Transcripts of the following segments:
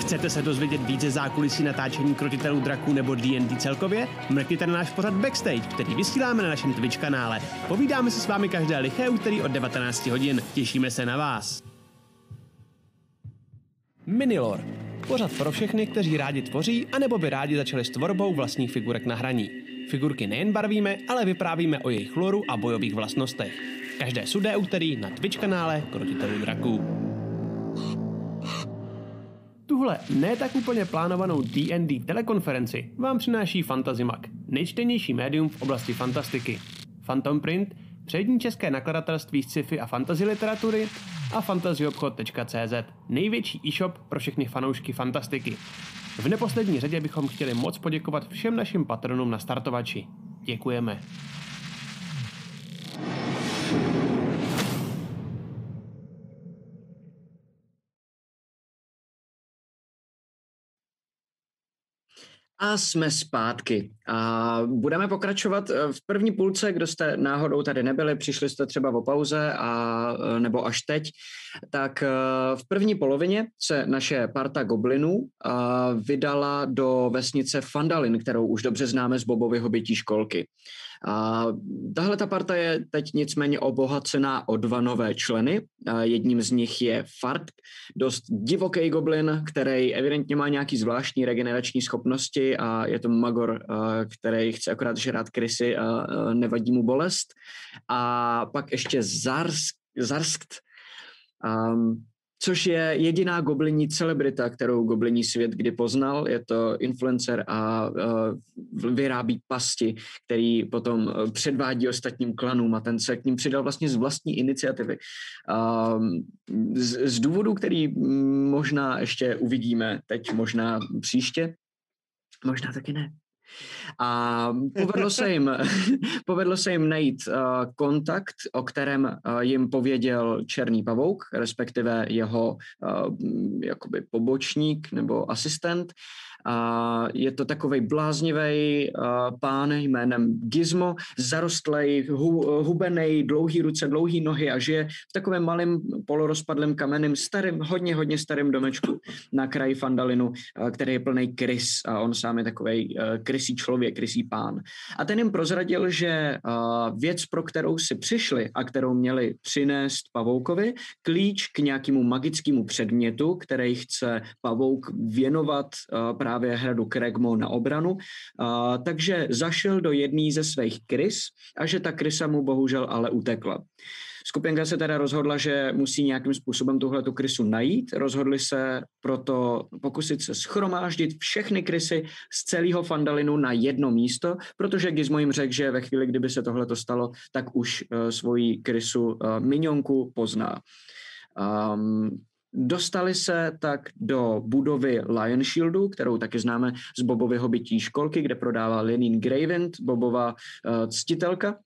Chcete se dozvědět více zákulisí natáčení Krotitelů draků nebo D&D celkově? Mrkněte na náš pořad Backstage, který vysíláme na našem Twitch kanále. Povídáme si s vámi každé liché úterý od 19 hodin. Těšíme se na vás. Minilore. Pořad pro všechny, kteří rádi tvoří, anebo by rádi začali s tvorbou vlastních figurek na hraní. Figurky nejen barvíme, ale vyprávíme o jejich loru a bojových vlastnostech. Každé sudé úterý na Twitch kanále Krotitelů draků. Tuhle ne tak úplně plánovanou D&D telekonferenci vám přináší FantazyMag, nejčtenější médium v oblasti fantastiky. Phantom Print, přední české nakladatelství sci-fi a fantasy literatury a fantazyobchod.cz, největší e-shop pro všechny fanoušky fantastiky. V neposlední řadě bychom chtěli moc poděkovat všem našim patronům na startovači. Děkujeme. A jsme zpátky. A budeme pokračovat v první půlce, kdo jste náhodou tady nebyli, přišli jste třeba o pauze nebo až teď, tak v první polovině se naše parta goblinů vydala do vesnice Phandalin, kterou už dobře známe z Bobovy hobití školky. A tahle ta parta je teď nicméně obohacená o 2 nové členy. Jedním z nich je Fart, dost divoký goblin, který evidentně má nějaký zvláštní regenerační schopnosti a je to magor, který chce akorát žrát krysy a nevadí mu bolest. A pak ještě Zarskt, což je jediná goblinní celebrita, kterou goblinní svět kdy poznal. Je to influencer a vyrábí pasti, který potom předvádí ostatním klanům a ten se k ním přidal vlastně z vlastní iniciativy. Z důvodu, který možná ještě uvidíme teď, možná příště, možná taky ne. A povedlo se jim najít kontakt, o kterém jim pověděl Černý pavouk, respektive jeho jakoby pobočník nebo asistent. Je to takovej bláznivý pán jménem Gizmo, zarostlej, hubenej, dlouhý ruce, dlouhý nohy a žije v takovém malém polorozpadlém kamenném starým, hodně starým domečku na kraji Phandalinu, který je plný krys a on sám je takovej krysí člověk, krysí pán. A ten jim prozradil, že věc, pro kterou si přišli a kterou měli přinést pavoukovi, klíč k nějakému magickému předmětu, který chce pavouk věnovat právě hradu Kregmo na obranu, takže zašel do jedné ze svých krys a že ta krysa mu bohužel ale utekla. Skupinka se teda rozhodla, že musí nějakým způsobem tuhletu krysu najít. Rozhodli se proto pokusit se shromáždit všechny krysy z celého Phandalinu na jedno místo, protože Gizmo jim řekl, že ve chvíli, kdyby se tohleto stalo, tak už svoji krysu minionku pozná. Dostali se tak do budovy Lion Shieldu, kterou taky známe z Bobovy hobití školky, kde prodává Lenine Gravent, Bobova ctitelka.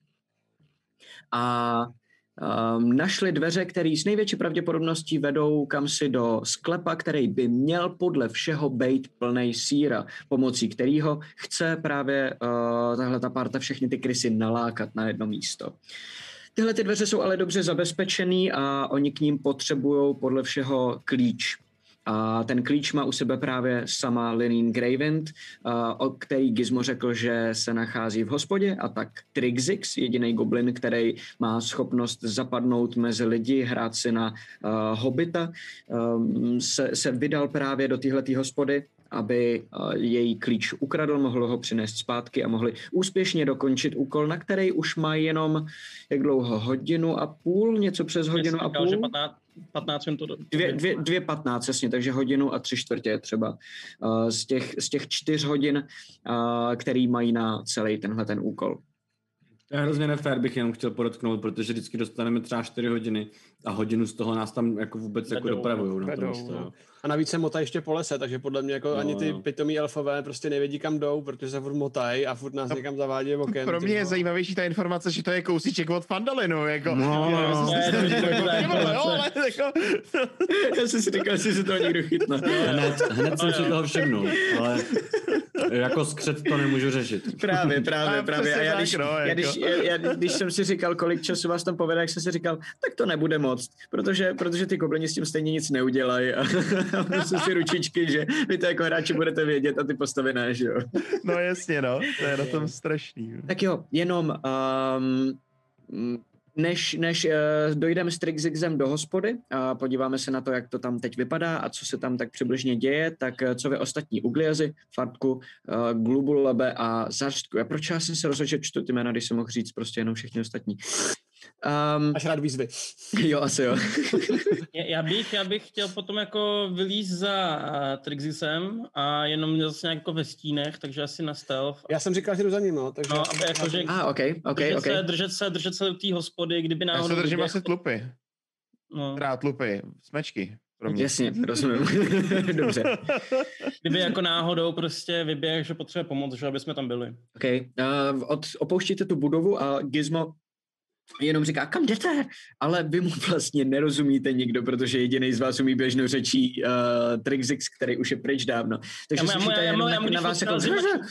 A našli dveře, které s největší pravděpodobností vedou kamsi do sklepa, který by měl podle všeho být plnej síra, pomocí kterého chce právě tahle ta parta všechny ty krysy nalákat na jedno místo. Tyhle ty dveře jsou ale dobře zabezpečený a oni k ním potřebují podle všeho klíč. A ten klíč má u sebe právě sama Lenine Gravent, o který Gizmo řekl, že se nachází v hospodě, a tak Trixix, jediný goblin, který má schopnost zapadnout mezi lidi, hrát si na hobita, se vydal právě do téhletý hospody, aby její klíč ukradl, mohl ho přinést zpátky a mohli úspěšně dokončit úkol, na který už mají jenom, jak dlouho, 1,5 hodiny, něco přes 1,5 hodiny. Že 15 minut. 2:15, jasně, takže 1:03 třeba z těch 4 hodin, který mají na celý tenhle ten úkol. To je hrozně nefér, bych jenom chtěl podotknout, protože vždycky dostaneme třeba 4 hodiny a hodinu z toho nás tam jako vůbec jako dopravujou. Na to místo, a navíc se motají ještě po lese, takže podle mě jako ani ty pitomí elfové prostě nevědí, kam jdou, protože se furt motají a furt nás někam zavádí okem. Pro mě je zajímavější ta informace, že to je kousíček od Phandalinu, jako. Já jsem si říkal, že si to někdo chytne. Hned jsem si toho všimnul, ale Jako skřet to nemůžu řešit. Právě. A já, jako. když jsem si říkal, kolik času vás tam povede, jak jsem si říkal, tak to nebude moc, protože ty goblini s tím stejně nic neudělají a jsou si ručičky, že vy to jako hráči budete vědět a ty postavy ne, že jo. No jasně, no, to je na tom strašný. Tak jo, jenom než dojdeme s Trixixem do hospody a podíváme se na to, jak to tam teď vypadá a co se tam tak přibližně děje, tak co vy ostatní Ugliazi, Fartku, Glubulabe a Zarstku. A proč já jsem se rozhodl, že čtu ty jména, když jsem mohl říct prostě jenom všichni ostatní. Až rád výzvy. Jo, asi jo. Já bych chtěl potom jako vylízt za Trixisem a jenom zase nějak jako ve stínech, takže asi na stealth. Já jsem říkal, že jdu za ním, no. Takže... No, aby jakože držet se do té hospody, kdyby náhodou... Já se držím asi tlupy. No. Teda tlupy, smečky. Jasně, rozumím. Dobře. Kdyby jako náhodou prostě vyběh, že potřebuje pomoc, že aby jsme tam byli. OK. Opouštíte tu budovu a Gizmo jenom říká, kam jdete? Ale vy mu vlastně nerozumíte nikdo, protože jediný z vás umí běžnou řečí Trixix, který už je pryč dávno. Takže slyšíte jenom na vás jako...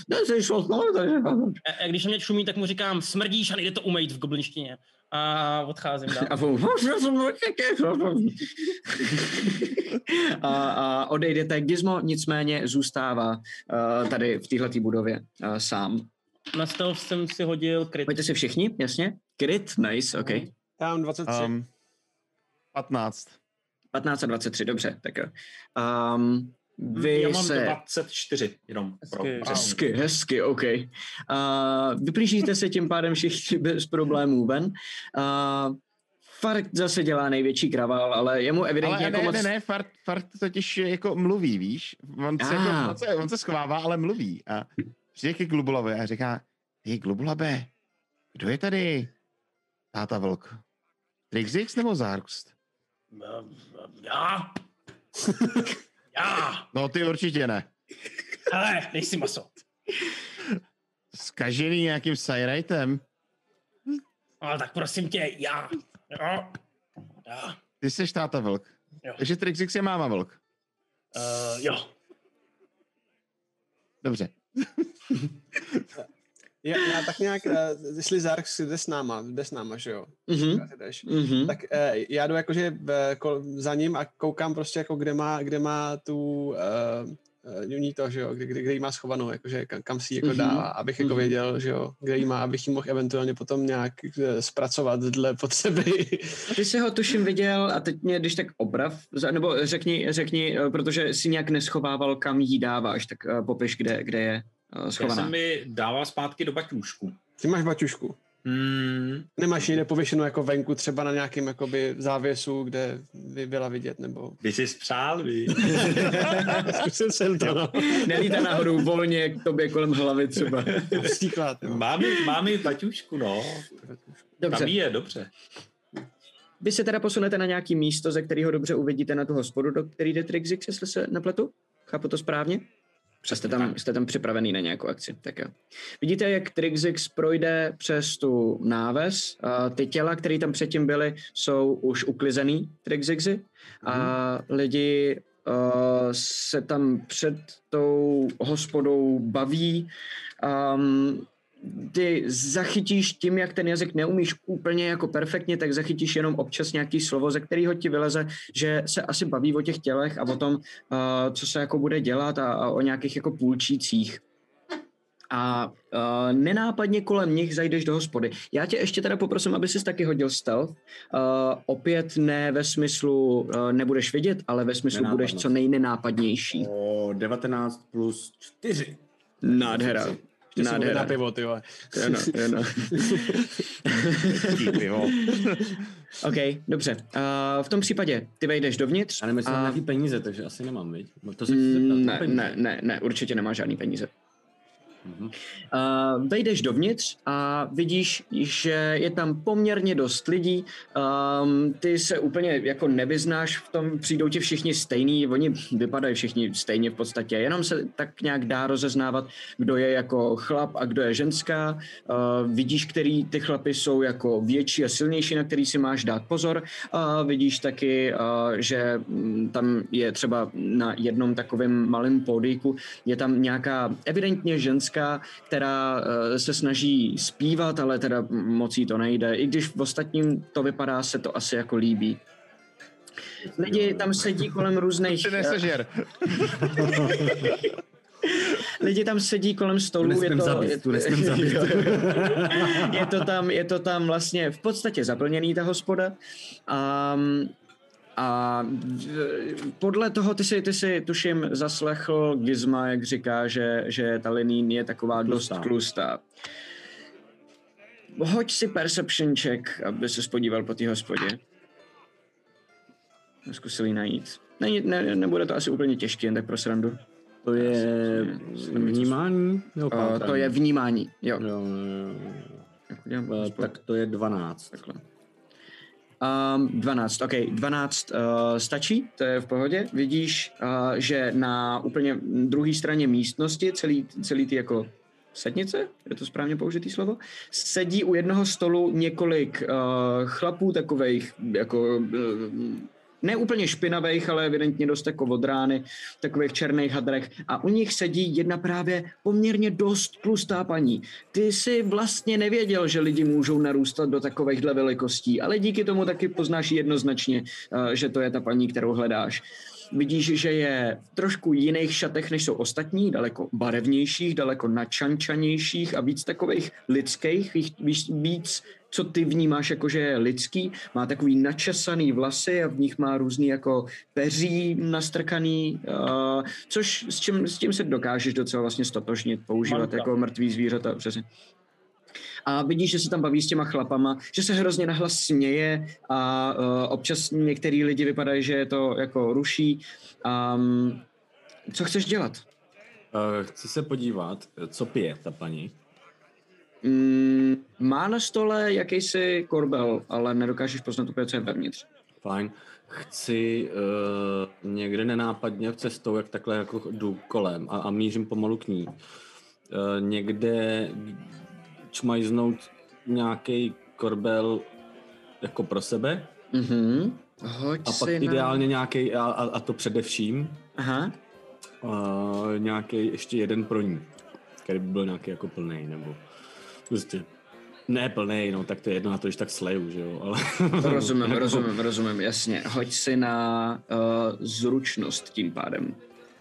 A když mě šumí, tak mu říkám, smrdíš a nejde to umýt v goblinštině. A odcházím dál. A odejdete. Gizmo nicméně zůstává tady v téhletý budově sám. Na stealth jsem si hodil crit. Pojďte si všichni, jasně? Crit, nice, OK. Já mám 23. 15. 15 a 23, dobře, tak jo. Já mám 24, jenom pro. Hezky, OK. Vyplížíte se tím pádem všichni bez problémů ven. Fart zase dělá největší kravál, ale jemu evidentně ale jako ne, Fart totiž jako mluví, víš? On se schovává, ale mluví. A přijde ke Glubulabe a říká, hej Glubulabe, kdo je tady? Táta vlk. Trixix nebo Zarkst? Já. No ty určitě ne. Ale nejsi maso. Zkažený nějakým sajrajtem? Ale tak prosím tě, já. Ty jsi táta vlk. Jo. Takže Trixix je máma vlk. Jo. Dobře. Já tak nějak, jestli Zarx jde s náma, že jo? Tak já jdu jakože za ním a koukám prostě jako kde má tu ňuní to, že jo, kde jí má schovanou, jakože kam si ji jako dá, abych jako věděl, že jo, kde jí má, abych ji mohl eventuálně potom nějak zpracovat dle potřeby. Ty jsi ho tuším viděl a teď mě, když tak oprav, nebo řekni, protože si nějak neschovával, kam jí dáváš, tak popiš, kde je schovaná. Já jsem mi dával zpátky do baťůžku. Ty máš baťušku? Nemáš někde pověšenou jako venku, třeba na nějakém jakoby závěsu, kde by byla vidět, nebo... Ty jsi spřál, víš? Zkusil jsem to, no. Nelítá nahoru volně k tobě kolem hlavy třeba. Příklad, no. Máme baťušku, no. Dobře. Tam je, dobře. Vy se teda posunete na nějaký místo, ze kterého dobře uvidíte na tu hospodu, do který jde Trixix, jestli se nepletu? Chápu to správně? Jste tam připravený na nějakou akci, tak jo. Vidíte, jak Trixix projde přes tu náves. Ty těla, které tam předtím byly, jsou už uklizený Trixixy a lidi se tam před tou hospodou baví. Ty zachytíš tím, jak ten jazyk neumíš úplně jako perfektně, tak zachytíš jenom občas nějaký slovo, ze kterého ti vyleze, že se asi baví o těch tělech a o tom, co se jako bude dělat a o nějakých jako půlčících. A nenápadně kolem nich zajdeš do hospody. Já tě ještě teda poprosím, aby jsi taky hodil stealth. Opět ne ve smyslu nebudeš vidět, ale ve smyslu budeš co nejnenápadnější. 19 plus 4. Nádhera. Na pivo, ty vole. Ano. OK, dobře. V tom případě ty vejdeš dovnitř. A nemyslím na nějaký peníze, takže asi nemám, viď? To Ne, určitě nemá žádný peníze. Vejdeš dovnitř a vidíš, že je tam poměrně dost lidí. Ty se úplně jako nevyznáš v tom, přijdou ti všichni stejný, oni vypadají všichni stejně v podstatě, jenom se tak nějak dá rozeznávat, kdo je jako chlap a kdo je ženská. Vidíš, který ty chlapy jsou jako větší a silnější, na který si máš dát pozor. Vidíš taky, že tam je třeba na jednom takovém malém pódijku, je tam nějaká evidentně ženská, která se snaží zpívat, ale teda moc jí to nejde. I když v ostatním to vypadá, se to asi jako líbí. Lidi tam sedí kolem různých... Lidi tam sedí kolem stolů, je to tam vlastně v podstatě zaplněný ta hospoda. A podle toho ty si tuším zaslechl Gizma, jak říká, že ta Lenín je taková dost tlustá. Hoď si perception check, aby se spodíval po té hospodě. Zkusil jí najít. Nebude to asi úplně těžké, jen tak pro srandu. To je vnímání? To je vnímání, jo. Tak to je 12. Takhle. 12, ok, 12 stačí, to je v pohodě. Vidíš, že na úplně druhé straně místnosti, celý ty jako sednice, je to správně použitý slovo, sedí u jednoho stolu několik chlapů takovejch jako... ne úplně špinavých, ale evidentně dost jako od rány, v takových černých hadrech a u nich sedí jedna právě poměrně dost tlustá paní. Ty si vlastně nevěděl, že lidi můžou narůstat do takovýchhle velikostí, ale díky tomu taky poznáš jednoznačně, že to je ta paní, kterou hledáš. Vidíš, že je v trošku jiných šatech, než jsou ostatní, daleko barevnějších, daleko načančanějších a víc takových lidských, víc co ty vnímáš jako, že je lidský. Má takový načesaný vlasy a v nich má různý jako peří nastrkaný, což s tím se dokážeš docela vlastně stotožnit, používat jako mrtvý zvířata, přesně. A vidíš, že se tam baví s těma chlapama, že se hrozně nahlas směje a občas některý lidi vypadají, že je to jako ruší. Co chceš dělat? Chci se podívat, co pije ta paní. Má na stole jakýsi korbel, ale nedokážeš poznat úplně, co je vevnitř. Fajn. Chci někde nenápadně v cestou, jak takhle jako jdu kolem a mířím pomalu k ní. Někde čmajznout nějaký korbel jako pro sebe. Hoď a pak ideálně nějaký, a to především, nějaký ještě jeden pro ní, který by byl nějaký jako plnej, nebo prostě ne plnej, no tak to je jedno, na to, když tak sleju, že jo, ale... Rozumím, jasně. Hoď si na zručnost tím pádem.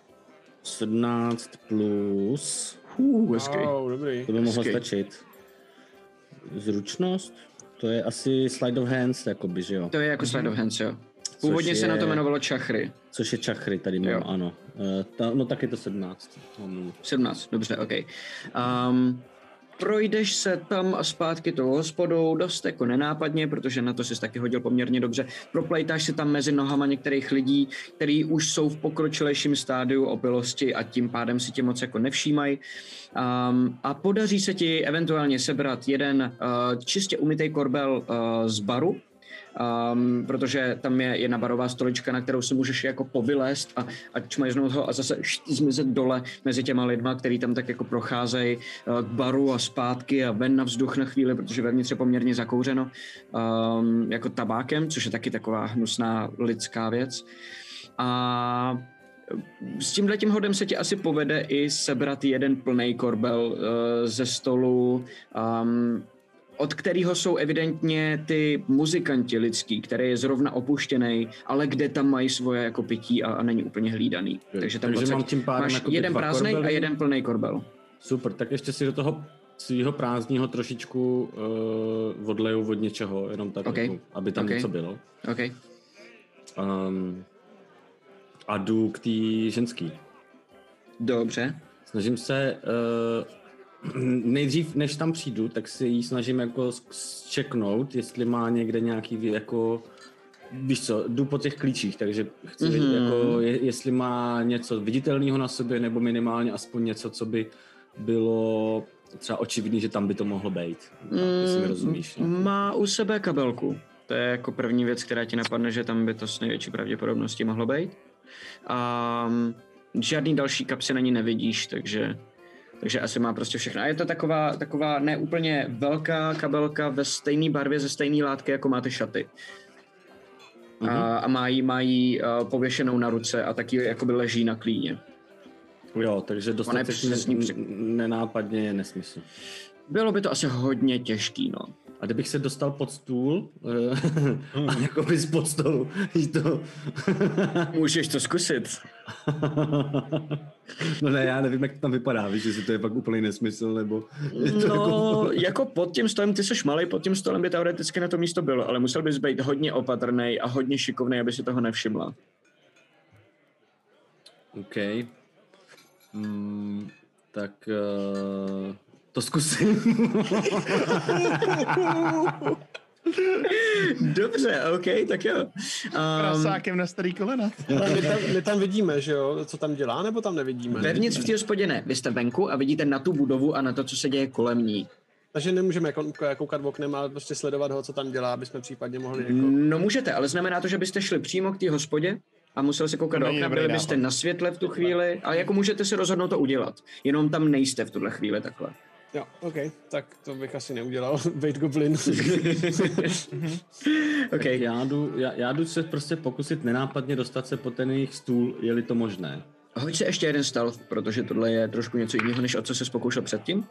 17 plus... hezký. Dobrý. To by mohlo stačit. Zručnost? To je asi slide of hands, jakoby, že jo? To je jako slide of hands, jo. Původně se na to jmenovalo čachry. Což je čachry, tady mám, ano. No tak je to 17. 17, dobře, ok. Projdeš se tam a zpátky tou hospodou dost jako nenápadně, protože na to jsi taky hodil poměrně dobře. Proplejtáš si tam mezi nohama některých lidí, kteří už jsou v pokročilejším stádiu opilosti a tím pádem si tě moc jako nevšímají. A podaří se ti eventuálně sebrat jeden čistě umytej korbel z baru, protože tam je jedna barová stolička, na kterou si můžeš jako povylézt a čmajznout ho a zase zmizet dole mezi těma lidma, který tam tak jako procházejí k baru a zpátky a ven na vzduch na chvíli, protože vevnitř je poměrně zakouřeno jako tabákem, což je taky taková hnusná lidská věc. A s tímhletím hodem se ti asi povede i sebrat jeden plnej korbel ze stolu, od kterého jsou evidentně ty muzikanti lidský, který je zrovna opuštěný, ale kde tam mají svoje jako pití a není úplně hlídaný. Takže tam mám tím pádem máš jako jeden prázdnej a jeden plný korbel. Super, tak ještě si do toho svýho prázdního trošičku odleju od něčeho, jenom tak, jako, aby tam něco bylo. Okay. A jdu k té ženský. Dobře. Snažím se... nejdřív, než tam přijdu, tak si ji snažím jako zčeknout, jestli má někde nějaký jako, víš co, jdu po těch klíčích, takže chci vidět, jako, jestli má něco viditelného na sobě, nebo minimálně aspoň něco, co by bylo třeba očividný, že tam by to mohlo být. Jestli mi rozumíš. Má u sebe kabelku. To je jako první věc, která ti napadne, že tam by to s největší pravděpodobností mohlo být. A žádný další kapsy na ní nevidíš, takže asi má prostě všechno. A je to taková neúplně velká kabelka ve stejné barvě, ze stejné látky, jako máte šaty. A má jí pověšenou na ruce a taky jakoby leží na klíně. Jo, takže dostatečně nenápadně je nesmysl. Bylo by to asi hodně těžký, no. A kdybych se dostal pod stůl a jakoby z pod stolu, to... Můžeš to zkusit. No ne, já nevím, jak to tam vypadá, víš, jestli to je pak úplný nesmysl, nebo... No, jako pod tím stolem, ty seš malej, pod tím stolem by teoreticky na to místo bylo, ale musel bys být hodně opatrnej a hodně šikovnej, aby si toho nevšimla. OK. Tak to zkusím. Dobře, OK, tak jo. Krasákem na starý kolena. My tam vidíme, že jo, co tam dělá, nebo tam nevidíme? Vevnitř v té hospodě ne. Vy jste venku a vidíte na tu budovu a na to, co se děje kolem ní. Takže nemůžeme koukat v oknem, ale prostě sledovat ho, co tam dělá, aby jsme případně mohli jako... No můžete, ale znamená to, že byste šli přímo k té hospodě a museli se koukat do okna, byli byste na světle v tu chvíli, ale jako můžete se rozhodnout to udělat. Jenom tam nejste v tuhle chvíli takhle. Jo, OK, tak to bych asi neudělal. Bait goblin. Okay. Já jdu se prostě pokusit nenápadně dostat se po ten jejich stůl, je-li to možné. Hoď se ještě jeden stealth, protože tohle je trošku něco jiného, než o co se pokoušel předtím.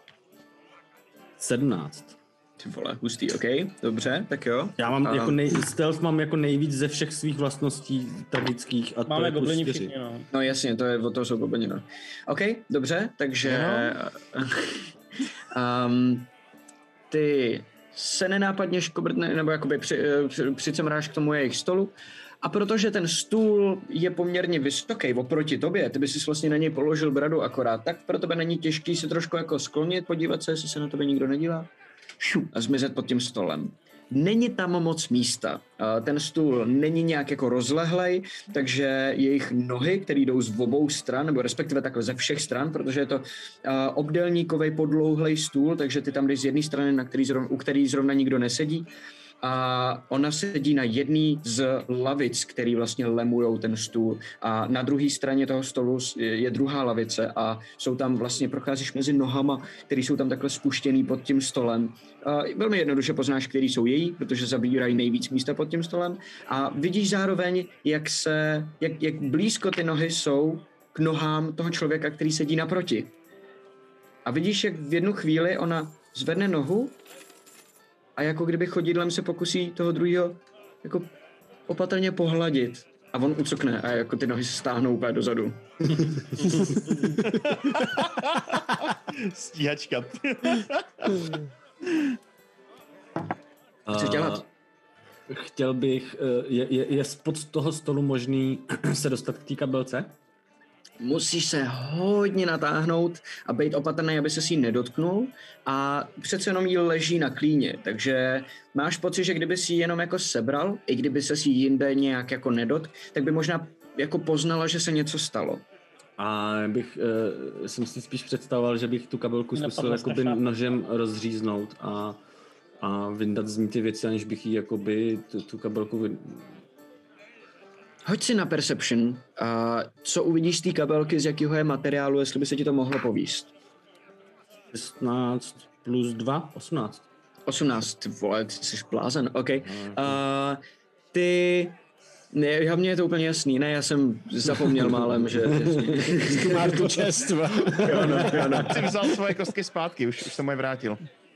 17. Ty vole, hustý, OK, dobře, tak jo. Já mám stealth mám jako nejvíc ze všech svých vlastností tragických a máme to je goblini všichni, no. No jasně, to je, od toho jsou goblini, no. OK, dobře, takže... ty se nenápadně škobrtne, nebo jakoby přicemráš k tomu jejich stolu a protože ten stůl je poměrně vysoký oproti tobě, ty by si vlastně na něj položil bradu akorát, tak pro tebe není těžký se trošku jako sklonit, podívat se, jestli se na tebe nikdo nedívá a zmizet pod tím stolem. Není tam moc místa. Ten stůl není nějak jako rozlehlej, takže jejich nohy, které jdou z obou stran, nebo respektive takhle ze všech stran, protože je to obdélníkový podlouhlej stůl, takže ty tam jdeš z jedné strany, u který zrovna nikdo nesedí. A ona sedí na jedné z lavic, který vlastně lemujou ten stůl. A na druhé straně toho stolu je druhá lavice a jsou tam vlastně, procházíš mezi nohama, které jsou tam takhle spuštěný pod tím stolem. A velmi jednoduše poznáš, který jsou její, protože zabírají nejvíc místa pod tím stolem. A vidíš zároveň, jak blízko ty nohy jsou k nohám toho člověka, který sedí naproti. A vidíš, jak v jednu chvíli ona zvedne nohu a jako kdyby chodidlem se pokusí toho druhého jako opatrně pohladit. A on ucokne a jako ty nohy se stáhnou úplně dozadu. Stíhačka. Co dělat? Chtěl bych, je spod toho stolu možný se dostat k té kabelce? Musíš se hodně natáhnout a být opatrný, aby se si ji nedotknul a přece jenom jí leží na klíně, takže máš pocit, že kdyby si ji jenom jako sebral, i kdyby se si jinde nějak jako nedotk, tak by možná jako poznala, že se něco stalo. A jsem si spíš představoval, že bych tu kabelku zkusil jakoby nožem rozříznout a vyndat z ní ty věci, aniž bych jí jakoby tu kabelku Hoď si na Perception, co uvidíš z té kabelky, z jakého je materiálu, jestli by se ti to mohlo povíst. 16 plus 2, 18. 18, ty vole, ty jsi blázen, OK. Ty... Ne, mně je to úplně jasný, ne, já jsem zapomněl málem, že... Ty máš tu čest, jo, no. Jsi vzal svoje kostky zpátky, už jsem je vrátil.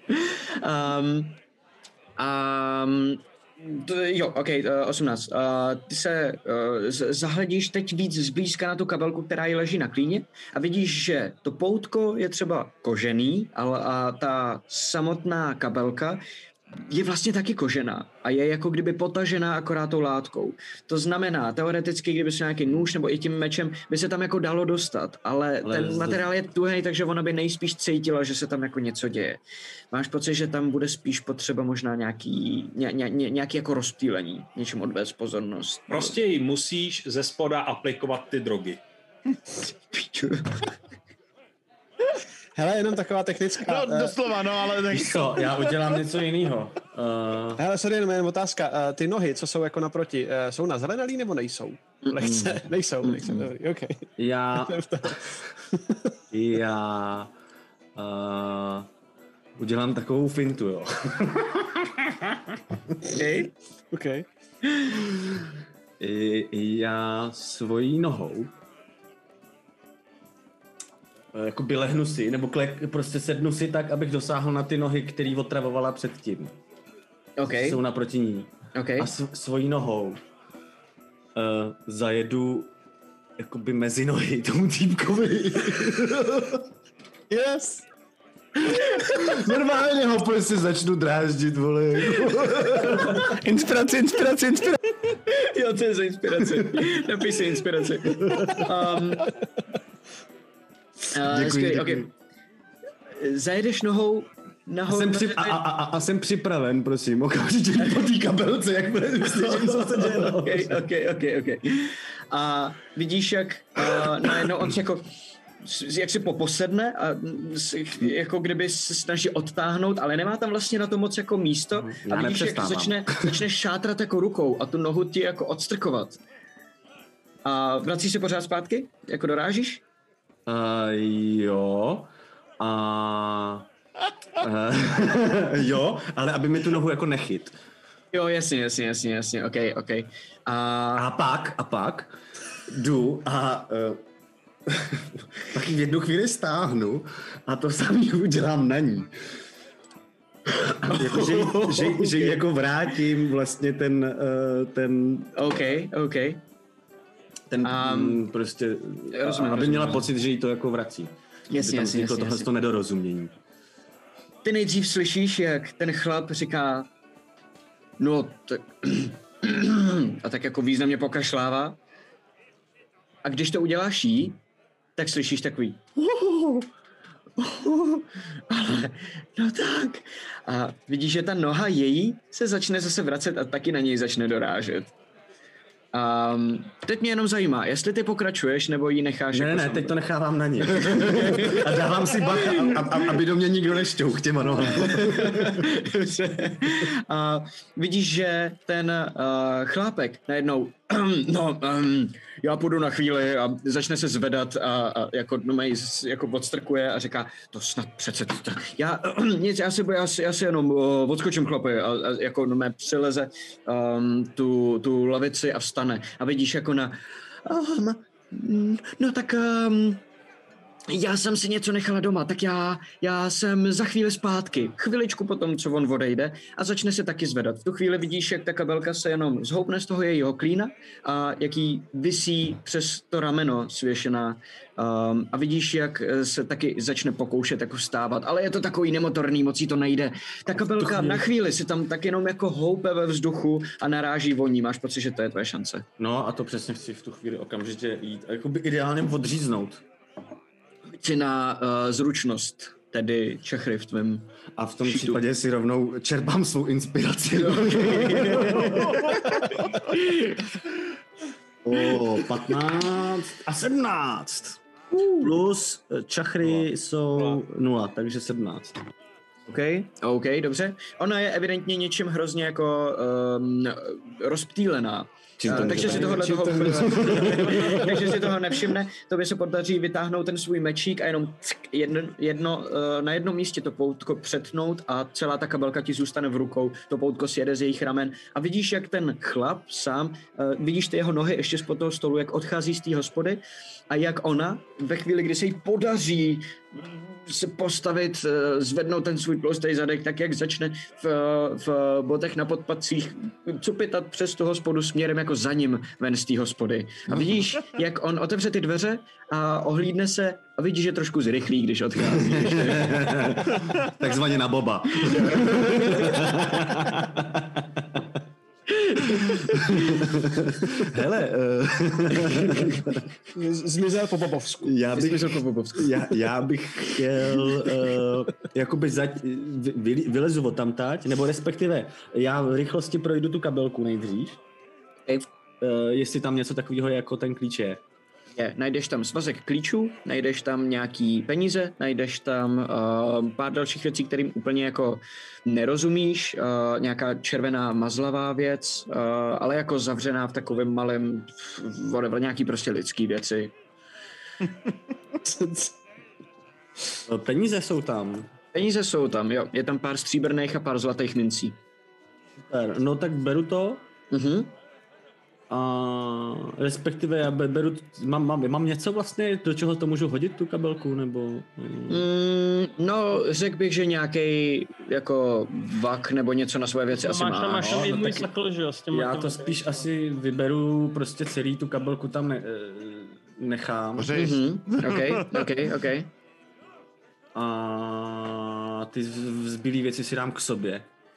Jo, OK, 18. Ty se zahledíš teď víc zblízka na tu kabelku, která ji leží na klíně a vidíš, že to poutko je třeba kožený, a ta samotná kabelka je vlastně taky kožená a je jako kdyby potažená akorát tou látkou. To znamená, teoreticky, kdyby se nějaký nůž nebo i tím mečem, by se tam jako dalo dostat, ale ten materiál je tuhej, takže ona by nejspíš cítila, že se tam jako něco děje. Máš pocit, že tam bude spíš potřeba možná nějaký jako rozptýlení, něčem odvést pozornost. Prostě jí musíš ze spoda aplikovat ty drogy. Hele, jenom taková technická... No, doslova, no, ale... Tak... Víš co, já udělám něco jiného. Hele, sorry, jenom otázka. Ty nohy, co jsou jako naproti, jsou nazelenalý nebo nejsou? Lehce, nejsou, dobrý, OK. Já udělám takovou fintu, jo. OK. Já svojí nohou jakoby lehnu si, nebo prostě sednu si tak, abych dosáhl na ty nohy, který otravovala předtím. Okay. Jsou naproti ní. Okay. A svojí nohou zajedu jakoby mezi nohy tomu týmkovi. Yes! Normálně ho prostě začnu dráždit, vole. Inspirace. Jo, to je za inspiraci. Napíš si inspiraci. Děkuji. Okay. Zajedeš nohou nahoru. A jsem připraven, prosím, okamžitě po té kabelce, jak bude slyším, co se děje. Okay. A vidíš, jak najednou on jako jak si poposedne a jako kdyby se snaží odtáhnout, ale nemá tam vlastně na to moc jako místo a vidíš, jak začne šátrat jako rukou a tu nohu ti jako odstrkovat. A vracíš se pořád zpátky? Jako dorážíš? Jo. Jo, ale aby mi tu nohu jako nechyt. Jo, jasně, ok. A pak jdu a taky v jednu chvíli stáhnu a to samý udělám na ní. Jako, že jako vrátím vlastně ten OK. Ten prostě, aby měla pocit, že jí to jako vrací. Jasně. Tohle nedorozumění. Ty nejdřív slyšíš, jak ten chlap říká, no tak a tak jako významně pokašlává. A když to uděláš jí, tak slyšíš takový ale no tak. A vidíš, že ta noha její se začne zase vracet a taky na něj začne dorážet. Teď mě jenom zajímá, jestli ty pokračuješ, nebo ji necháš Ne, jako teď to nechávám na ní. A dávám si bacha, aby do mě nikdo nešťouch těma nohama. A vidíš, že ten chlápek najednou já půjdu na chvíli a začne se zvedat a jako odstrkuje a říká, to snad přece já si jenom odskočím chlapi a jako přileze tu lavici a vstane a vidíš jako já jsem si něco nechala doma, tak já jsem za chvíli zpátky, chviličku potom, co on odejde a začne se taky zvedat. V tu chvíli vidíš, jak ta kabelka se jenom zhoupne z toho jejího klína a jak jí visí přes to rameno svěšená a vidíš, jak se taky začne pokoušet jako vstávat, ale je to takový nemotorný, moc jí to nejde. Ta kabelka na chvíli si tam tak jenom jako houpe ve vzduchu a naráží voní, máš pocit, že to je tvoje šance. No a to přesně chci v tu chvíli okamžitě jít, jakoby ideálně odříznout. Chci na zručnost, tedy čachry v tvém a v tom případě si rovnou čerpám svou inspiraci. 15 a 17. Plus čachry jsou 0, takže 17. OK, dobře. Ona je evidentně něčím hrozně jako rozptýlená. Takže si toho nevšimne, to by se podaří vytáhnout ten svůj mečík a jenom na jednom místě to poutko přetnout a celá ta kabelka ti zůstane v rukou, to poutko sjede z jejich ramen a vidíš, jak ten chlap sám, vidíš ty jeho nohy ještě spod toho stolu, jak odchází z té hospody a jak ona ve chvíli, kdy se jí podaří se postavit, zvednout ten svůj tlustý zadek, tak jak začne v botech na podpatcích cupitat přes tu hospodu směrem jako za ním ven z té hospody. A vidíš, jak on otevře ty dveře a ohlídne se a vidíš, že je trošku zrychlý, když odchází. Takzvaně na Boba. Hele, zmizel po bobovsku. Já bych chtěl jakoby vylezu odtamtať, nebo respektive já v rychlosti projdu tu kabelku nejdřív. Jestli tam něco takového jako ten klíč je. najdeš tam svazek klíčů, najdeš tam nějaký peníze, najdeš tam pár dalších věcí, kterým úplně jako nerozumíš, nějaká červená mazlavá věc, ale jako zavřená v takovém malém, whatever, nějaký prostě lidský věci. Peníze jsou tam. Peníze jsou tam, jo. Je tam pár stříbrných a pár zlatých mincí. Super, no tak beru to. A respektive já beru, mám něco vlastně, do čeho to můžu hodit, tu kabelku, nebo? No, řekl bych, že nějaký jako vak nebo něco na své věci asi má. Máš tam jednu slakl, že jo? Já to spíš asi vyberu, prostě celý tu kabelku tam nechám. OK. A ty zbylý věci si dám k sobě.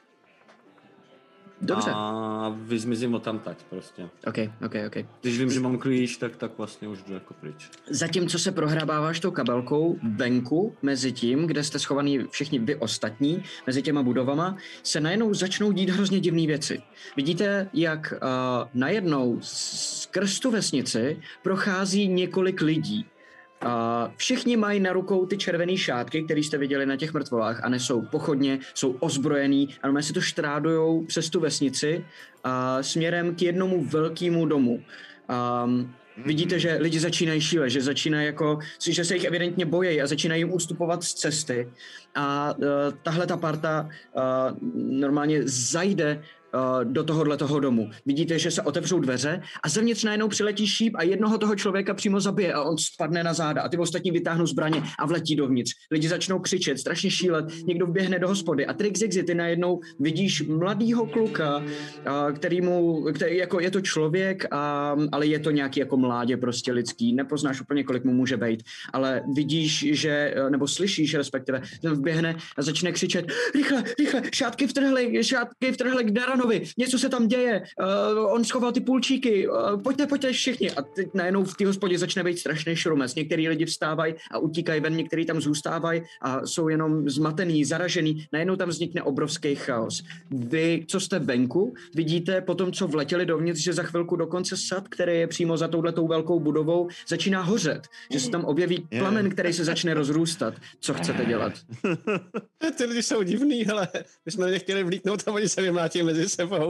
Dobře. A vyzmizím ho tam tak prostě. OK. Když vím, že mám klíč, tak vlastně už jdu jako pryč. Zatímco se prohrabáváš tou kabelkou venku, mezi tím, kde jste schovaní všichni vy ostatní, mezi těma budovama, se najednou začnou dít hrozně divné věci. Vidíte, jak najednou skrz tu vesnici prochází několik lidí. Všichni mají na rukou ty červené šátky, které jste viděli na těch mrtvolách a nesou pochodně, jsou ozbrojený a normálně si to štrádujou přes tu vesnici směrem k jednomu velkému domu. Vidíte, že lidi začínají šílet, že začínají jako, že se jich evidentně bojí a začínají jim ustupovat z cesty a tahle ta parta normálně zajde do tohoto domu. Vidíte, že se otevřou dveře a zevnitř najednou přiletí šíp a jednoho toho člověka přímo zabije a on spadne na záda a ty ostatní vytáhnou zbraně a vletí dovnitř. Lidi začnou křičet, strašně šílet, někdo vběhne do hospody a Trixie, ty najednou vidíš mladýho kluka, který jako je to člověk, ale je to nějaký jako mládě prostě lidský, nepoznáš úplně, kolik mu může být, ale vidíš, že, nebo slyšíš respektive, ten vběhne a začne křičet, rychle, šátky vtrhly k Daranovi, něco se tam děje, on schoval ty půlčíky, pojďte všichni. A teď najednou v té hospodě začne být strašný šrumec. Některý lidi vstávají a utíkají ven, některý tam zůstávají a jsou jenom zmatený, zaražený. Najednou tam vznikne obrovský chaos. Vy, co jste venku, vidíte potom, co vletěli dovnitř, že za chvilku dokonce sad, který je přímo za touhletou velkou budovou, začíná hořet. Že se tam objeví plamen, který se začne rozrůstat. Co chcete dělat? Ty lidi jsou divný, ale my jsme nechtěli vlítnout a oni se vymlátí mezi sebou.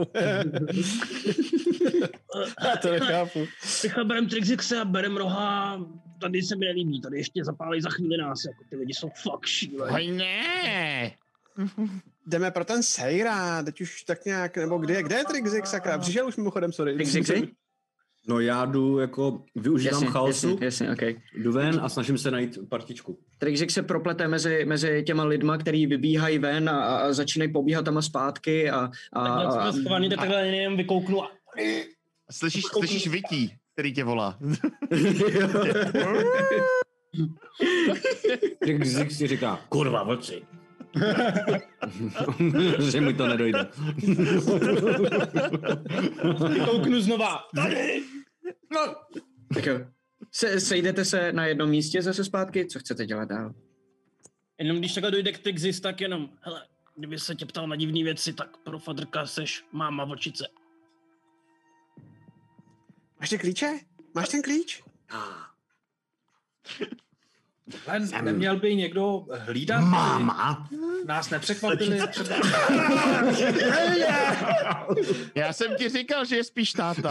Já to nechápu. Rychle berem Trixixe a berem roha. Tady se mi nelíbí, tady ještě zapálej za chvíli nás, jako ty lidi jsou fakt šílení. Ne! Jdeme pro ten Sejra, teď už tak nějak, nebo kde je Trixix, sakra? Přišel už mimochodem, sorry. Trixixi? No já jdu jako, využívám chaosu, jasně, okay. Jdu ven a snažím se najít partičku. Trixix se proplete mezi těma lidma, který vybíhají ven a začínají pobíhat tam a zpátky a tak jsme schovaný, tak takhle jenom vykouknu a... Slyšíš vytí, který tě volá. Trixix si říká, kurva, vlci. Že mi to nedojde. Vykouknu znova. Tady! No. Tak jo. Sejdete se na jednom místě zase zpátky? Co chcete dělat dál? Jenom když takhle dojde k Trixis, tak jenom, hele, kdyby se tě ptal na divný věci, tak pro Fadrka seš máma vlčice. Máš ty klíče? Máš ten klíč? Neměl by někdo hlídat? Máma? Nás nepřekvapili třeba. Já jsem ti říkal, že je spíš táta.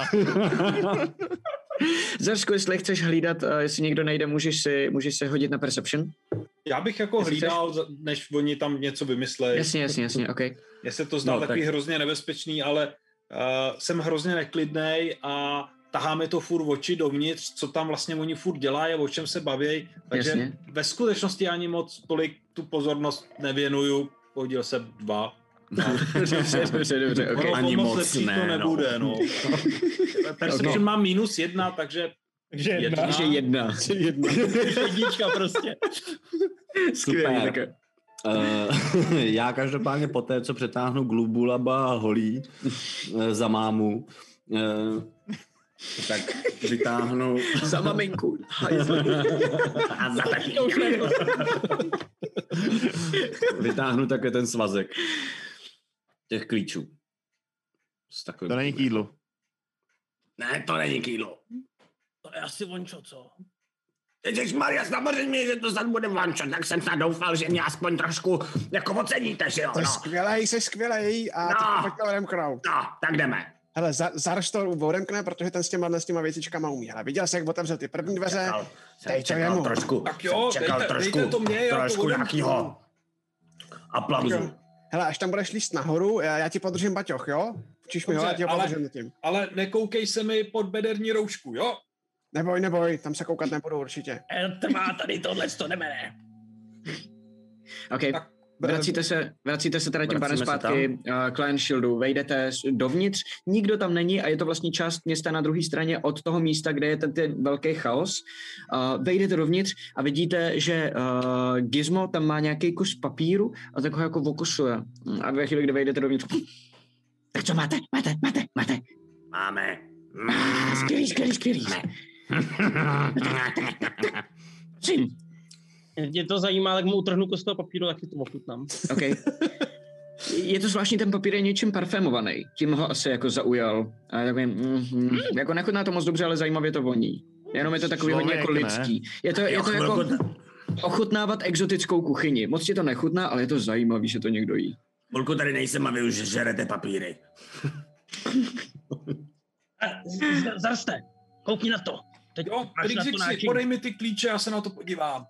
Zersku, jestli chceš hlídat, jestli někdo najde, můžeš si hodit na Perception? Já bych jako hlídal, než oni tam něco vymyslejí. Jasně, ok. Mně se to zdá takový hrozně nebezpečný, ale jsem hrozně neklidnej a taháme to furt oči dovnitř, co tam vlastně oni furt dělají a o čem se baví. Takže ve skutečnosti ani moc tolik tu pozornost nevěnuju. Hodil jsem 2. Dobře, okay. Ani moc ne, to nebude, no. Perception má -1, takže jedna. Jednička prostě. Super. Já každopádně po té, co přetáhnu Glubulaba a Holí za mámu, tak vytáhnu... Za maminku. A za tatínka. Vytáhnu také ten svazek těch klíčů. To není kýdlo. Ne, to není kýdlo. To je asi vončo, co? Ježišmarja, samozřejmě, že to snad bude vančo, tak jsem snad doufal, že mě aspoň trošku jako oceníte, že jo, no. Jsi skvělej a teď to odemknout. No, tak jdeme. Hele, Zarš to odemkne, protože ten s těma věcičkama umí. Hele, viděl jsi, jak otevřel ty první dveře? Čekal trošku. Tak jo, dejte to mě, trošku nějakýho aplauzu. Hele, až tam budeš líst nahoru, já ti podržím baťoch, jo? Učíš mi ho, já ti ho podržím tím. Ale nekoukej se mi pod bederní roušku, jo? Neboj, tam se koukat nebudu určitě. Trvá tady tohleto, ne. OK, vracíte se teda tím pádem zpátky k Lion Shieldu, vejdete dovnitř, nikdo tam není a je to vlastně část města na druhé straně od toho místa, kde je ten velký chaos. Vejdete dovnitř a vidíte, že Gizmo tam má nějaký kus papíru a tak ho jako vokusuje. A ve chvíli, kdy vejdete dovnitř, tak co máte? Máme. Skvělý. Mě to zajímá, tak mu utrhnu kus toho papíru, tak si to ochutnám. OK. Je to zvláštní, ten papír je něčím parfémovaný. Tím ho asi jako zaujal. A jako nechutná to moc dobře, ale zajímavě to voní. Jenom je to takový hodně jako lidský. Je to jako ochutnávat exotickou kuchyni. Moc ti to nechutná, ale je to zajímavý, že to někdo jí. Chvilku tady nejsem a vy už žerete papíry. Zarste, koukni na to. Teď jo, Trixi, podej mi ty klíče, já se na to podívám.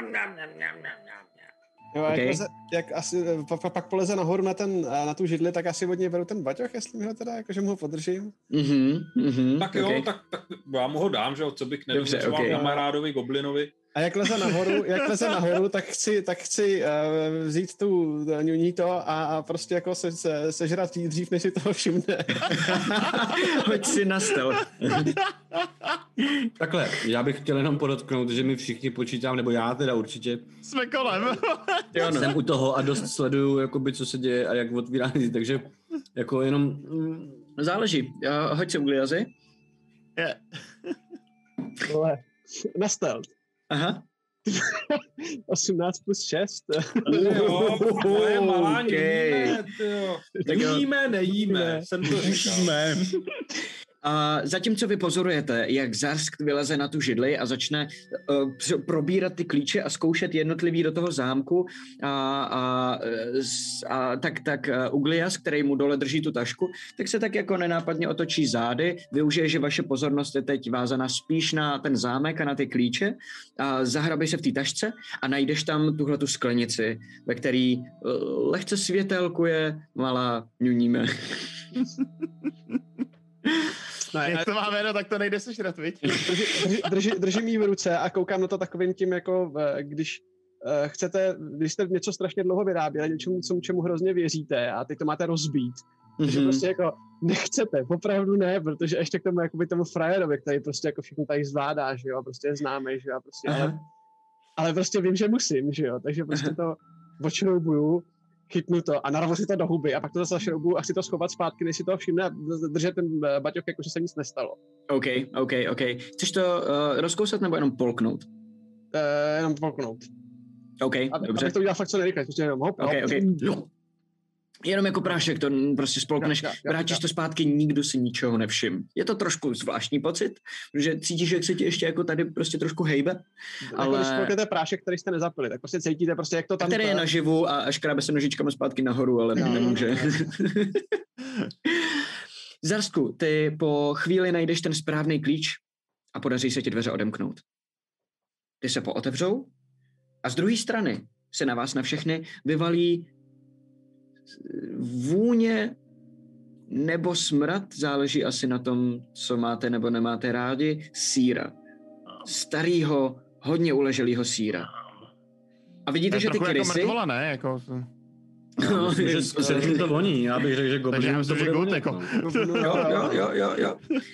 Jo, okay. jak asi pak poleze nahoru na tu židli, tak asi od něj beru ten baťoch, jestli mi ho teda, jakože mu ho podržím. Tak jo, okay. tak já mu ho dám, že jo, co bych nedoměřoval kamarádovi, goblinovi. A jak leze nahoru, tak chci vzít tu ňuní to a prostě jako sežrat jí dřív, než si toho všimne. Hoď si na stealth. Takhle, já bych chtěl jenom podotknout, že my všichni počítám, nebo já teda určitě. Jsme kolem. Jsem u toho a dost sleduju, jakoby, co se děje a jak otvírá, takže jako jenom... Záleží. Hoď si Ugliazy. Na stealth. Aha. 18 plus 6. To je malá, nejíme. Jsem to říkal. Zatímco vy pozorujete, jak Zarsk vyleze na tu židli a začne probírat ty klíče a zkoušet jednotlivý do toho zámku tak Uglias, který mu dole drží tu tašku, tak se tak jako nenápadně otočí zády, využije, že vaše pozornost je teď vázaná spíš na ten zámek a na ty klíče a zahrabej se v té tašce a najdeš tam tuhletu sklenici, ve který lehce světelkuje malá ňuňíme. Jak to má jméno, tak to nejde sežrat, viď? Držím jí v ruce a koukám na to takovým tím, jako když jste něco strašně dlouho vyráběli, čemu hrozně věříte a teď to máte rozbít. Takže prostě jako nechcete, opravdu ne, protože ještě k tomu jakoby tomu frajerovi, který prostě jako všechno tady zvládá, že jo, prostě je známý, že jo, prostě, ale prostě vím, že musím, že jo, takže prostě to odšroubuju, chytnu to a narvu si to do huby a pak to zase zašroubuju a chci to schovat zpátky, než si toho všimne a držet ten baťoch, jako že se nic nestalo. OK. Chceš to rozkousat nebo jenom polknout? Jenom polknout. OK, dobře. Abych to udělal fakt co nejrychleji, prostě jenom hop. Jenom jako prášek to prostě spolkneš, vrátíš to zpátky, nikdo si ničeho nevšim. Je to trošku zvláštní pocit, protože cítíš, jak se ti ještě jako tady prostě trošku hejbe. Ale když spolknete prášek, který jste nezapili, tak prostě cítíte prostě, jak to tam... Který je naživu a škrábe se nožičkama zpátky nahoru, ale nemůže. Zarsku, ty po chvíli najdeš ten správný klíč a podaří se ti dveře odemknout. Ty se pootevřou a z druhé strany se na vás na všechny vyvalí vůně nebo smrad, záleží asi na tom, co máte nebo nemáte rádi, sýra. Starýho, hodně uleželýho sýra. A vidíte, že ty krysy... Jako mrtvola, ne? Jako... No, že to voní, já bych řekl, že goblin to bude voní. Jako... Jo.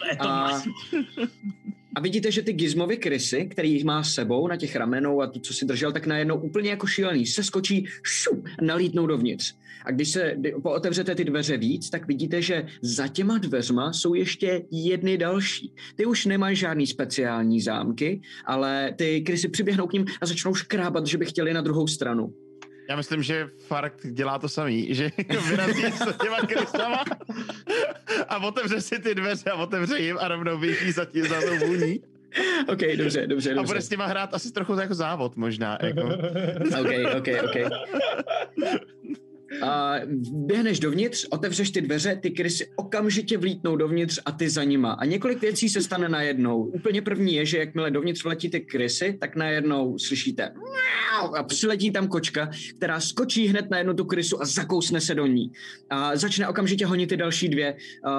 A vidíte, že ty Gizmovy krysy, který má s sebou na těch ramenou a to, co si držel, tak najednou úplně jako šílený se skočí, nalítnou dovnitř. A když se pootevřete ty dveře víc, tak vidíte, že za těma dveřma jsou ještě jedny další. Ty už nemají žádný speciální zámky, ale ty krysy přiběhnou k ním a začnou škrábat, že by chtěli na druhou stranu. Já myslím, že Fark dělá to samý, že vyrazí se těma krysama a otevře si ty dveře a otevře jim a rovnou běží za tou vůní. OK, dobře. A bude s nima hrát asi trochu jako závod možná. Jako. OK. A běhneš dovnitř, otevřeš ty dveře, ty krysy okamžitě vlítnou dovnitř a ty za nima. A několik věcí se stane najednou. Úplně první je, že jakmile dovnitř vletí ty krysy, tak najednou slyšíte a přiletí tam kočka, která skočí hned na jednu tu krysu a zakousne se do ní. A začne okamžitě honit ty další dvě.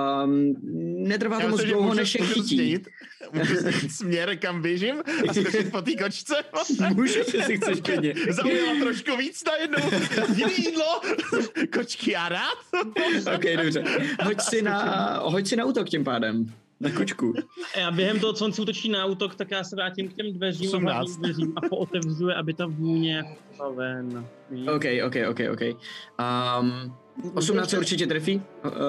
Netrvá to moc dlouho, než je chytí. Můžu znít směr, kam běžím a skočit po té kočce? Můžeš, jestli chceš klidně. Zaujela trošku víc najednou. Jiný jídlo. Kočky já rád. OK, dobře. Hoď si na útok tím pádem. Na kočku. Já během toho, co on si útočí na útok, tak já se vrátím k těm dveřím a pootevřu je, aby ta vůně jako ven. OK. 18 se určitě trefí.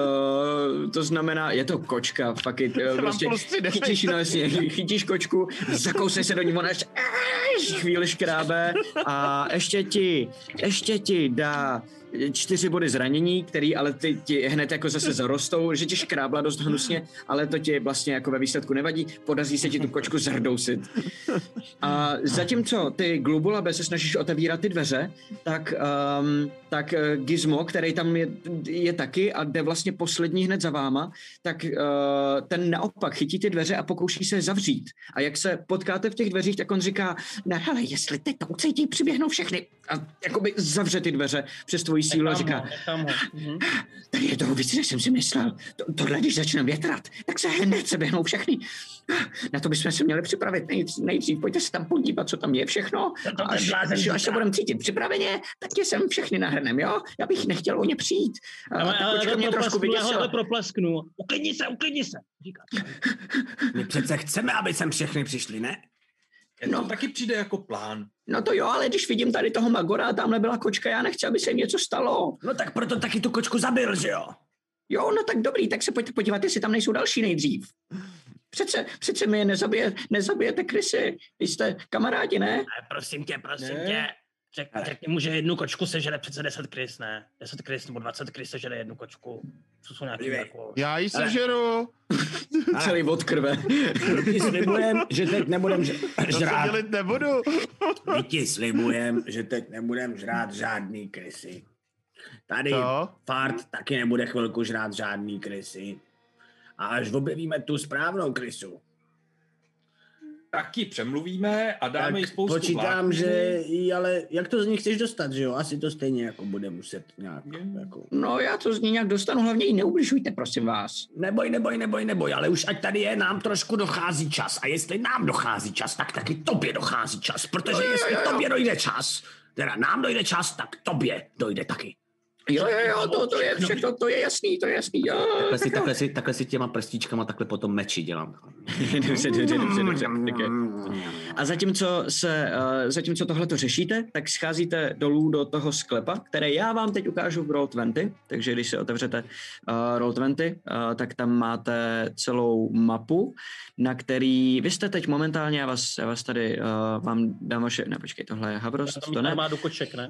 To znamená, je to kočka, fuck it. Prostě chytíš kočku, zakousej se do ní, ona chvíli škrábe a ještě ti dá 4 body zranění, který ale ty ti hned jako zase zarostou, že ti škrábla dost hnusně, ale to ti vlastně jako ve výsledku nevadí, podaří se ti tu kočku zhrdousit. A zatímco ty Glubulabe se snažíš otevírat ty dveře, tak Gizmo, který tam je taky a jde vlastně poslední hned za váma, tak ten naopak chytí ty dveře a pokouší se zavřít. A jak se potkáte v těch dveřích, tak on říká, ne, hele, jestli teď to ucítí, přiběhnou všechny. A jakoby zavře ty dveře přes tvoji sílu a říká, tady je toho víc, než jsem si myslel. Tohle, když začne větrat, tak se hned se běhnou všechny. Na to bychom se měli připravit nejdřív. Pojďte se tam podívat, co tam je všechno. A až se budeme cítit připraveně, tak tě sem všechny nahrnem, jo? Já bych nechtěl o ně přijít. Ta kočka mě trošku vyděsila. Já proplesknu. Uklidni se. My přece chceme, aby sem všechny přišli, ne? No, taky přijde jako plán. No to jo, ale když vidím tady toho Magora a tamhle byla kočka, já nechci, aby se jim něco stalo. No tak proto taky tu kočku zabil, že jo? Jo, no tak dobrý, tak se pojďte podívat, jestli tam nejsou další nejdřív. Přece mi je nezabijete krysy, vy jste kamarádi, ne? Prosím tě. Řekni mu, že jednu kočku sežere přece 10 krys, ne? 10 krys nebo 20 krys sežere jednu kočku. Co jsou nějaký jako... Já ji sežeru. Celý od krve. Ti slibujem, že teď nebudem žrát. To se dělit nebudu. My ti slibujem, že teď nebudem žrát žádný krysy. Tady Fart taky nebude chvilku žrát žádný krysy. A až objevíme tu správnou krysu, taky přemluvíme a dáme jí spoustu počítám, vláků. že ale jak to z nich chceš dostat, že jo? Asi to stejně jako bude muset nějak jako... No já to z ní nějak dostanu, hlavně jí neubližujte, prosím vás. Neboj, ale už ať tady je, nám trošku dochází čas. A jestli nám dochází čas, tak taky tobě dochází čas, protože jestli tobě dojde čas, teda nám dojde čas, tak tobě dojde taky. Jo, to je všechno, to je jasný, jo. Takhle si těma prstíčkama takhle potom meči dělám. Dobře. A zatímco tohle to řešíte, tak scházíte dolů do toho sklepa, které já vám teď ukážu v Roll20, takže když si otevřete Roll20, tak tam máte celou mapu, na který vy jste teď momentálně, já vás tady vám dám vaše, ne počkej, tohle je Havrost, to ne. Armádu koček, ne?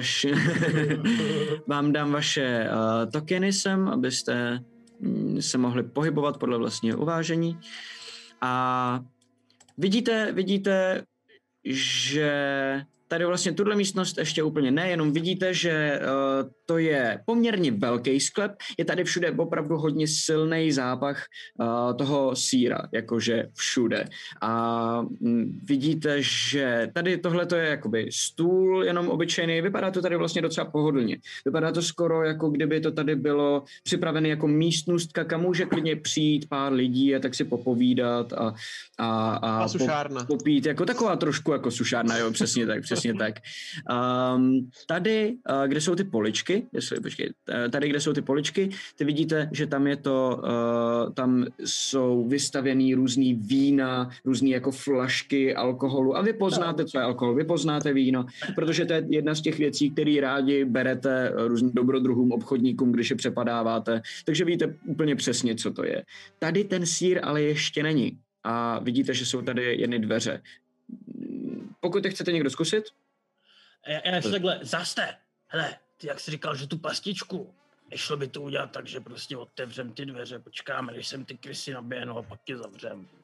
Vám dám vaše tokeny sem, abyste se mohli pohybovat podle vlastního uvážení. A vidíte, že tady vlastně tuhle místnost ještě úplně ne, jenom vidíte, že to je poměrně velký sklep, je tady všude opravdu hodně silný zápach toho sýra, jakože všude. A vidíte, že tady tohle to je jakoby stůl, jenom obyčejný, vypadá to tady vlastně docela pohodlně. Vypadá to skoro jako kdyby to tady bylo připravené jako místnostka, kam může klidně přijít pár lidí a tak si popovídat a popít, jako taková trošku jako sušárna, jo, přesně tak. Tady, kde jsou ty poličky, kde jsou ty poličky, ty vidíte, že tam je to, tam jsou vystavěný různý vína, různý jako flašky alkoholu a vy poznáte, co je alkohol, vy poznáte víno, protože to je jedna z těch věcí, které rádi berete různým dobrodruhům, obchodníkům, když je přepadáváte, takže víte úplně přesně, co to je. Tady ten sýr ale ještě není a vidíte, že jsou tady jedny dveře. Pokud chcete někdo zkusit? Já si takhle, zaste, hele, ty jak jsi říkal, že tu pastičku, nešlo by to udělat tak, že prostě otevřem ty dveře, počkáme, když sem ty krysy naběhnou a pak tě zavřem.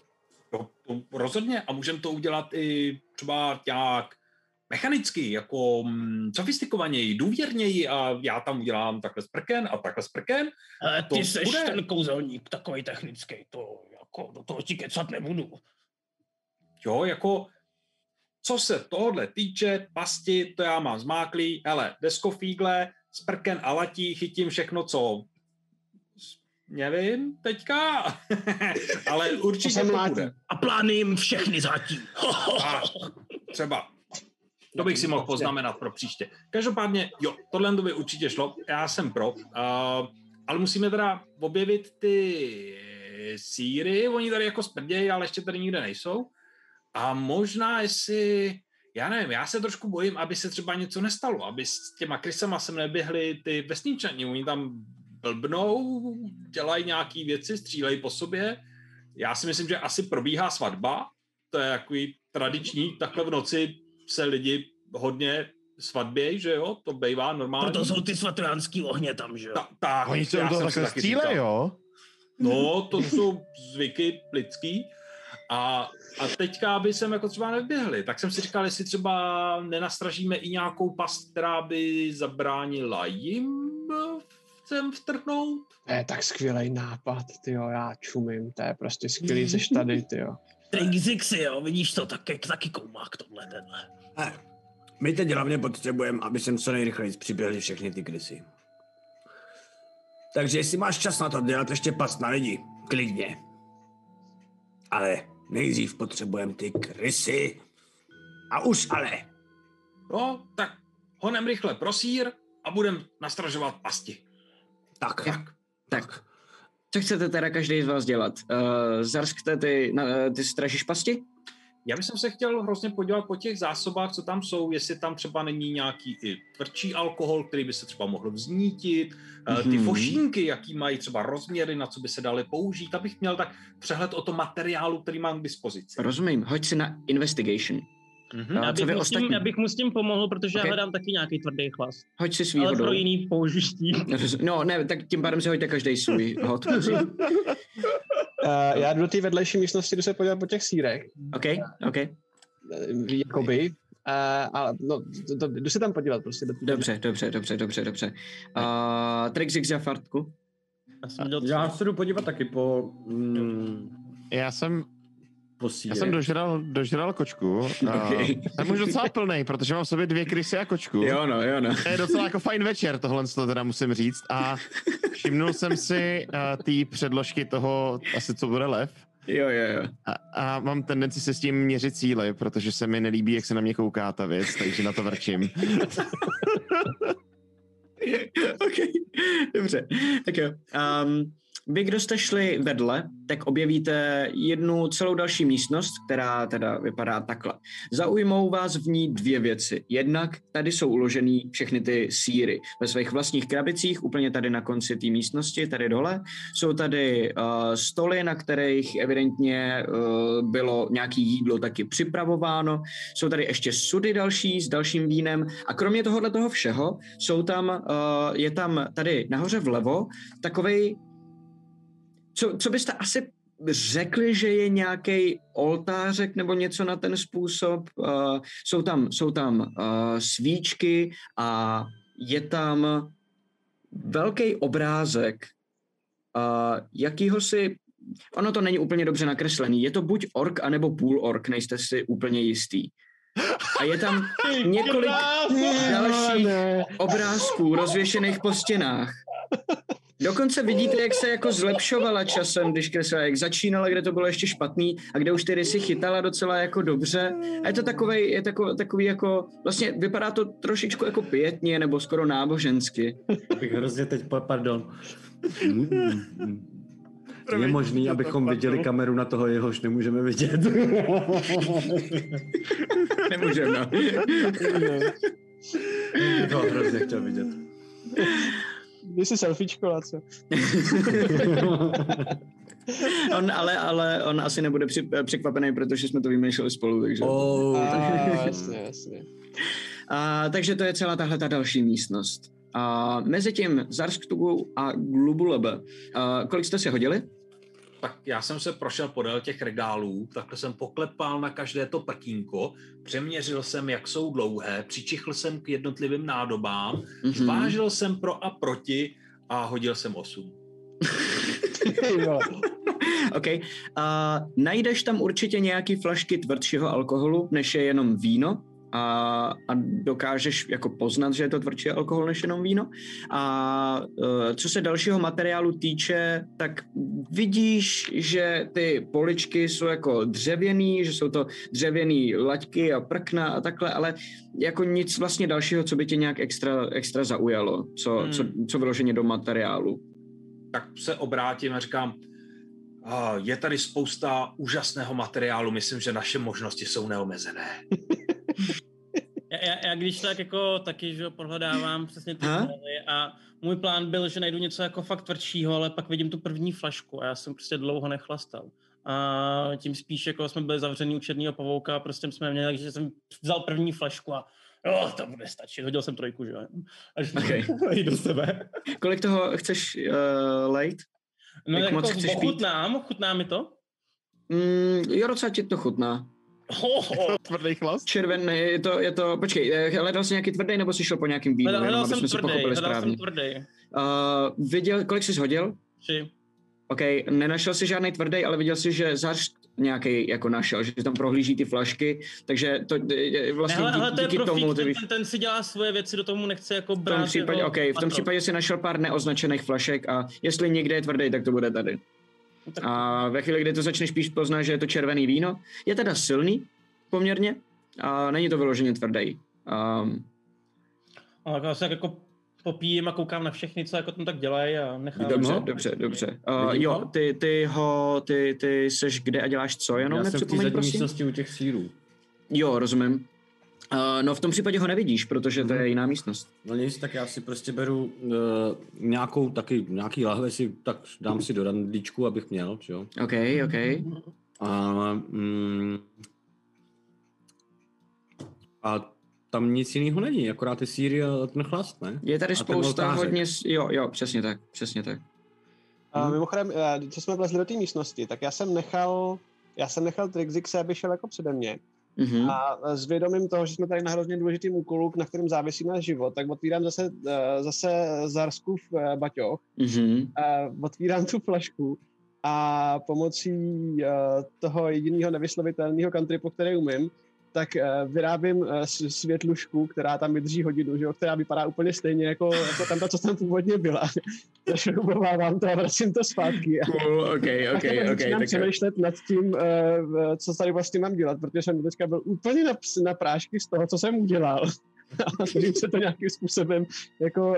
To rozhodně a můžeme to udělat i třeba nějak mechanicky, jako sofistikovaněji, důvěrněji a já tam udělám takhle sprken a takhle sprken. Ty seš ten kouzelník takový technický, to jako do toho ti kecat nebudu. Jo, jako co se tohle týče, pasti, to já mám zmáklý, hele, deskofígle, sprken a latí, chytím všechno, co nevím teďka, ale určitě to bude. A plány jim všechny zatím. Třeba. To bych si mohl poznamenat pro příště. Každopádně, jo, tohle by určitě šlo, já jsem pro, ale musíme teda objevit ty síry, oni tady jako sprdějí, ale ještě tady nikde nejsou. A možná jestli, já nevím, já se trošku bojím, aby se třeba něco nestalo, aby s těma krysama sem neběhli ty vesničani, oni tam blbnou, dělají nějaký věci, střílejí po sobě. Já si myslím, že asi probíhá svatba, to je takový tradiční, takhle v noci se lidi hodně svatbějí, že jo, to bývá normální. Proto jsou ty svatojánský ohně tam, že jo. Tak, oni se to takhle střílejí, jo? No, to jsou zvyky lidský. A teďka by sem jako třeba neběhli, tak jsem si říkal, jestli třeba nenastražíme i nějakou past, která by zabránila jim sem vtrhnout. To je tak skvělej nápad, tyjo, já čumím, to je prostě skvělý seš tady, tyjo. Tringzixy, jo, vidíš to, taky koumák tohle, tenhle. My teď hlavně potřebujeme, aby sem co nejrychleji přiběhly všechny ty krysy. Takže jestli máš čas na to dělat ještě past na lidi, klidně. Ale nejdřív potřebujeme ty krysy. A už ale. No, tak honem rychle pro sír a budem nastražovat pasti. Tak. Co chcete teda každý z vás dělat? Zarskte, ty stražíš pasti? Já bych se chtěl hrozně podívat po těch zásobách, co tam jsou, jestli tam třeba není nějaký i tvrdší alkohol, který by se třeba mohl vznítit, ty fošínky, jaký mají třeba rozměry, na co by se daly použít, abych měl tak přehled o tom materiálu, který mám k dispozici. Rozumím, hoď si na investigation. Já bych mu s tím pomohl, protože já hledám taky nějaký tvrdý chlas. Hoď si svýho ale pro jiný použití. No ne, tak tím pádem si hoďte každý svůj hod. Já jdu do té vedlejší místnosti, jdu se podívat po těch sírech. OK. Jakoby. Ale no, jdu se tam podívat prostě. Dobře. Trixix a Fartku? Já se jdu podívat taky po... Já jsem dožral kočku. Okay. Jsem už docela plnej, protože mám v sobě 2 krysy a kočku. Jo no. To je docela jako fajn večer, tohle teda musím říct. A všimnul jsem si té předložky toho, asi co bude lev. Jo. A mám tendenci se s tím měřit cíly, protože se mi nelíbí, jak se na mě kouká ta věc, takže na to vrčím. OK, dobře. Tak jo. Vy, kdo jste šli vedle, tak objevíte jednu celou další místnost, která teda vypadá takhle. Zaujmou vás v ní 2 věci. Jednak tady jsou uložený všechny ty sýry ve svých vlastních krabicích, úplně tady na konci té místnosti, tady dole. Jsou tady stoly, na kterých evidentně bylo nějaké jídlo taky připravováno. Jsou tady ještě sudy další s dalším vínem a kromě toho všeho je tam tady nahoře vlevo takovej. Co byste asi řekli, že je nějaký oltářek nebo něco na ten způsob? Jsou tam svíčky a je tam velký obrázek jakýhosi, ono to není úplně dobře nakreslený, je to buď ork, anebo půl ork, nejste si úplně jistý. A je tam několik dalších obrázků rozvěšených po stěnách. Dokonce vidíte, jak se jako zlepšovala časem, když kreslila, jak začínala, kde to bylo ještě špatný a kde už ty rysy chytala docela jako dobře. A je to takový jako, vlastně vypadá to trošičku jako pětně nebo skoro nábožensky. Bych hrozně teď, pardon. Je možný, abychom viděli kameru na toho, jehož nemůžeme vidět. Nemůžeme, no. To hrozně chtěl vidět. Když si selfiečko, a co? ale on asi nebude překvapený, protože jsme to vymýšleli spolu, takže... Jasně. Takže to je celá tahleta další místnost. Mezi tím Zarsktugu a Glubulebe. Kolik jste si hodili? tak já jsem se prošel podél těch regálů, takhle jsem poklepal na každé to prkínko, přeměřil jsem, jak jsou dlouhé, přičichl jsem k jednotlivým nádobám, zvážil jsem pro a proti a hodil jsem 8. OK. Najdeš tam určitě nějaký flašky tvrdšího alkoholu, než je jenom víno. A dokážeš jako poznat, že je to tvrdší alkohol než jenom víno. A co se dalšího materiálu týče, tak vidíš, že ty poličky jsou jako dřevěný, že jsou to dřevěný laťky a prkna a takhle, ale jako nic vlastně dalšího, co by tě nějak extra zaujalo, co vyloženě do materiálu. Tak se obrátím a říkám, je tady spousta úžasného materiálu, myslím, že naše možnosti jsou neomezené. Já když tak jako taky, že prohledávám přesně ty a můj plán byl, že najdu něco jako fakt tvrdšího, ale pak vidím tu první flašku a já jsem prostě dlouho nechlastal. A tím spíš jako jsme byli zavřený u černého pavouka a prostě jsme měli, takže jsem vzal první flašku a jo, to bude stačit. Hodil jsem 3, že jo. Až jít do sebe. Kolik toho chceš lejt? No jak jako chutná mi to? Jo, docela ti to chutná. Tvrdý chlast? Červený, je to, počkej, hledal jsi nějaký tvrdý, nebo jsi šel po nějakým vínu? Hledal jsem tvrdý. Kolik jsi hodil? 3. OK, nenašel jsi žádný tvrdý, ale viděl jsi, že Zář nějaký jako našel, že tam prohlíží ty flašky, takže to vlastně díky tomu... Ten si dělá svoje věci, do tomu nechce jako brát... V tom případě si našel pár neoznačených flašek a jestli někde je tvrdý, tak to bude tady. A ve chvíli, kdy to začneš spíš poznat, že je to červený víno, je teda silný poměrně a není to vyloženě tvrdý. Ale já se jako popíjím a koukám na všechny, co jako tam tak dělají a nechám. Dobře. Jo, ty seš kde a děláš co? Jenom já jsem v té zadní místnosti u těch sírů. Jo, rozumím. No v tom případě ho nevidíš, protože to je jiná místnost. No nic, tak já si prostě beru nějaký lahve si, tak dám si do randlíčku, abych měl, jo. OK. A tam nic jiného není, akorát ty síry a ten chlast, ne? Je tady spousta hodně, jo, přesně tak. Mimochodem, co jsme vlezli do té místnosti, tak já jsem nechal Trixie, aby šel jako přede mě. A s vědomím toho, že jsme tady na hrozně důležitým úkolu, na kterém závisí náš život, tak otvírám zase Zarskův baťoch, otvírám tu flašku a pomocí toho jediného nevyslovitelného countrypu, který umím, tak vyrábím světlušku, která tam vydrží hodinu, že jo, která vypadá úplně stejně jako tam ta, co tam původně byla. Takže ubovávám to a vracím to zpátky. Cool, OK. Začínám přemýšlet nad tím, co tady vlastně mám dělat, protože jsem teďka byl úplně na prášky z toho, co jsem udělal. A snažím se to nějakým způsobem jako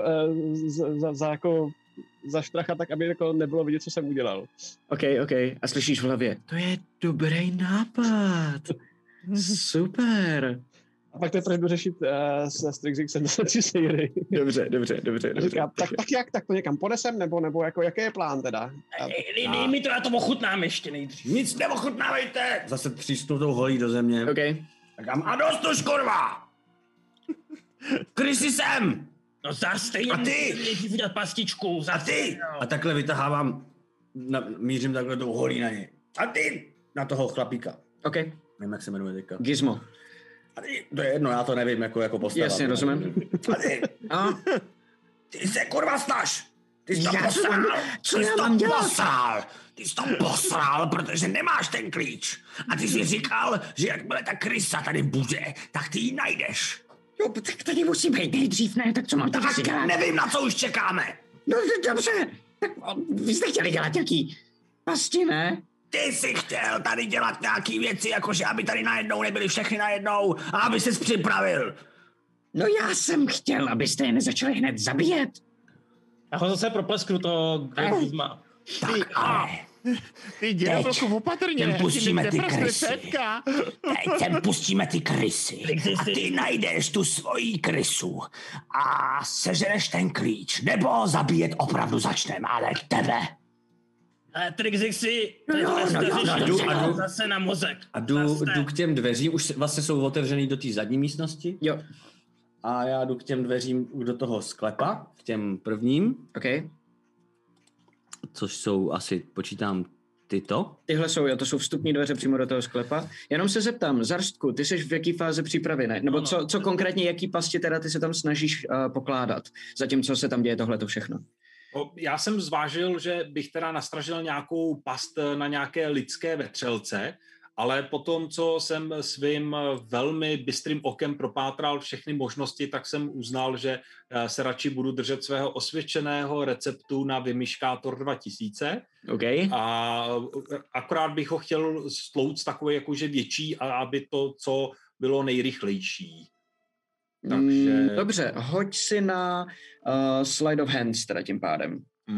zaštrachat tak, aby jako nebylo vidět, co jsem udělal. OK. A slyšíš v hlavě, to je dobrý nápad. Super. A pak teprve jdu řešit se Strixixem na 3 sejry. Dobře. Říkám, tak jak? Tak to někam ponesem? Nebo jako, jaký je plán teda? Dej mi to, já to ochutnám ještě nejdřív. Nic neochutnávejte! Zase třísnu tou holí do země. OK. Říkám, a dost už, kurva! Krysy sem! No stejně a ty? Nejdřív udělat pastičku. A ty? A takhle vytahávám, mířím takhle tou holí na něj. A ty? Na toho chlapíka. OK. Nevím, jak se jmenuje teďka. Gizmo. A ty, to je jedno, já to nevím, jako postava. Jasně, rozumím. A ty? Ty se kurva snaž! Ty jsi to posral! Co já mám dělat? Ty jsi to posral, protože nemáš ten klíč. A ty jsi říkal, že jakmile ta krysa tady bude, tak ty ji najdeš. Jo, tak tady musí být nejdřív, ne? Tak co mám tady dělat? Nevím, na co už čekáme. No, dobře. Tak vy jste chtěli dělat nějaký pasti, ne? Ty jsi chtěl tady dělat nějaký věci, jakože aby tady najednou nebyly všechny najednou a aby ses připravil. No já jsem chtěl, abyste je nezačali hned zabíjet. Já ho zase proplesknu toho Gizma. Tak ale. Ty dělá trochu opatrně. Teď pustíme ty krysy. Teď pustíme ty krysy. A ty najdeš tu svoji krysu a sežereš ten klíč. Nebo zabíjet opravdu začneme, ale tebe. Trixie, jdu zase na mozek. A jdu k těm dveřím, už vlastně jsou otevřený do té zadní místnosti. Jo. A já jdu k těm dveřím do toho sklepa, k těm prvním. OK. Což jsou asi, počítám, Tyhle jsou, jo, to jsou vstupní dveře přímo do toho sklepa. Jenom se zeptám, Zarstku, ty jsi v jaký fázi přípravy, ne? Nebo co konkrétně, jaký pasti teda ty se tam snažíš pokládat, zatímco se tam děje tohleto všechno? Já jsem zvážil, že bych teda nastražil nějakou past na nějaké lidské vetřelce, ale potom, co jsem svým velmi bystrým okem propátral všechny možnosti, tak jsem uznal, že se radši budu držet svého osvědčeného receptu na vymyškátor 2000. Okay. A akorát bych ho chtěl stlouct takový jakože větší, aby to, co bylo nejrychlejší. Takže... Dobře, hoď si na slide of hands teda tím pádem.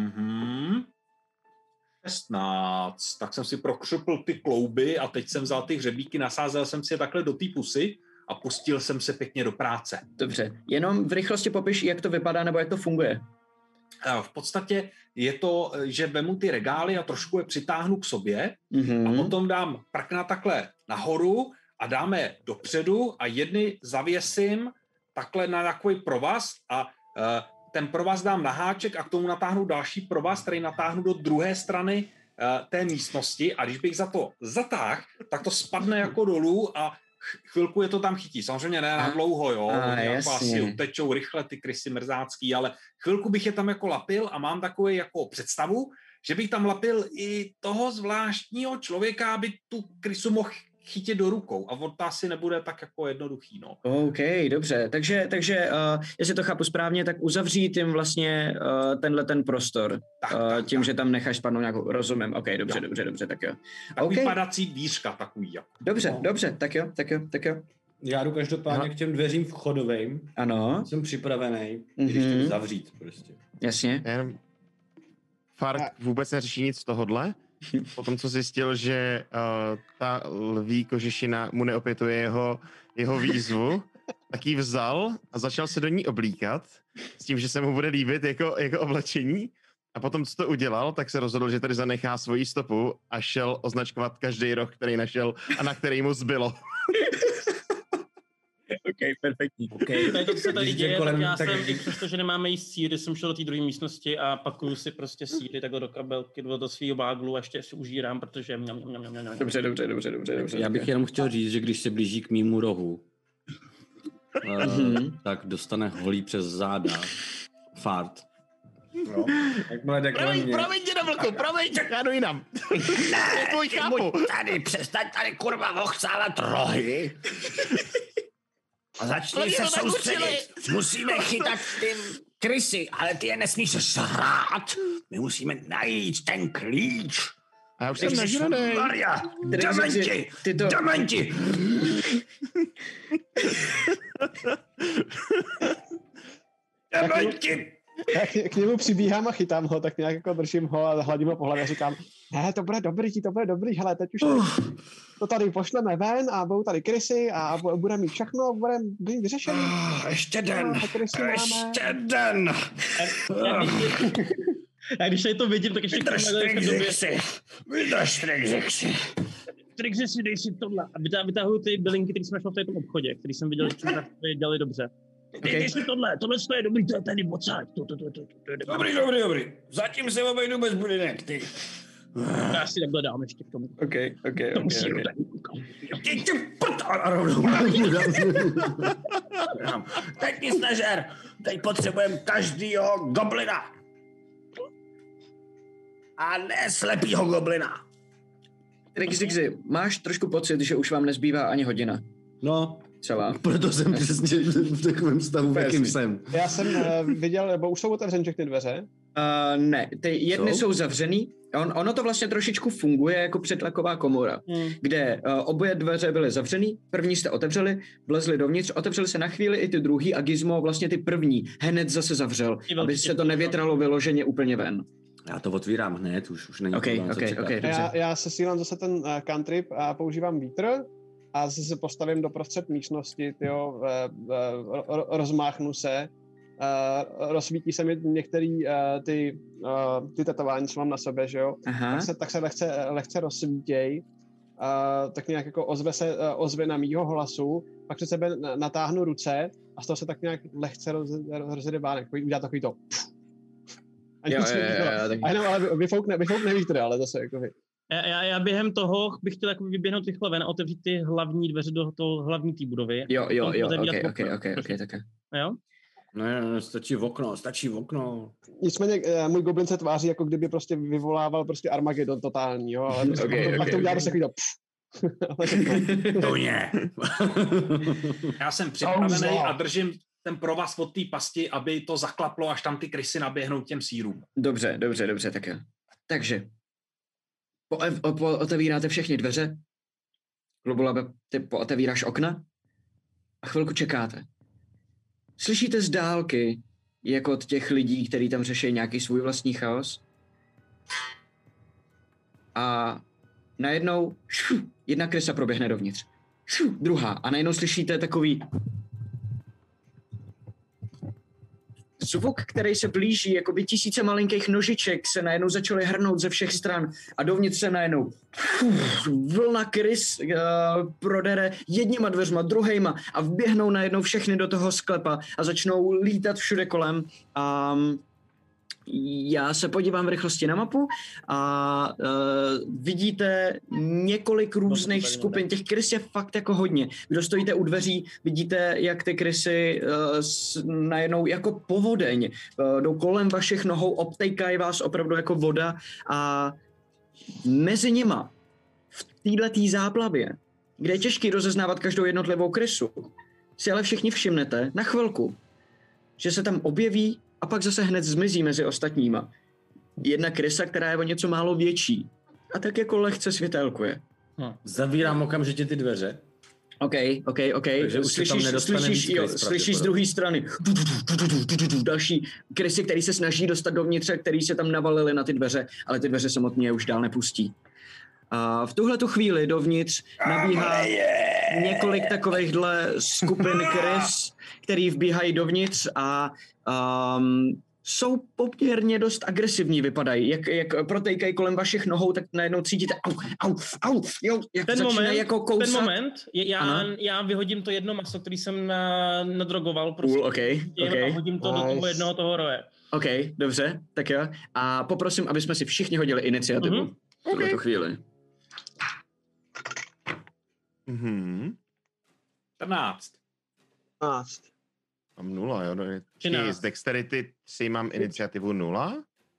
16. Tak jsem si prokřupl ty klouby a teď jsem vzal ty hřebíky, nasázel jsem si je takhle do té pusy a pustil jsem se pěkně do práce. Dobře, jenom v rychlosti popiš, jak to vypadá nebo jak to funguje. V podstatě je to, že vemu ty regály a trošku je přitáhnu k sobě a potom dám prkna takhle nahoru a dáme je dopředu a jedny zavěsím takhle na takový provaz a ten provaz dám na háček a k tomu natáhnu další provaz, který natáhnu do druhé strany té místnosti a když bych za to zatáhl, tak to spadne jako dolů a chvilku je to tam chytí. Samozřejmě ne na dlouho, jo. Jako asi utečou rychle ty krysy mrzácký, ale chvilku bych je tam jako lapil a mám takový jako představu, že bych tam lapil i toho zvláštního člověka, aby tu krysu mohl chytit do rukou a on to asi nebude tak jako jednoduchý, no. OK, dobře, takže jestli to chápu správně, tak uzavřít jim vlastně tenhle ten prostor, tím, že tam necháš spadnout nějakou, rozumím, OK, dobře, tak jo. Takový padací dvířka takový, jako. Dobře, tak jo. Já jdu každopádně k těm dveřím vchodovým. Ano. Jsem připravený, když to zavřít prostě. Jasně. Fart vůbec neřeší nic z tohodle. Potom, co zjistil, že ta lví kožešina mu neopětuje jeho výzvu, tak ji vzal a začal se do ní oblíkat s tím, že se mu bude líbit jako oblečení. A potom, co to udělal, tak se rozhodl, že tady zanechá svoji stopu a šel označkovat každý roh, který našel a na který mu zbylo. OK, perfektní. Okay. To je to, co se tady děje, tak já jsem, i přesto, že nemáme jíst síry, jsem šel do té druhé místnosti a pakuju si prostě síry takhle do kabelky, do svýho báglu a ještě si užírám, protože Dobře. Já bych jenom chtěl říct, že když se blíží k mýmu rohu, tak dostane holí přes záda Fart. No. Promiň, dědovlku, já jdu jinam. Ne, buď tady, přestaň tady kurva ochcávat rohy. A začni se soustředit. Musíme chytat ty krysy, ale ty je nesmíš žrát. My musíme najít ten klíč. A já už jsem nažranej. Maria, dementi! Dementi! Já k němu přibíhám a chytám ho, tak nějak jako držím ho a hladím ho po hlavě a říkám, to bude dobrý, hele, teď už to tady pošleme ven a budou tady krysy a budeme mít všechno, budeme být vyřešený. Ještě den. A když tady to vidím, tak ještě... Vydrž Trixi. Trixi, dej si tohle. A vytahuju ty bylinky, které jsme našli v tom obchodě, který jsem viděl, že jsme dělali dobře. Dej si tohle je dobrý, to je tady mocák. Dobrý. Zatím se obejdu bez bulinek, ty. Já si takhle dám ještě k tomu. OK. Teď nic nežer. Teď potřebujeme každýho goblina. A ne slepýho goblina. Trixi, máš trošku pocit, že už vám nezbývá ani hodina? No, celá. Proto jsem přesně v takovém stavu, v jakým jsem. Já jsem viděl, nebo už jsou otevřené všechny dveře? Ne, ty jedny jsou zavřený. Ono to vlastně trošičku funguje jako předlaková komora, kde oboje dveře byly zavřený, první jste otevřeli, vlezli dovnitř, otevřeli se na chvíli i ty druhý a Gizmo vlastně ty první hned zase zavřel, aby se to nevětralo vyloženě úplně ven. Já to otvírám hned, už není problém, já se sílám zase ten cantrip a používám vítr a zase se postavím do prostřed místnosti, rozmáchnu se, rozsvítí se mi některý ty tetování, co mám na sobě, že jo? Tak se lehce rozsvítěj, tak nějak jako ozve na mýho hlasu, pak před sebe natáhnu ruce a z toho se tak nějak lehce rozjede bánek, udělá takový to. A jenom ale vyfoukne vítr, ale zase jako Já během toho bych chtěl jako vyběhnout rychle ven a otevřít ty hlavní dveře do toho hlavní té budovy. Jo, okay, také. Jo? Ne, stačí v okno. Nicméně můj goblin se tváří, jako kdyby prostě vyvolával prostě Armagedon totální, jo, ale prostě pak to udělá prostě takový To ne. Já jsem připravený a držím ten provaz od té pasti, aby to zaklaplo, až tam ty krysy naběhnou těm sírům. Dobře, tak jo. Takže otevíráte všechny dveře, Globulabe, ty pootevíráš okna a chvilku čekáte. Slyšíte z dálky, jako od těch lidí, kteří tam řeší nějaký svůj vlastní chaos. A najednou jedna krysa proběhne dovnitř. Druhá. A najednou slyšíte takový zvuk, který se blíží, jako by tisíce malinkých nožiček se najednou začaly hrnout ze všech stran a dovnitř se najednou vlna krys prodere jedněma dveřma, druhejma a vběhnou najednou všechny do toho sklepa a začnou lítat všude kolem. Já se podívám v rychlosti na mapu a vidíte několik různých skupin. Těch krys je fakt jako hodně. Kdo stojíte u dveří, vidíte, jak ty krysy najednou jako povodeň jdou kolem vašich nohou, obtejkají vás opravdu jako voda a mezi nima v této záplavě, kde je těžký rozeznávat každou jednotlivou krysu, si ale všichni všimnete na chvilku, že se tam objeví a pak zase hned zmizí mezi ostatníma. Jedna krysa, která je o něco málo větší a tak jako lehce světélkuje. Zavírám okamžitě ty dveře. OK. Takže už slyšíš z druhé strany další krysy, který se snaží dostat dovnitř, který se tam navalili na ty dveře, ale ty dveře samotně už dál nepustí. A v tuhletu chvíli dovnitř nabíhá několik takovejchhle skupin krys, který vbíhají dovnitř a jsou poměrně dost agresivní, vypadají. Jak protejkají kolem vašich nohou, tak najednou cítíte au, jo, jak ten začínají moment, jako kousat. Ten moment, já vyhodím to jedno maso, který jsem nadrogoval. Prostě. Okay. A hodím to do toho jednoho toho roje. OK, dobře, tak jo. A poprosím, aby jsme si všichni hodili iniciativu. V tuto chvíli. 14. Mám 0, jo. Z Dexterity 3 mám iniciativu 0?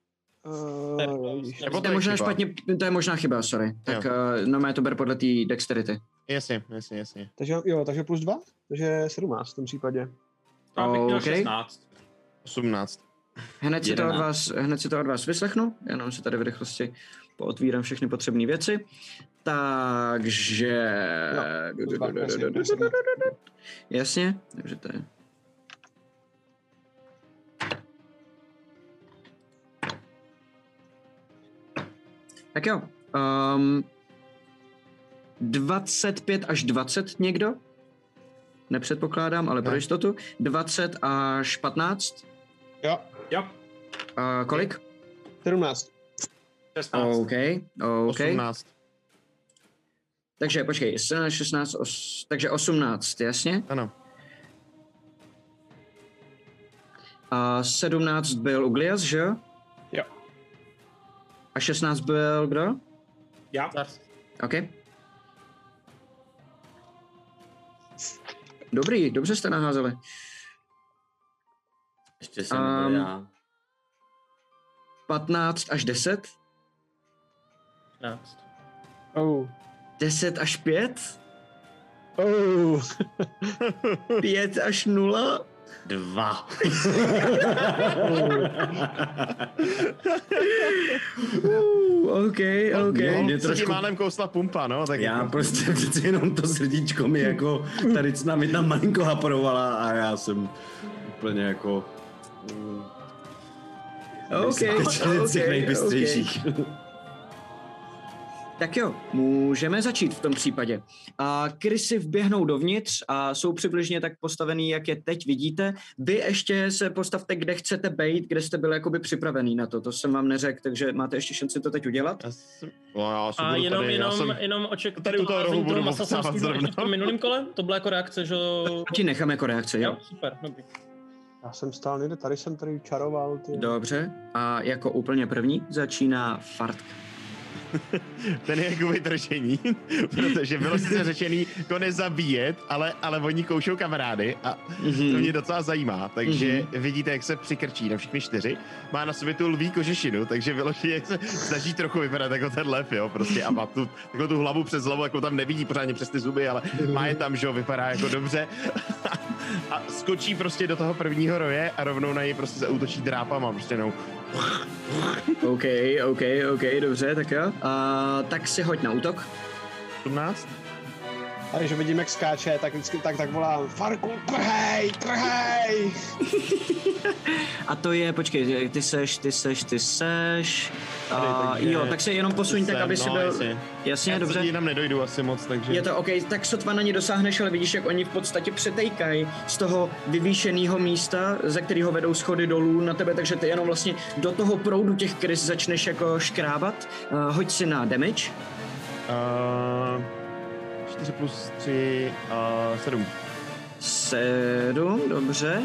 To je možná chyba, sorry. Tak no, to ber podle té Dexterity. Jasně. Takže plus 2? Takže 17 v tom případě. Já bych měl 16. 18. Hned si to od vás vyslechnu, jenom si tady v rychlosti pootvírám všechny potřebné věci. Takže... Jasně, takže to je... Tak jo. 25 až 20 někdo? Nepředpokládám, ale pro jistotu. 20 až 15? Jo. Kolik? 17. 16. OK. 18. Takže počkej, 16, takže 18, jasně? Ano. A 17 byl Uglias, že jo? Jo. A 16 byl kdo? Já. OK. Dobrý, dobře jste naházeli. Ještě jsem já. 15 až 10? 15. 10 až 5? 5 až 0? 2. OK. Mě trošku málem kousla pumpa, no. Tak já prostě přeci jenom to srdíčko mi jako tady mi tam malinko haporovala a já jsem úplně jako... OK. Tak jo, můžeme začít v tom případě. A krysy vběhnou dovnitř a jsou přibližně tak postavený, jak je teď vidíte. Vy ještě se postavte, kde chcete bejt, kde jste byli jakoby připravený na to. To jsem vám neřekl, takže máte ještě šanci to teď udělat. Jenom očekávám. Tady u toho rohu budu povstávat zrovna. V tom minulým kole? To byla jako reakce, že... Ti nechám jako reakce, jo? Super, dobrý. Já jsem stál někde, tady jsem čaroval. Dobře, a jako úplně první začíná Fart. ten je jako vytržení, protože bylo sice řečený jako nezabíjet, ale oni koušou kamarády a to mě docela zajímá, takže vidíte, jak se přikrčí na všechny 4, má na sobě tu lví kožešinu, takže vyloženě se snaží trochu vypadat jako ten lev, jo, prostě a má tu hlavu přes hlavu, jako tam nevidí pořádně přes ty zuby, ale má je tam, že jo, vypadá jako dobře a skočí prostě do toho prvního roje a rovnou na něj prostě zaútočí drápama, prostě jenom. OK, dobře, tak jo. Tak si hoď na útok. 18. A když vidím, jak skáče, tak vždycky tak volám Farku, trhej! A to je, počkej, ty seš. Jo, tak se jenom posuň tak, aby si byl... Jasně, dobře. Já tam nedojdu asi moc, takže... Je to OK, tak sotva na ně dosáhneš, ale vidíš, jak oni v podstatě přetejkají z toho vyvýšeného místa, ze kterého vedou schody dolů na tebe, takže ty jenom vlastně do toho proudu těch krys začneš jako škrábat. Hoď si na damage. 4 plus 3, 7. 7, dobře.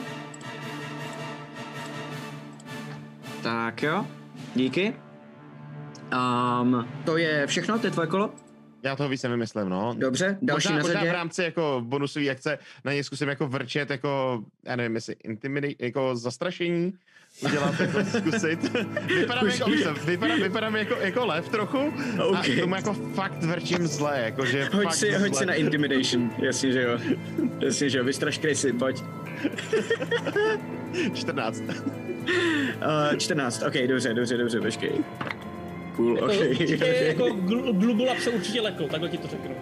Tak jo, díky. To je všechno, to je tvoje kolo? Já toho víc nevymyslím, no. Dobře, další na řadě. Možná v rámci jako bonusový akce na něj zkusím jako vrčet, jako, já nevím, jestli intimidate, jako zastrašení udělat, jako zkusit. Vypadám jako lev trochu a tomu jako fakt vrčím zle, jakože Hoď si na intimidation, jasně, že jo, vystraš krysy, pojď. 14. 14, ok, dobře, počkej. Cool, jako, okay. Jako Glubulab se určitě lekl, takhle ti to řeknu.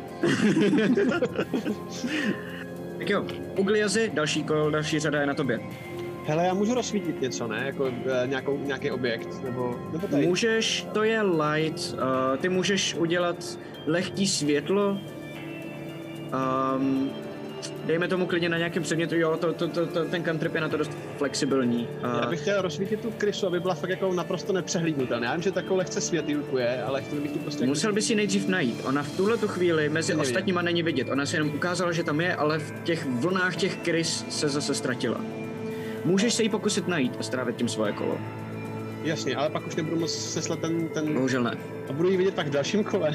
Tak jo, Ugliazi, další řada je na tobě. Hele, já můžu rozsvítit něco, ne? Jako nějaký objekt, nebo tady? Můžeš, to je light, ty můžeš udělat lehký světlo, dejme tomu klidně na nějakém předmětu, jo, ten cantrip je na to dost flexibilní. Já bych chtěl rozsvítit tu krysu, aby byla fakt jako naprosto nepřehlídnutelná. Já vím, že takovou lehce světýlku je, ale chtěl bych tu prostě... Musel bys ji nejdřív najít. Ona v tuhletu chvíli mezi ostatníma není vidět. Ona se jenom ukázala, že tam je, ale v těch vlnách těch krys se zase ztratila. Můžeš se jí pokusit najít a strávit tím svoje kolo. Jasně, ale pak už nebudu moc seslat ten... Bohužel ne. A budu ji vidět pak v dalším kole.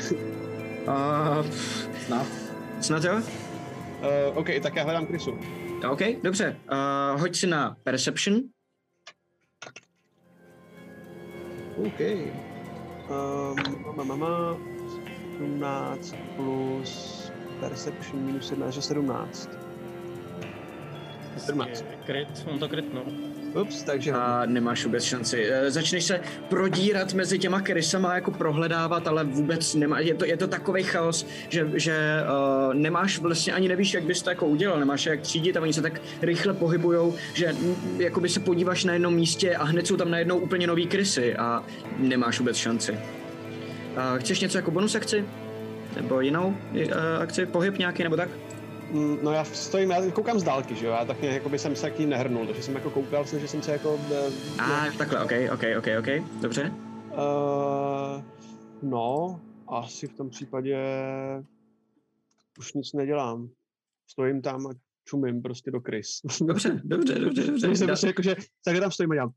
Snad jo? OK, tak já hledám krysu. OK, dobře. Hoď si na Perception. OK. 17 plus Perception minus 1, že 17. 17. Kryt, on to krytnul. Ups, takže... Nemáš vůbec šanci. Začneš se prodírat mezi těma krysama, jako prohledávat, ale vůbec nemá. Je to takovej chaos, že nemáš vlastně ani nevíš, jak bys to jako udělal, nemáš jak třídit a oni se tak rychle pohybujou, že jakoby se podíváš na jednom místě a hned jsou tam najednou úplně nový krysy a nemáš vůbec šanci. Chceš něco jako bonus akci? Nebo jinou akci? Pohyb nějaký nebo tak? No já stojím, já koukám z dálky, že jo, já tak jako by jsem se taky nehrnul, takže jsem jako koukal, že jsem se jako... Takhle, OK, dobře. No, asi v tom případě už nic nedělám. Stojím tam a čumím prostě do krys. Dobře. Takže jsem prostě jakože, tak tam stojím a dělám.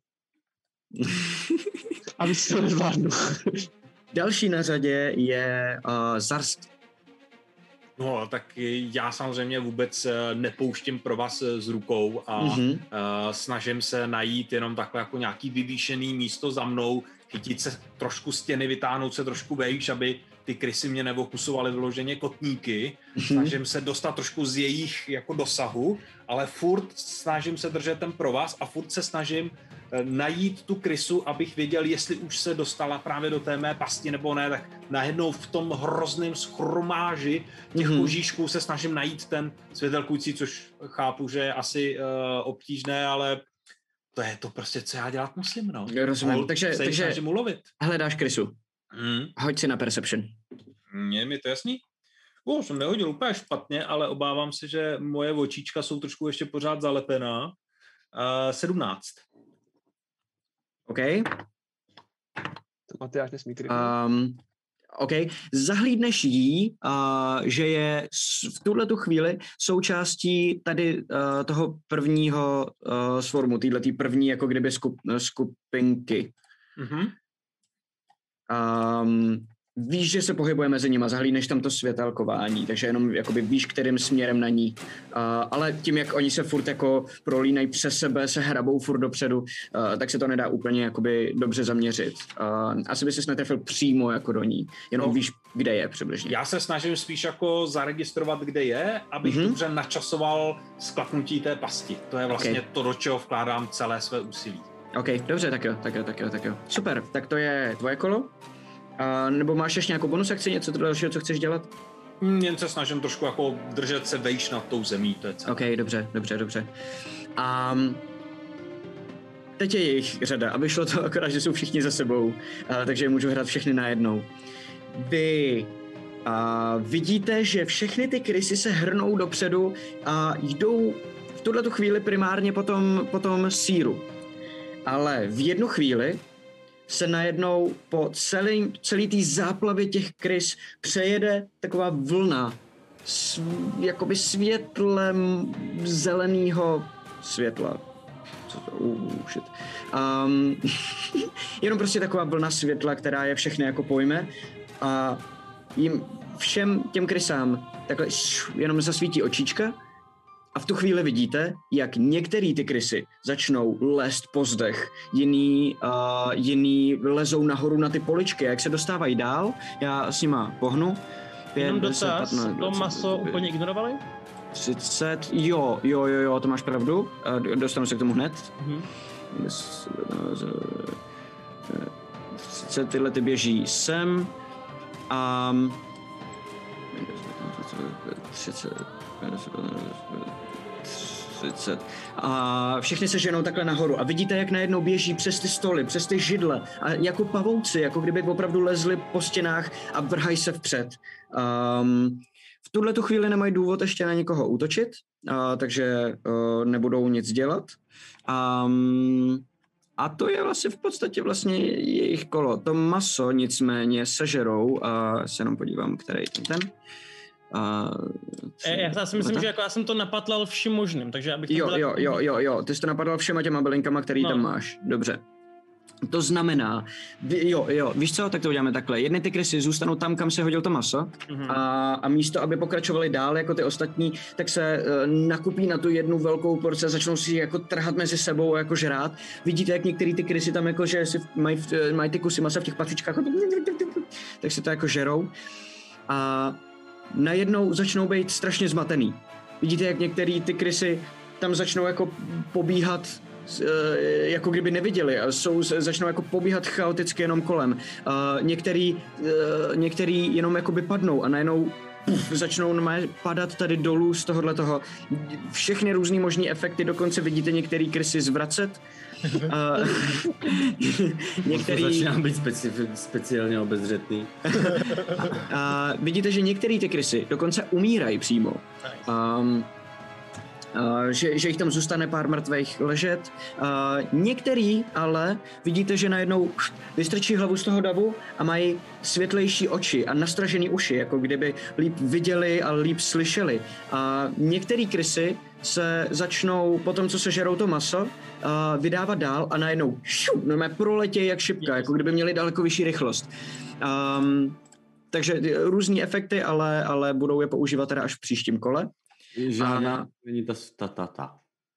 Aby si to nezvládnu. Další na řadě je Zarst. No, tak já samozřejmě vůbec nepouštím provaz z rukou a snažím se najít jenom takhle jako nějaký vyvýšený místo za mnou, chytit se trošku stěny, vytáhnout se trošku vejš, aby ty krysy mě neokusovaly vyloženě kotníky. Snažím se dostat trošku z jejich jako dosahu, ale furt snažím se držet ten provaz a furt se snažím najít tu krysu, abych věděl, jestli už se dostala právě do té mé pasti nebo ne, tak najednou v tom hrozném schromáži těch kožíšků se snažím najít ten světelkující, což chápu, že je asi obtížné, ale to je to prostě, co já dělat musím, no. Rozumím, takže snažím ulovit. Hledáš krysu. Hoď si na Perception. Je mi to jasný? Jsem nehodil úplně špatně, ale obávám se, že moje očička jsou trošku ještě pořád zalepená. 17. OK. Matyáš nesmí kryt. OK. Zahlídneš jí, že je v tuhletu chvíli součástí tady toho prvního swarmu, této první jako kdyby skupinky. víš, že se pohybuje mezi nima, zahlídneš tam to světelkování, takže jenom jakoby víš, kterým směrem na ní. Ale tím, jak oni se furt jako prolínají přes sebe, se hrabou furt dopředu, tak se to nedá úplně jakoby dobře zaměřit. Asi by ses netrefil přímo jako do ní, jenom víš, kde je přibližně. Já se snažím spíš jako zaregistrovat, kde je, abych dobře načasoval sklapnutí té pasti. To je vlastně to, do čeho vkládám celé své úsilí. OK, dobře, tak jo. Super, tak to je tvoje kolo? Nebo máš ještě nějakou bonus akci, něco dalšího, co chceš dělat? Jen se snažím trošku jako držet se vejš nad tou zemí, to je celé. OK, dobře. Teď je jejich řada, aby šlo to akorát, že jsou všichni za sebou, takže můžu hrát všechny najednou. Vy vidíte, že všechny ty krysy se hrnou dopředu a jdou v tuhletu chvíli primárně potom síru. Ale v jednu chvíli se najednou po celý té záplavě těch krys přejede taková vlna jakoby světlem zeleného světla. Co to? Shit. Jenom prostě taková vlna světla, která je všechny jako pojme a jim všem těm krysám takhle jenom zasvítí očička a v tu chvíli vidíte, jak některý ty krysy začnou lézt po zdech, jiný lezou nahoru na ty poličky, jak se dostávají dál, já s nima pohnu. 5, jenom 10, dotaz, 15, to maso úplně ignorovali? 30, jo, to máš pravdu, dostanu se k tomu hned. 30, tyhle ty běží sem a 30, a všechny se ženou takhle nahoru a vidíte, jak najednou běží přes ty stoly, přes ty židle a jako pavouci, jako kdyby opravdu lezli po stěnách a vrhají se vpřed. V tuhletu chvíli nemají důvod ještě na někoho útočit, takže nebudou nic dělat. A to je vlastně v podstatě vlastně jejich kolo. To maso nicméně sežerou a se jenom podívám, který ten. Já si myslím, že jako já jsem to napatlal vším možným, takže abych Jo, ty jsi to napadal všema těma bylinkama, který tam máš. Dobře. To znamená, víš co, tak to uděláme takhle. Jedny ty krysy zůstanou tam, kam se hodil to maso a místo, aby pokračovali dál jako ty ostatní, tak se nakupí na tu jednu velkou porci a začnou si jako trhat mezi sebou a jako žrát. Vidíte, jak některý ty krysy tam jako, že si mají ty kusy masa v těch patřičkách, tak si to jako žerou a najednou začnou být strašně zmatený. Vidíte, jak některý ty krysy tam začnou jako pobíhat jako kdyby neviděli a začnou jako pobíhat chaoticky jenom kolem. Některý jenom jakoby padnou a najednou začnou padat tady dolů z tohohletoho. Všechny různý možný efekty, dokonce vidíte některý krysy zvracet. Některý... Začíná být speciálně obezřetný. Vidíte, že některý ty krysy dokonce umírají přímo. Že jich tam zůstane pár mrtvých ležet. Některý ale vidíte, že najednou vystrčí hlavu z toho davu a mají světlejší oči a nastražený uši, jako kdyby líp viděli a líp slyšeli. Některý krysy se začnou, po tom, co se žerou to maso, vydávat dál a najednou proletějí jak šipka, jako kdyby měli daleko vyšší rychlost. Takže různý efekty, ale budou je používat teda až v příštím kole. Žádná není ta.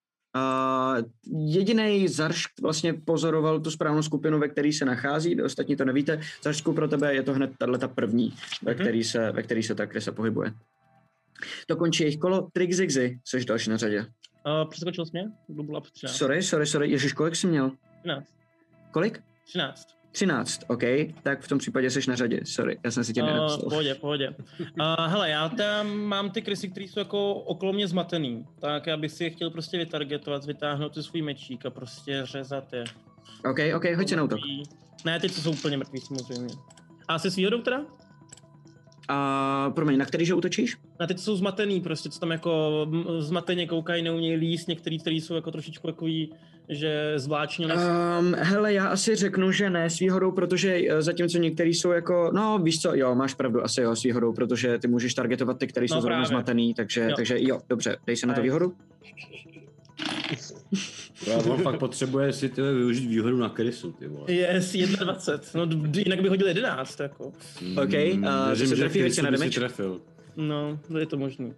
Jedinej Zaršk vlastně pozoroval tu správnou skupinu, ve které se nachází, ostatní to nevíte. Zaršku, pro tebe je to hned tato první, ve který se ta krysa pohybuje. To končí jejich kolo. Trik Zigzy, seš další na řadě. Přeskočil jsi mě? Byla 13. Sorry. Ježiš, kolik jsi měl? 13. Kolik? 13, OK, tak v tom případě seš na řadě, sorry, já jsem si tě nenapsal. Pohodě. Hele, já tam mám ty krysy, které jsou jako okolo mě zmatený, tak já bych si je chtěl prostě vytargetovat, vytáhnout si svůj mečík a prostě řezat je. OK, hoď se na útok. Ne, teď jsou úplně mrtví samozřejmě. A jsi s výhodou teda? Promiň, na kterýže útočíš? Na ty jsou zmatený prostě, co tam jako zmateně koukají, neumějí líst, některý jsou jako trošičku takový, že zvláštně hele, já asi řeknu, že ne s výhodou, protože zatímco některý jsou jako, no víš co, jo, máš pravdu, asi jo, s výhodou, protože ty můžeš targetovat ty, který jsou zrovna zmatený, takže jo, dobře, dej se na to výhodu. On fakt potřebuje si využít výhodu na krysu, ty vole. Yes, 21. No, jinak by hodil 11, jako. OK, to se trefí věci na damage? No, je to možný.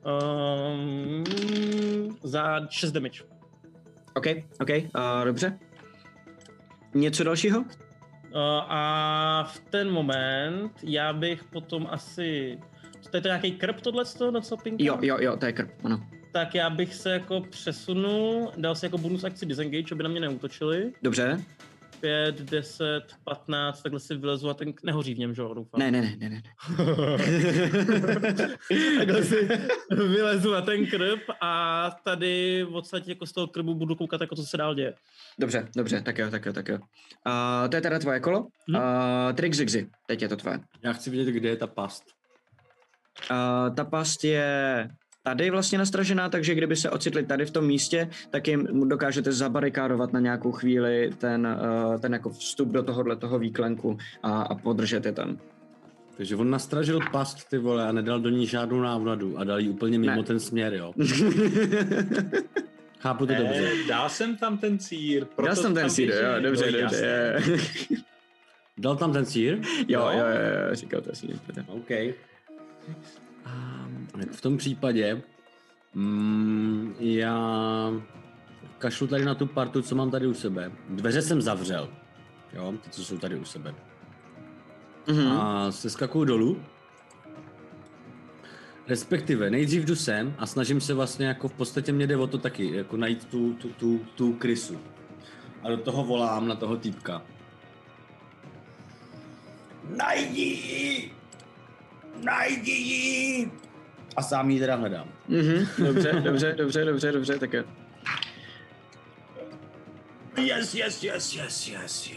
Za 6 damage. OK, dobře. Něco dalšího? A v ten moment já bych potom asi... To je to nějaký krb tohleto, na co pinka? Jo, to je krb, ano. Tak já bych se jako přesunul, dal si jako bonus akci disengage, aby na mě neútočili. Dobře. 5, 10, 15, takhle si vylezu a ten nehoří v něm, že jo, doufám. Ne. Takhle si vylezu na ten krb a tady odsaď jako z toho krbu budu koukat, jako co se dál děje. Dobře, tak jo. To je teda tvoje kolo. Trixixy, teď je to tvoje. Já chci vidět, kde je ta past. Ta past je tady vlastně nastražená, takže kdyby se ocitli tady v tom místě, tak jim dokážete zabarikádovat na nějakou chvíli ten jako vstup do toho výklenku a podržet je tam. Takže on nastražil past, ty vole, a nedal do ní žádnou návnadu a dal jí úplně mimo ten směr, jo. Chápu to dobře. Dal jsem tam ten cír. Dal jsem ten cír, jo, dobře. Dal tam ten cír? Jo, říkal to asi. OK. V tom případě já kašlu tady na tu partu, co mám tady u sebe. Dveře jsem zavřel, jo, ty, co jsou tady u sebe. A seskakuju dolů. Respektive nejdřív jdu sem a snažím se vlastně jako v podstatě mě jde o to taky, jako najít tu krysu. A do toho volám na toho týpka. Najdi ji! A sám ji teda hledám. Dobře, tak jo. Yes.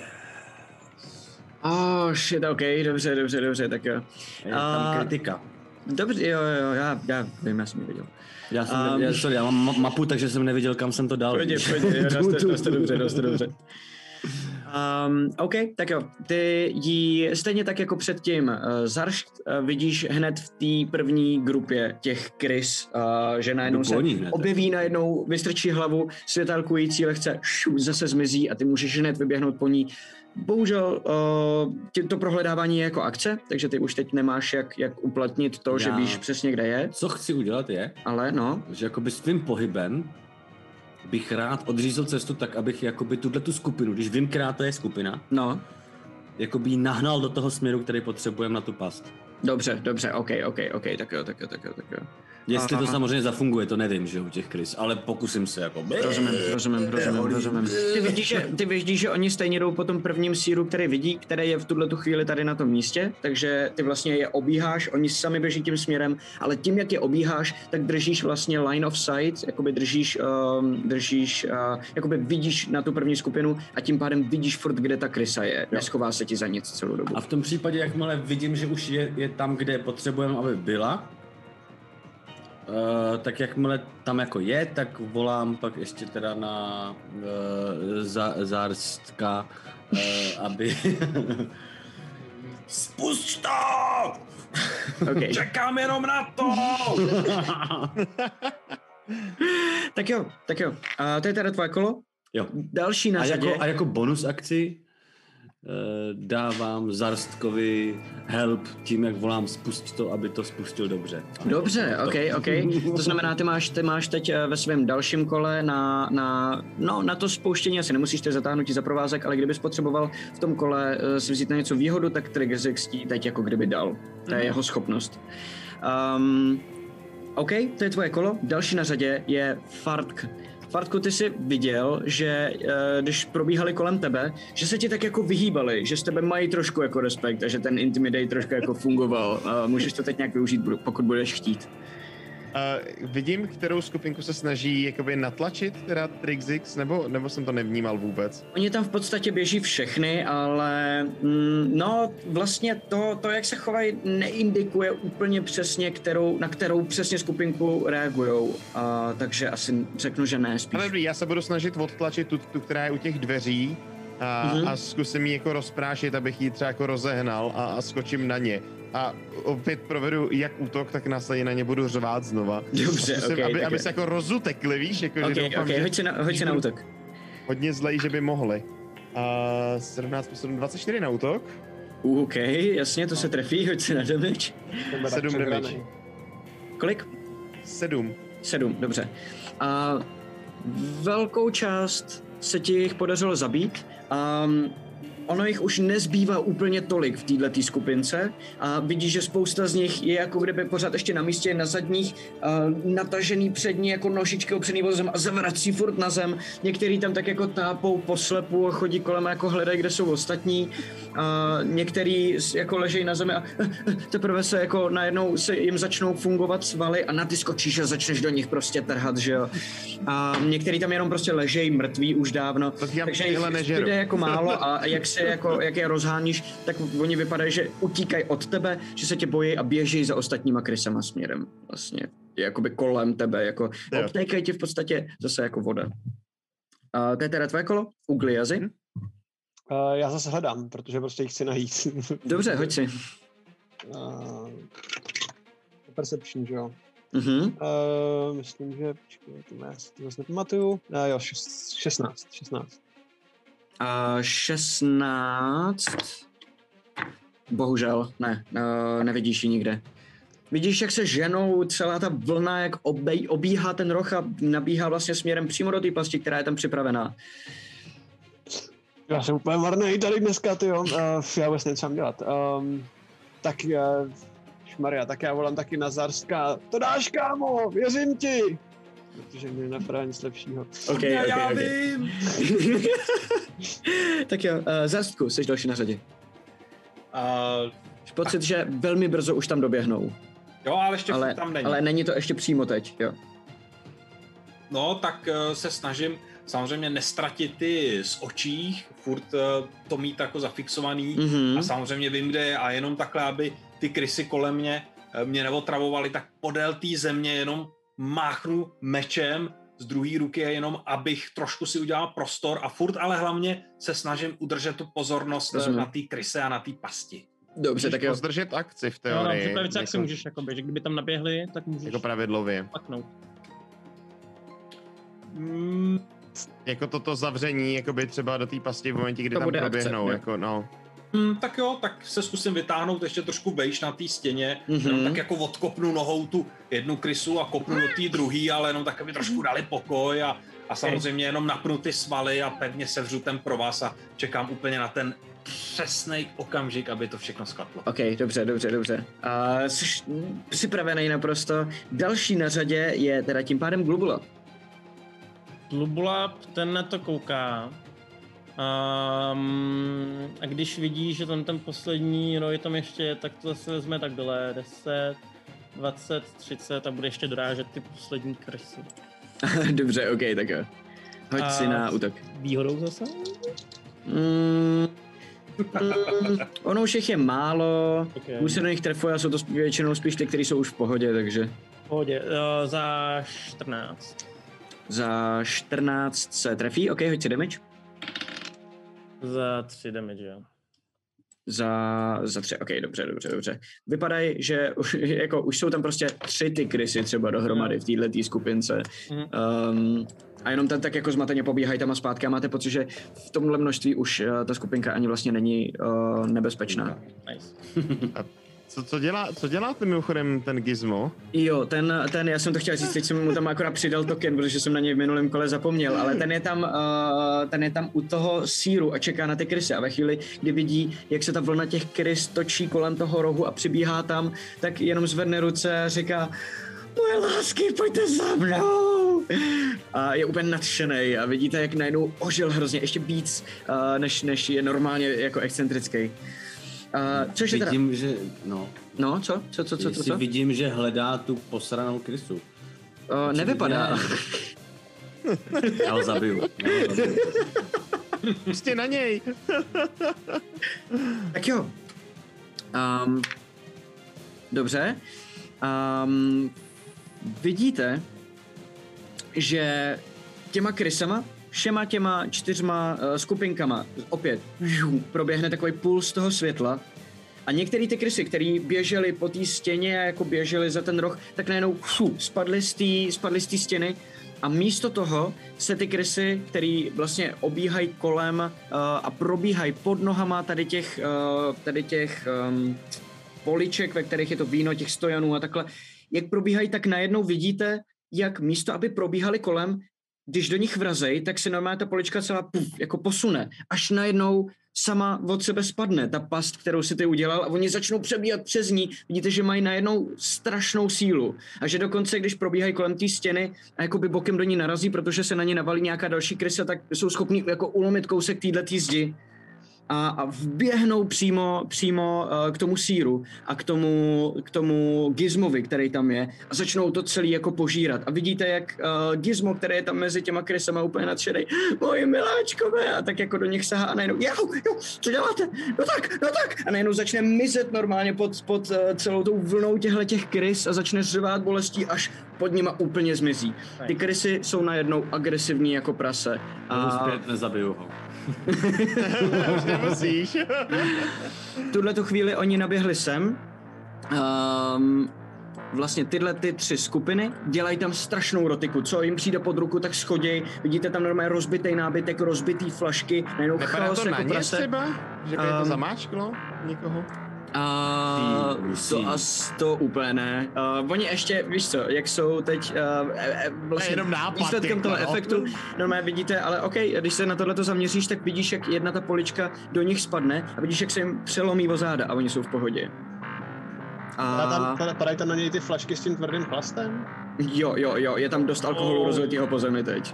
Oh shit, OK, dobře, tak jo. Je tam kritika. Dobře, jo, já vím, já jsem ji viděl. Já mám mapu, takže jsem neviděl, kam jsem to dal. Pojď, dost dobře. OK, tak jo, ty ji stejně tak jako předtím Zaršt vidíš hned v té první grupě těch krys, že najednou se objeví, najednou vystrčí hlavu, světelkující lehce zase zmizí a ty můžeš hned vyběhnout po ní. Bohužel to prohledávání je jako akce, takže ty už teď nemáš jak uplatnit to, že víš přesně, kde je. Co chci udělat je, ale že jakoby svým pohybem bych rád odřízl cestu tak, abych jakoby tu skupinu, když vím, která to je skupina, jakoby ji nahnal do toho směru, který potřebujeme na tu past. Dobře, OK, tak jo. Jestli to samozřejmě zafunguje, to nevím, že u těch krys, ale pokusím se jako. Rozumím. Ty vidíš, že oni stejně jdou po tom prvním síru, který vidí, který je v tuhletu chvíli tady na tom místě, takže ty vlastně je obíháš, oni sami běží tím směrem, ale tím, jak je obíháš, tak držíš vlastně line of sight, jakoby držíš, jakoby vidíš na tu první skupinu a tím pádem vidíš furt, kde ta krysa je, neschová se ti za nic celou dobu. A v tom případě, jakmile vidím, že už je tam, kde potřebujeme, aby byla, tak jakmile tam jako je, tak volám pak ještě teda na Zarstka, aby... Spusť to! Okay. Čekám jenom na to! Tak jo. To je teda tvoje kolo? Jo. Další na řadě. A jako bonus akci dávám Zarstkovi help tím, jak volám spustit to, aby to spustil dobře. Dobře, OK. To znamená, ty máš teď ve svém dalším kole na to spouštění, asi nemusíš to zatáhnout za provázek, ale kdybys potřeboval v tom kole si vzít na něco výhodu, tak Trixix ti teď jako kdyby dal. To je jeho schopnost. OK, to je tvoje kolo. Další na řadě je Fartk. Fartku, ty jsi viděl, že když probíhali kolem tebe, že se ti tak jako vyhýbali, že s tebe mají trošku jako respekt a že ten Intimidate trošku jako fungoval. Můžeš to teď nějak využít, pokud budeš chtít. Vidím, kterou skupinku se snaží jakoby natlačit, teda Trixix, nebo jsem to nevnímal vůbec? Oni tam v podstatě běží všechny, ale vlastně to, jak se chovají, neindikuje úplně přesně, na kterou přesně skupinku reagujou, takže asi řeknu, že ne, spíš. Ale já se budu snažit odtlačit tu která je u těch dveří a zkusím ji jako rozprášit, abych ji třeba jako rozehnal a skočím na ně. A opět provedu jak útok, tak následně na ně budu řvát znova. Dobře, aby se jako rozutekli, víš? Jako, okay, hoď si na útok. hodně zlej, že by mohli. 17 plus 7, 24 na útok. OK, jasně, to se trefí, hoď si na damage. 7 damage. Kolik? 7. 7, dobře. A velkou část se ti jich podařilo zabít. Ono jich už nezbývá úplně tolik v této skupince a vidíš, že spousta z nich je jako kdyby pořád ještě na místě, na zadních, natažený přední jako nožičky opřený o zem a zavrací furt na zem. Některý tam tak jako tápou poslepu a chodí kolem a jako hledají, kde jsou ostatní. Některý jako ležejí na zemi a teprve se jako najednou se jim začnou fungovat svaly a na ty skočíš a začneš do nich prostě trhat, že jo. A některý tam jenom prostě ležejí mrtví už dávno, takže jich jde jako málo a jak je rozháníš, tak oni vypadají, že utíkají od tebe, že se tě bojí a běží za ostatníma krysama směrem vlastně, jakoby kolem tebe, jako obtékají tě v podstatě zase jako voda. To je teda tvoje kolo? Ugliazy? Já zase hledám, protože prostě jich chci najít. Dobře, hoď si. Perception, že jo? Myslím, že, počkej, já si to zase nepamatuju. Jo, 16. 16. Bohužel, ne, nevidíš ji nikde. Vidíš, jak se ženou, celá ta vlna, jak obíhá ten roh a nabíhá vlastně směrem přímo do té pasti, která je tam připravená. Já jsem úplně marný tady dneska, tyjo. Já vůbec nevím, co mám dělat. Tak šmarja, tak já volám taky na Zarska. To dáš, kámo, věřím ti! Protože mi nenapadá nic lepšího. Já vím! Tak jo, Zarstku, jsi další na řadě. Pocit, že velmi brzo už tam doběhnou. Jo, ale ještě tam není. Ale není to ještě přímo teď, jo. No, tak se snažím samozřejmě nestratit ty z očích, furt to mít jako zafixovaný a samozřejmě vím, kde je a jenom takhle, aby ty krysy kolem mě neotravovaly, tak podél té země jenom máchnu mečem z druhé ruky a jenom abych trošku si udělal prostor a furt ale hlavně se snažím udržet tu pozornost na té kryse a na té pasti. Dobře, tak jo. Zdržet akci v teorii. No, připravit se, jak si můžeš, jakoby, že kdyby tam naběhli, tak můžeš... Jako pravidlově. Paknout. Jako toto zavření, jakoby třeba do té pasti v momentě, kdy tam proběhnou, jako no. Tak jo, tak se zkusím vytáhnout ještě trošku vejš na té stěně, jenom tak jako odkopnu nohou tu jednu krysu a kopnu do té druhý, ale jenom tak, aby trošku dali pokoj a samozřejmě jenom napnu ty svaly a pevně sevřu ten provaz a čekám úplně na ten přesnej okamžik, aby to všechno sklaplo. OK, dobře. Jsi připravený naprosto. Další na řadě je teda tím pádem Glubula. Glubula, ten na to kouká. A když vidí, že tam ten poslední roj tam ještě je, tak to zase vezme tak dole. 10, 20, 30 a bude ještě dorážet ty poslední krysy. Dobře, OK, tak jo. Hoď si na útok. Výhodou zase? Ono už jich je málo, už se do nich trefuje a jsou to většinou spíš ty, kteří jsou už v pohodě, takže... V pohodě, za 14. Za 14 se trefí, OK, hoď si damage. Za 3 damage, jo. Za 3, OK, dobře. Vypadají, že jako, už jsou tam prostě 3 ty krysy třeba dohromady v této skupince. A jenom tam tak jako zmateně pobíhají tam a zpátky a máte pocit, že v tomhle množství už ta skupinka ani vlastně není nebezpečná. Nice. Co dělá ten mimochodem ten Gizmo? Jo, ten, já jsem to chtěl říct, teď jsem mu tam akorát přidal token, protože jsem na něj v minulém kole zapomněl, ale ten je tam u toho síru a čeká na ty krysy a ve chvíli, kdy vidí, jak se ta vlna těch krys točí kolem toho rohu a přibíhá tam, tak jenom zvedne ruce a říká: moje lásky, pojďte za mnou! A je úplně nadšenej a vidíte, jak najednou ožil hrozně, ještě víc, než je normálně jako excentrický. Což je teda... Vidím, že... No, co? Vidím, že hledá tu posranou krysu. Nevypadá. Já ho zabiju. Prostě na něj. Tak jo. Dobře. Vidíte, že těma krysama, všema těma 4 skupinkama opět proběhne takový puls toho světla a některé ty krysy, které běžely po té stěně a jako běžely za ten roh, tak najednou spadly z té stěny a místo toho se ty krysy, který vlastně obíhají kolem a probíhají pod nohama tady těch poliček, ve kterých je to víno, těch stojanů a takhle, jak probíhají, tak najednou vidíte, jak místo, aby probíhali kolem, když do nich vrazej, tak se normálně ta polička celá jako posune, až najednou sama od sebe spadne, ta past, kterou si ty udělal, a oni začnou přebíhat přes ní. Vidíte, že mají najednou strašnou sílu a že dokonce, když probíhají kolem té stěny a jakoby bokem do ní narazí, protože se na ně navalí nějaká další krysa, tak jsou schopní jako ulomit kousek téhletý zdi a vběhnou přímo k tomu síru a k tomu Gizmovi, který tam je, a začnou to celý jako požírat. A vidíte, jak Gizmo, který je tam mezi těma krysama úplně nadšenej, moji miláčkové, a tak jako do nich sahá a najednou, jo, co děláte? No tak. A najednou začne mizet normálně pod celou tou vlnou těch krys a začne řvát bolestí, až pod nima úplně zmizí. Ty krysy jsou najednou agresivní jako prase. Zpět nezabiju ho. Už nemusíš. V tuhletu chvíli oni naběhli sem. Vlastně tyhle ty 3 skupiny dělají tam strašnou rotiku. Co jim přijde pod ruku, tak schoděj. Vidíte tam normálně rozbitej nábytek, rozbitý flašky. Najednou chaos jako prase. Třeba? Že by to zamáčklo někoho? To úplně ne. Oni ještě, víš co, jak jsou teď vlastně výsledkem toho efektu, normálně vidíte, ale OK, když se na tohleto zaměříš, tak vidíš, jak jedna ta polička do nich spadne a vidíš, jak se jim přelomí o záda a oni jsou v pohodě. Padají tam na něj ty flašky s tím tvrdým plastem? Jo, je tam dost alkoholu rozletýho po zemi teď.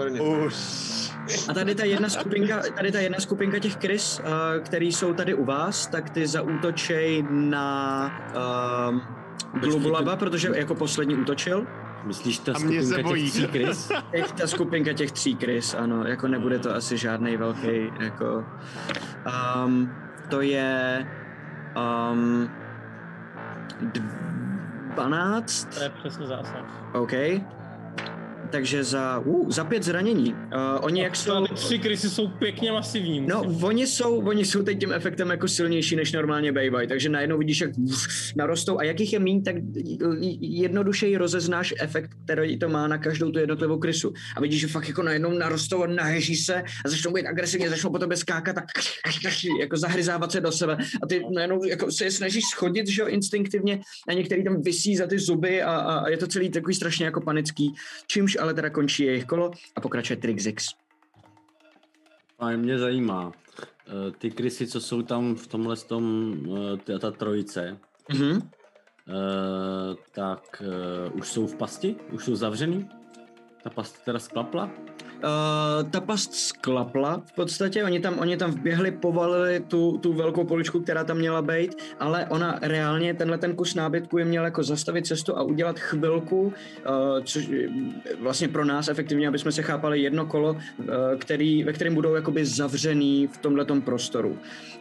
A tady ta jedna skupinka těch krys, který jsou tady u vás, tak ty zaútočej na Glubulaba, protože jako poslední útočil. Myslíš ta skupinka těch 3 krys? Ta skupinka těch 3 krys, ano, jako nebude to asi žádnej velký, jako... to je... 12. To je přesně zásah. OK. Takže za 5 zranění. Oni jak jsou... Ty 3 krysy jsou pěkně masivní. No, oni jsou teď tím efektem jako silnější, než normálně bývají, takže najednou vidíš, jak narostou a jak jich je míň, tak jednodušeji rozeznáš efekt, který to má na každou tu jednotlivou krysu. A vidíš, že fakt jako najednou narostou a naheží se a začnou být agresivně, začnou po tobě skákat a jako zahryzávat se do sebe. A ty najednou jako se je snažíš schodit, že jo, instinktivně, a některý tam visí za ty zuby a je to celý takový strašně jako panický. Čímž ale teda končí jejich kolo a pokračuje Trixix. A mě zajímá, ty krysy, co jsou tam v tomhle ta trojice, tak už jsou v pasti? Už jsou zavřený? Ta past teda sklapla? Ta past sklapla v podstatě, oni tam vběhli, povalili tu velkou poličku, která tam měla být, ale ona reálně, ten kus nábytku jim měl jako zastavit cestu a udělat chvilku, což vlastně pro nás efektivně, aby jsme se chápali, jedno kolo, ve kterém budou jakoby zavřený v tomhletom prostoru.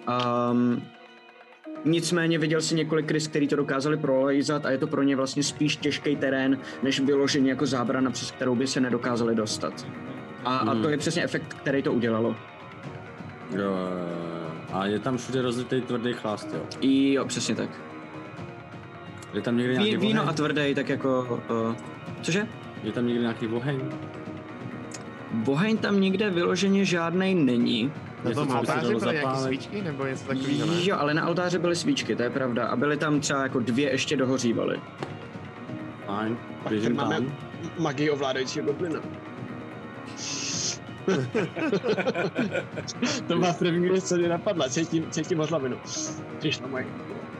Nicméně viděl si několik krys, který to dokázali prolejzat a je to pro ně vlastně spíš těžký terén, než vyloženě jako zábrana, přes kterou by se nedokázali dostat. A to je přesně efekt, který to udělalo. Jo, a je tam všude rozlitej tvrdý chlást, jo? Jo, přesně tak. Je tam někde nějaký víno oheň? a tvrdý, tak jako... cože? Je tam někde nějaký oheň? Oheň tam nikde vyloženě žádnej není. Na tom oltáři byly nějaký svíčky nebo něco takového, ne? Jo, ale na oltáři byly svíčky, to je pravda. A byly tam třeba jako 2 ještě dohořívaly. Fajn, běžím tam. Máme magii ovládajícího goblina. To má první věc, co mě napadla. Cítím ozlavinu. Přišla moje.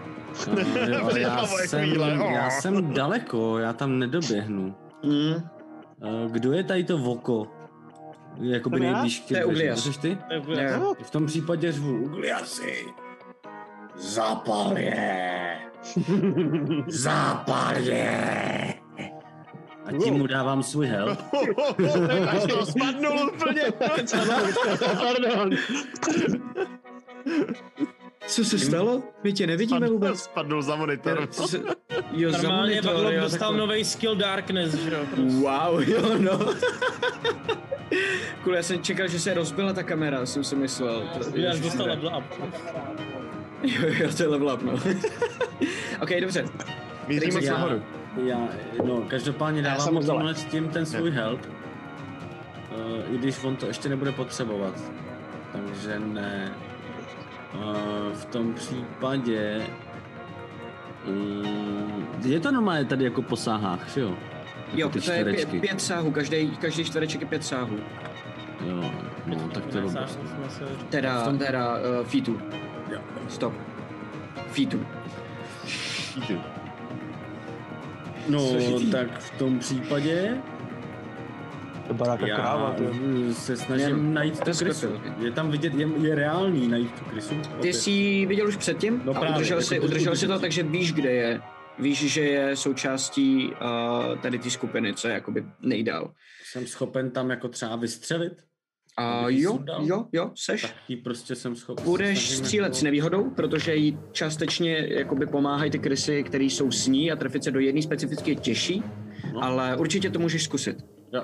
Já jsem daleko, já tam nedoběhnu. Kdo je tady to voko? Jakoby nejblíž k To je Uglias. Jsi ty? V tom případě řvu Ugliasi. Zapal je! Zapal je! A tím mu dávám svůj help. Spadnul úplně. Pardon. Co se stalo? My tě nevidíme vůbec. Spadnul za monitor. Jo, za Normálně monitor, Vaglok jo, dostal nový skill Darkness, že jo? Wow, jo, no. Cool, já jsem čekal, že se rozbila ta kamera, jsem si myslel. Já už dostal level up. Jo, to je level up, no. OK, dobře. Míří moc nahoru. Každopádně dávám tímhle s tím ten svůj help. I když on to ještě nebude potřebovat. Takže ne. V tom případě... je to normálně tady jako po sáhách, že jo? Jo, to je 5 sáhů, každý čtvereček je 5 sáhů. Jo, no tak to je dobré. Teda feetů. Jo. Stop. Feetů. No, tak v tom případě... Já se snažím najít tu krysu. Je tam vidět, je reálný najít tu krysu. Ty jsi ji viděl už předtím? No právě, udržel si to, takže víš, kde je. Víš, že je součástí tady té skupiny, co je jakoby nejdál. Jsem schopen tam jako třeba vystřelit? Jo, seš. Taky prostě jsem schopen. Budeš střílet s nevýhodou, protože jí částečně jakoby pomáhají ty krysy, které jsou s ní a trefit se do jedné specificky je těžší, ale určitě to můžeš zkusit. Jo.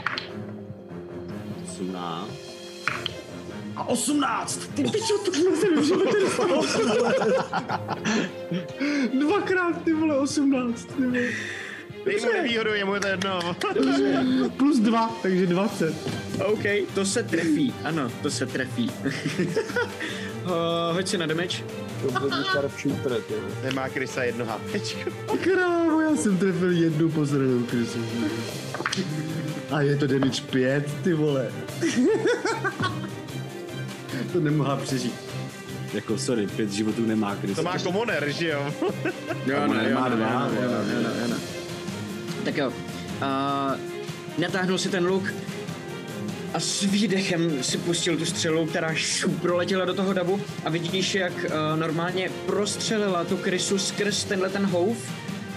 18. A 18! Ty pičo, to jsem v životě dostal 18. Dvakrát, ty vole, 18, ty vole. Dejme nevýhodu, je mu to jedno. Plus 2, takže 20. OK, to se trefí, ano, to se trefí. Hoď si na damage. To bude starší tret, jo. Nemá krysa jedno HPčko. Krávo, já jsem trefil jednu poslednou krysu. A je to damage 5, ty vole. To nemohla přežít. Jako, sorry, 5 životů nemá krysa. To má komoner, že jo? Jo, má 2. Tak jo. Natáhnul si ten luk a s výdechem si pustil tu střelu, která proletěla do toho davu a vidíš, jak normálně prostřelila tu krysu skrz tenhle ten houf.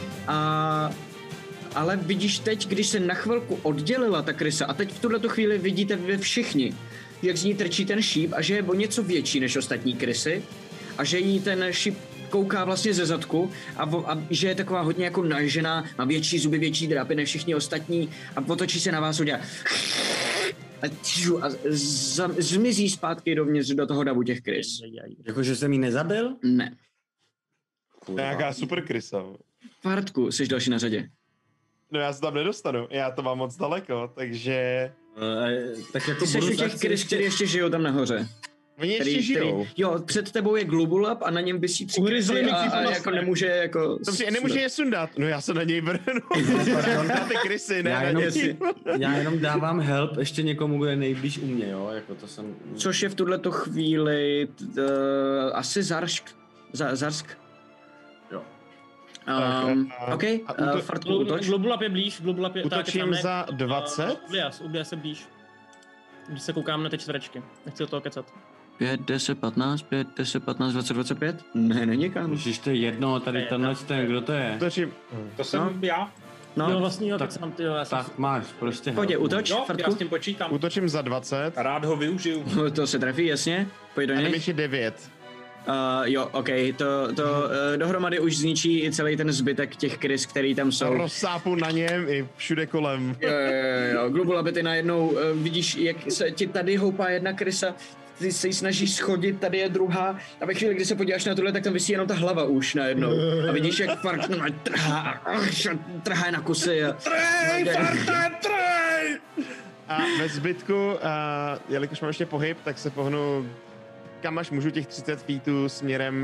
Ale vidíš teď, když se na chvilku oddělila ta krysa a teď v tuhletu chvíli vidíte vy všichni, jak z ní trčí ten šíp a že je o něco větší než ostatní krysy a že jí ten šíp kouká vlastně ze zadku a že je taková hodně jako nažená, má větší zuby, větší drápy než všichni ostatní a otočí se na vás a udělá a zmizí zpátky dovnitř do toho davu těch krys. Jakože jsem jí nezabil? Ne. Nějaká super krysa. Fartku, jsi další na řadě. No já se tam nedostanu, já to mám moc daleko, takže... Tak jako ty jsi u těch krys, který ještě žijou tam nahoře. Oni ještě žijou. Jo, před tebou je Globulab a na něm visí 3 krysy a jako nemůže jako... Dobře, nemůže je sundat. No já se na něj vrhnu. Ty krysy, ne? Já jenom dávám help ještě někomu, kdo je nejblíž u mě, jo? Jako to jsem... Což je v tuhleto chvíli asi Zarsk. Jo. OK, Fartku, útoč. Globulab je blíž, Globulab je... Útočím za 20? Ublias se blíž. Když se koukám na ty čtverečky, nechci do toho kecat. 5, 10, 15, 5, 10, 15, 20, 25? Ne, není kam. Ježiš, to je jedno, tady tenhle ten, kdo to je? Útočím. To jsem já. No. Jo, vlastně jo, tak jsem ty jo, tak máš, prostě. Pojď, útoč, jo, Fartku. já s tím počítám. Útočím za 20. Rád ho využiju. To se trefí, jasně. Pojď do něj. A ještě 9. Jo, OK, to dohromady už zničí i celý ten zbytek těch krys, který tam jsou. Rozsápu na něm i všude kolem. Jo, Globulaby, ty najednou vidíš, jak se ti tady houpá jedna krysa, ty se jí snažíš schodit, tady je druhá a ve chvíli, kdy se podíváš na tohle, tak tam visí jenom ta hlava už najednou. A vidíš, jak Fark trhá je na kusy. A ve zbytku, jelikož mám ještě pohyb, tak se pohnu kam až můžu těch 30 feetů směrem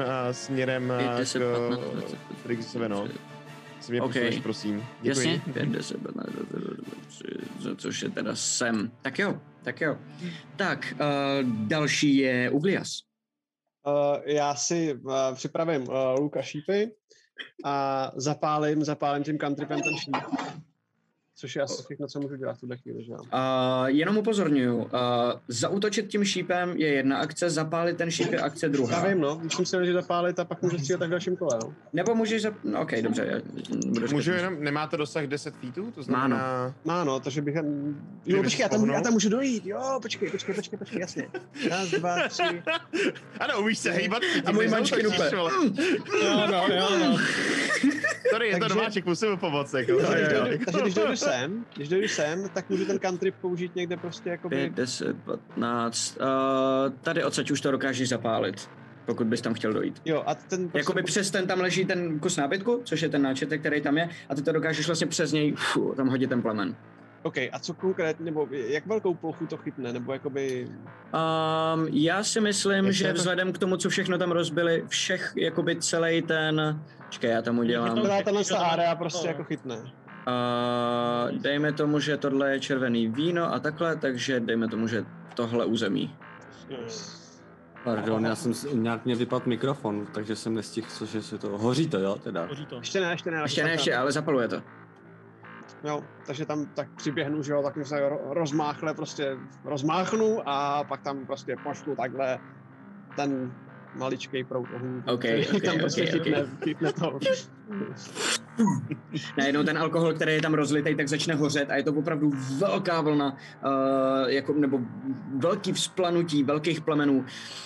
k Trixovi, no. Si mě posuneš, prosím. Děkuji. Jasně, 5, 10, 15, což je teda sem. Tak jo. Tak, další je Uglias. Já si připravím luk a šípy a zapálím tím cantripem ten šíp. Což je asi všechno, co můžu dělat v tuhle chvíli, že jo? Jenom upozorňuju, zaútočit tím šípem je jedna akce, zapálit ten šíp je akce druhá. Já vím, no, když jsem si že zapálit a pak můžu střílet tak v dalším kole, no. Nebo můžeš no, OK, dobře. Můžu jenom, nemá to dosah 10 feetů? To znamená... Má no, takže bych... Jo, počkej, já tam můžu dojít, jo, počkej, jasně. 1, 2, 3. Ano, umíš se hejbat. A můj mančky nupe. Jo. Sorry, je to nováček, musím pomoct, jako. Takže když dojdu sem, tak můžu ten cantrip použít někde prostě jakoby... 5, 10, 15, tady odsaď už to dokážeš zapálit. pokud bys tam chtěl dojít. Jo, a ten... Jakoby přes ten tam leží ten kus nábytku, což je ten náčetek, který tam je, a ty to dokážeš vlastně přes něj tam hodit ten plamen. OK, a co konkrétně, nebo jak velkou plochu to chytne, nebo jakoby... Já si myslím, že vzhledem k tomu, co všechno tam rozbili, jakoby celý ten... Čekaj, já tam udělám... Ta area prostě jako chytne. Dejme tomu, že tohle je červený víno a takhle, takže dejme tomu, že tohle území. Pardon, já jsem nějak mě vypadl mikrofon, takže jsem nestihl, cože se to... Hoří to, jo, teda? Hoří to. Ještě ne, ale zapaluje to. Jo, takže tam tak přiběhnu, že jo, tak se rozmáchnu a pak tam prostě pošlu takhle ten maličkej proud ohňů. Tam prostě chytne to. Najednou ten alkohol, který je tam rozlitej, tak začne hořet a je to opravdu velká vlna, nebo velký vzplanutí, velkých plamenů.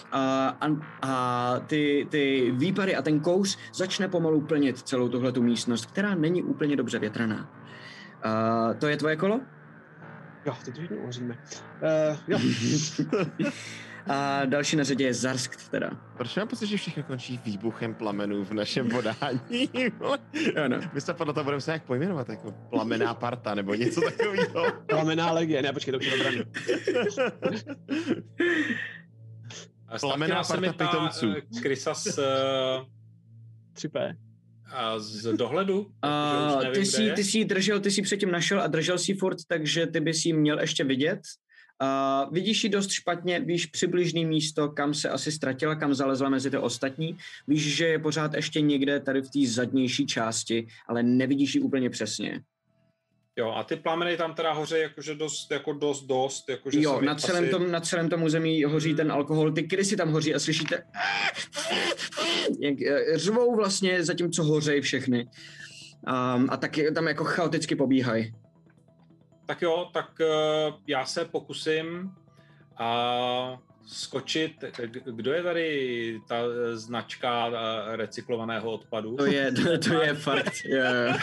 A ty výpary a ten kouř začne pomalu plnit celou tuhletu místnost, která není úplně dobře větraná. To je tvoje kolo? Jo, teď už neuhoříme. Jo. A další na řadě je Zarsk teda. Proč mám pocit, že všechno končí výbuchem plamenů v našem podání? Ano. My se podle toho budeme se jak pojmenovat, jako plamená parta, nebo něco takového. Plamená legie, ne, počkej, to už je dobré. Plamená parta pitomců. Krysa z... 3P. A z dohledu? Ty jsi ji držel, ty jsi předtím našel a držel si furt, takže ty bys ji měl ještě vidět. Vidíš ji dost špatně, víš přibližný místo, kam se asi ztratila, kam zalezla mezi ty ostatní. Víš, že je pořád ještě někde tady v té zadnější části, ale nevidíš ji úplně přesně. Jo, a ty plameny tam teda hoří jakože dost. Jakože jo, na celém tom území hoří ten alkohol, ty krysy tam hoří a slyšíte jak řvou vlastně, zatímco hořejí všechny. A taky tam jako chaoticky pobíhají. Tak jo, tak já se pokusím skočit. Kdo je tady ta značka recyklovaného odpadu? To je fakt. Yeah.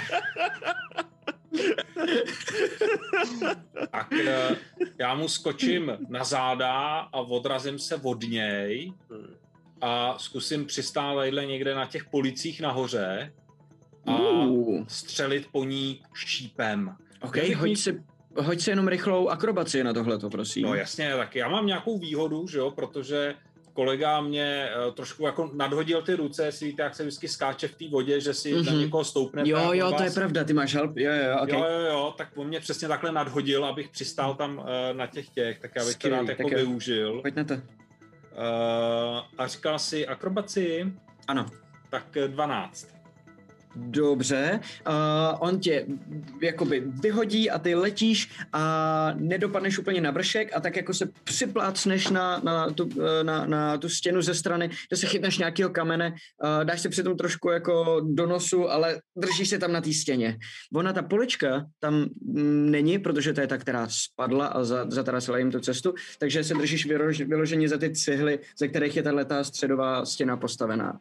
Tak já mu skočím na záda a odrazím se od něj a zkusím přistát tadyhle někde na těch policích nahoře a střelit po ní šípem. OK, hoď si jenom rychlou akrobaci na tohleto, prosím. No jasně, tak já mám nějakou výhodu, že jo, protože kolega mě trošku jako nadhodil ty ruce, jestli víte, jak se vždycky skáče v té vodě, že si na někoho stoupne. Jo, to je pravda, ty máš help. Jo, tak on mě přesně takhle nadhodil, abych přistál tam na těch, tak já bych to rád jako využil. Pojď na to. A říkal si akrobaci? Ano. Tak 12. Dobře, on tě jakoby vyhodí a ty letíš a nedopadneš úplně na vršek a tak jako se připlácneš na tu stěnu ze strany, kde se chytneš nějakého kamene, dáš se přitom trošku jako do nosu, ale držíš se tam na té stěně. Ona, ta polička tam není, protože to je ta, která spadla a zatarasila jim tu cestu, takže se držíš vyloženě za ty cihly, ze kterých je tato středová stěna postavená.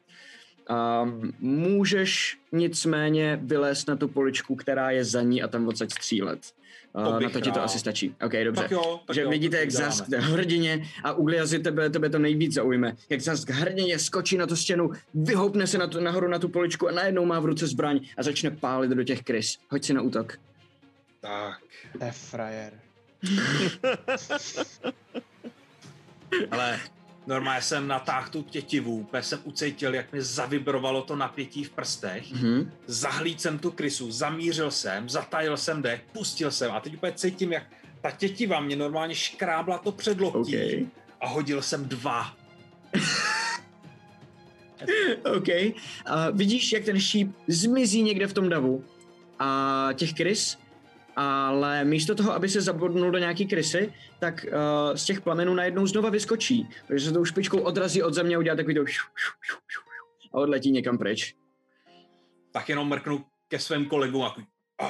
Můžeš nicméně vylézt na tu poličku, která je za ní a tam odsaď střílet. Na to ti to asi stačí. OK, dobře. Tak jo, vidíte, jak Zarsk hrdině a Ugliazi tebe to nejvíc zaujme. Jak Zarsk hrdině skočí na tu stěnu, vyhoupne se nahoru na tu poličku a najednou má v ruce zbraň a začne pálit do těch krys. Hoď si na útok. Tak. To je frajer. Ale normálně jsem natáhl tu tětivu, úplně jsem ucítil, jak mi zavibrovalo to napětí v prstech. Zahlídl jsem tu krysu, zamířil jsem, zatajil jsem dech, pustil jsem a teď úplně cítím, jak ta tětiva mě normálně škrábla to předloktí a hodil jsem 2. OK. Vidíš, jak ten šíp zmizí někde v tom davu a těch krys, ale místo toho, aby se zabodnul do nějaký krysy, tak z těch plamenů najednou znova vyskočí, protože se tou špičkou odrazí od země a udělá takový to a odletí někam pryč. Tak jenom mrknu ke svým kolegům a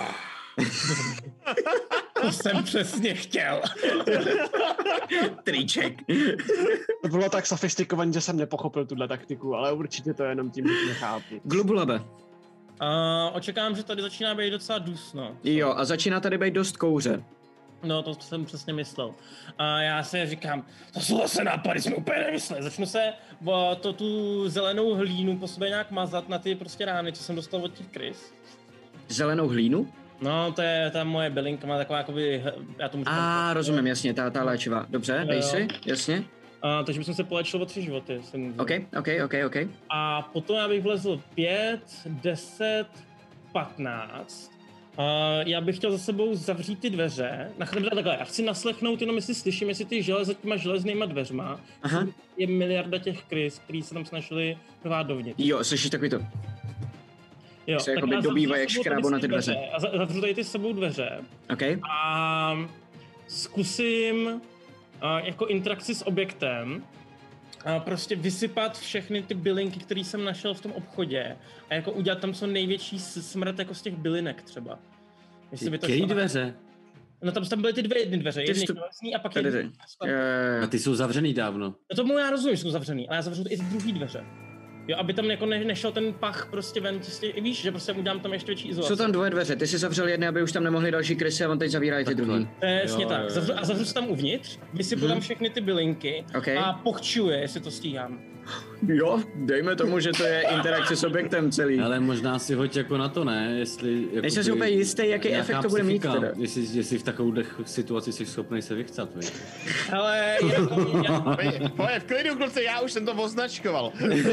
to jsem přesně chtěl. Triček. To bylo tak sofistikované, že jsem nepochopil tuhle taktiku, ale určitě to je jenom tím, že nechápu. Globulabe. Očekávám, že tady začíná být docela dusno. Jo, a začíná tady být dost kouře. No, to jsem přesně myslel. A já si říkám, to jsou zase nápady, jsme úplně nemysleli. Začnu se tu zelenou hlínu po sobě nějak mazat na ty prostě rány, co jsem dostal od těch krys. Zelenou hlínu? No, to je ta moje bylinka, má taková jakoby, já tomu říkám. Rozumím, jasně, ta léčiva. Dobře, dej si, jasně. Takže bych se polečil o 3 životy. OK. A potom já bych vlezl 5, 10, 15. Já bych chtěl za sebou zavřít ty dveře. Takhle, já chci naslechnout jenom, jestli slyším, jestli ty za těma železnýma dveřma je miliarda těch krys, který se tam snažili rvát dovnitř. Jo, slyšíš takový to. Jo, se jakoby dobývají jak škrábu na ty dveře. A zavřu tady ty s sebou dveře. Okay. A zkusím jako interakci s objektem prostě vysypat všechny ty bylinky, které jsem našel v tom obchodě a jako udělat tam co největší smrt jako z těch bylinek třeba. Jaký dveře? No tam byly ty jedny dveře, jedny klasní a pak jedny. A ty jsou zavřený dávno. No tomu já rozumím, že jsou zavřený, ale já zavřu i ty druhý dveře. Jo, aby tam jako nešel ten pach prostě ven, víš, že prostě udělám tam ještě větší izolaci. Jsou tam 2 dveře, ty si zavřel jedny, aby už tam nemohli další krysy a on teď zavírá ty druhý. Přesně tak, zavřu se tam uvnitř, vysypu tam všechny ty bylinky a pochčuje, jestli to stíhám. Jo, dejme tomu, že to je interakce s objektem celý. Ale možná si hoď jako na to, ne? Jestli... Nejsem si úplně jistý, jaký efekt to bude mít teda. Jestli v takovou situaci jsi schopný se vychcat, víš? Ale... Pojď, v klidu, kluci, já už jsem to označkoval.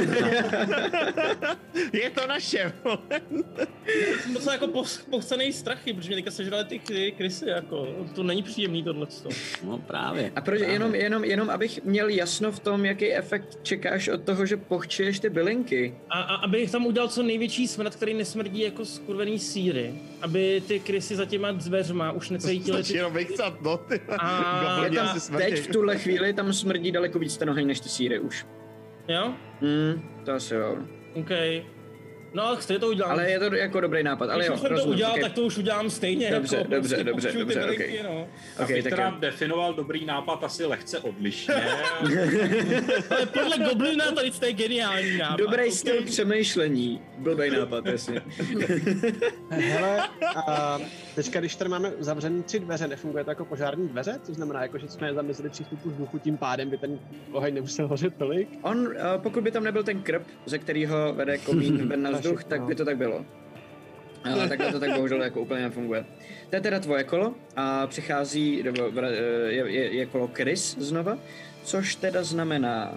Je to naše, To jsou jako pochcenej strachy, protože mě teďka sežrali ty krysy, jako. To není příjemný tohleto. No právě. A proč jenom abych měl jasno v tom, jaký efekt čekáš od toho, že pochčuješ ty bylinky. A abych tam udělal co největší smrad, který nesmrdí jako skurvený sýry. Aby ty krysy za těma dveřma už necítily ty... jenom vychcat, no ty. Teď v tuhle chvíli tam smrdí daleko víc ten oheň než ty sýry už. Jo? To asi jo. OK. No, ale chci to udělat. Ale je to jako dobrý nápad, ale jo, rozumím. Když jsem to udělal, tak to už udělám stejně. Dobře, okay. No. Okay, tak teda definoval dobrý nápad asi lehce odlišně. Ale podle Goblina tady je geniální nápad. Dobrý styl přemýšlení. Blbej nápad, jasně. Hele, teďka, když tady máme zavřený 3 dveře, nefunguje to jako požární dveře? Což znamená, jako, že jsme zamezili přístupu vzduchu, tím pádem by ten oheň nemusel hořet tolik? Pokud by tam nebyl ten krb, ze kterého vede komín ven na vzduch, tak by to tak bylo. Ale takhle to tak bohužel jako úplně nefunguje. To je teda tvoje kolo a přichází, je kolo Krys znova, což teda znamená,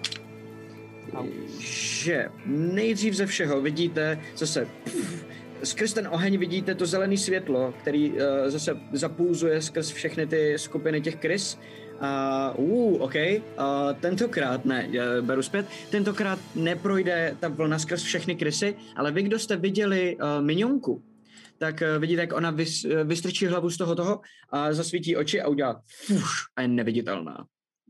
že nejdřív ze všeho vidíte zase skrz ten oheň vidíte to zelené světlo, který zase zapulzuje skrz všechny ty skupiny těch krys. OK. Tentokrát ne, beru zpět. Tentokrát neprojde ta vlna skrz všechny krysy, ale vy, kdo jste viděli minionku, tak vidíte, jak ona vystrčí hlavu z toho a zasvítí oči a udělá fuš a je neviditelná.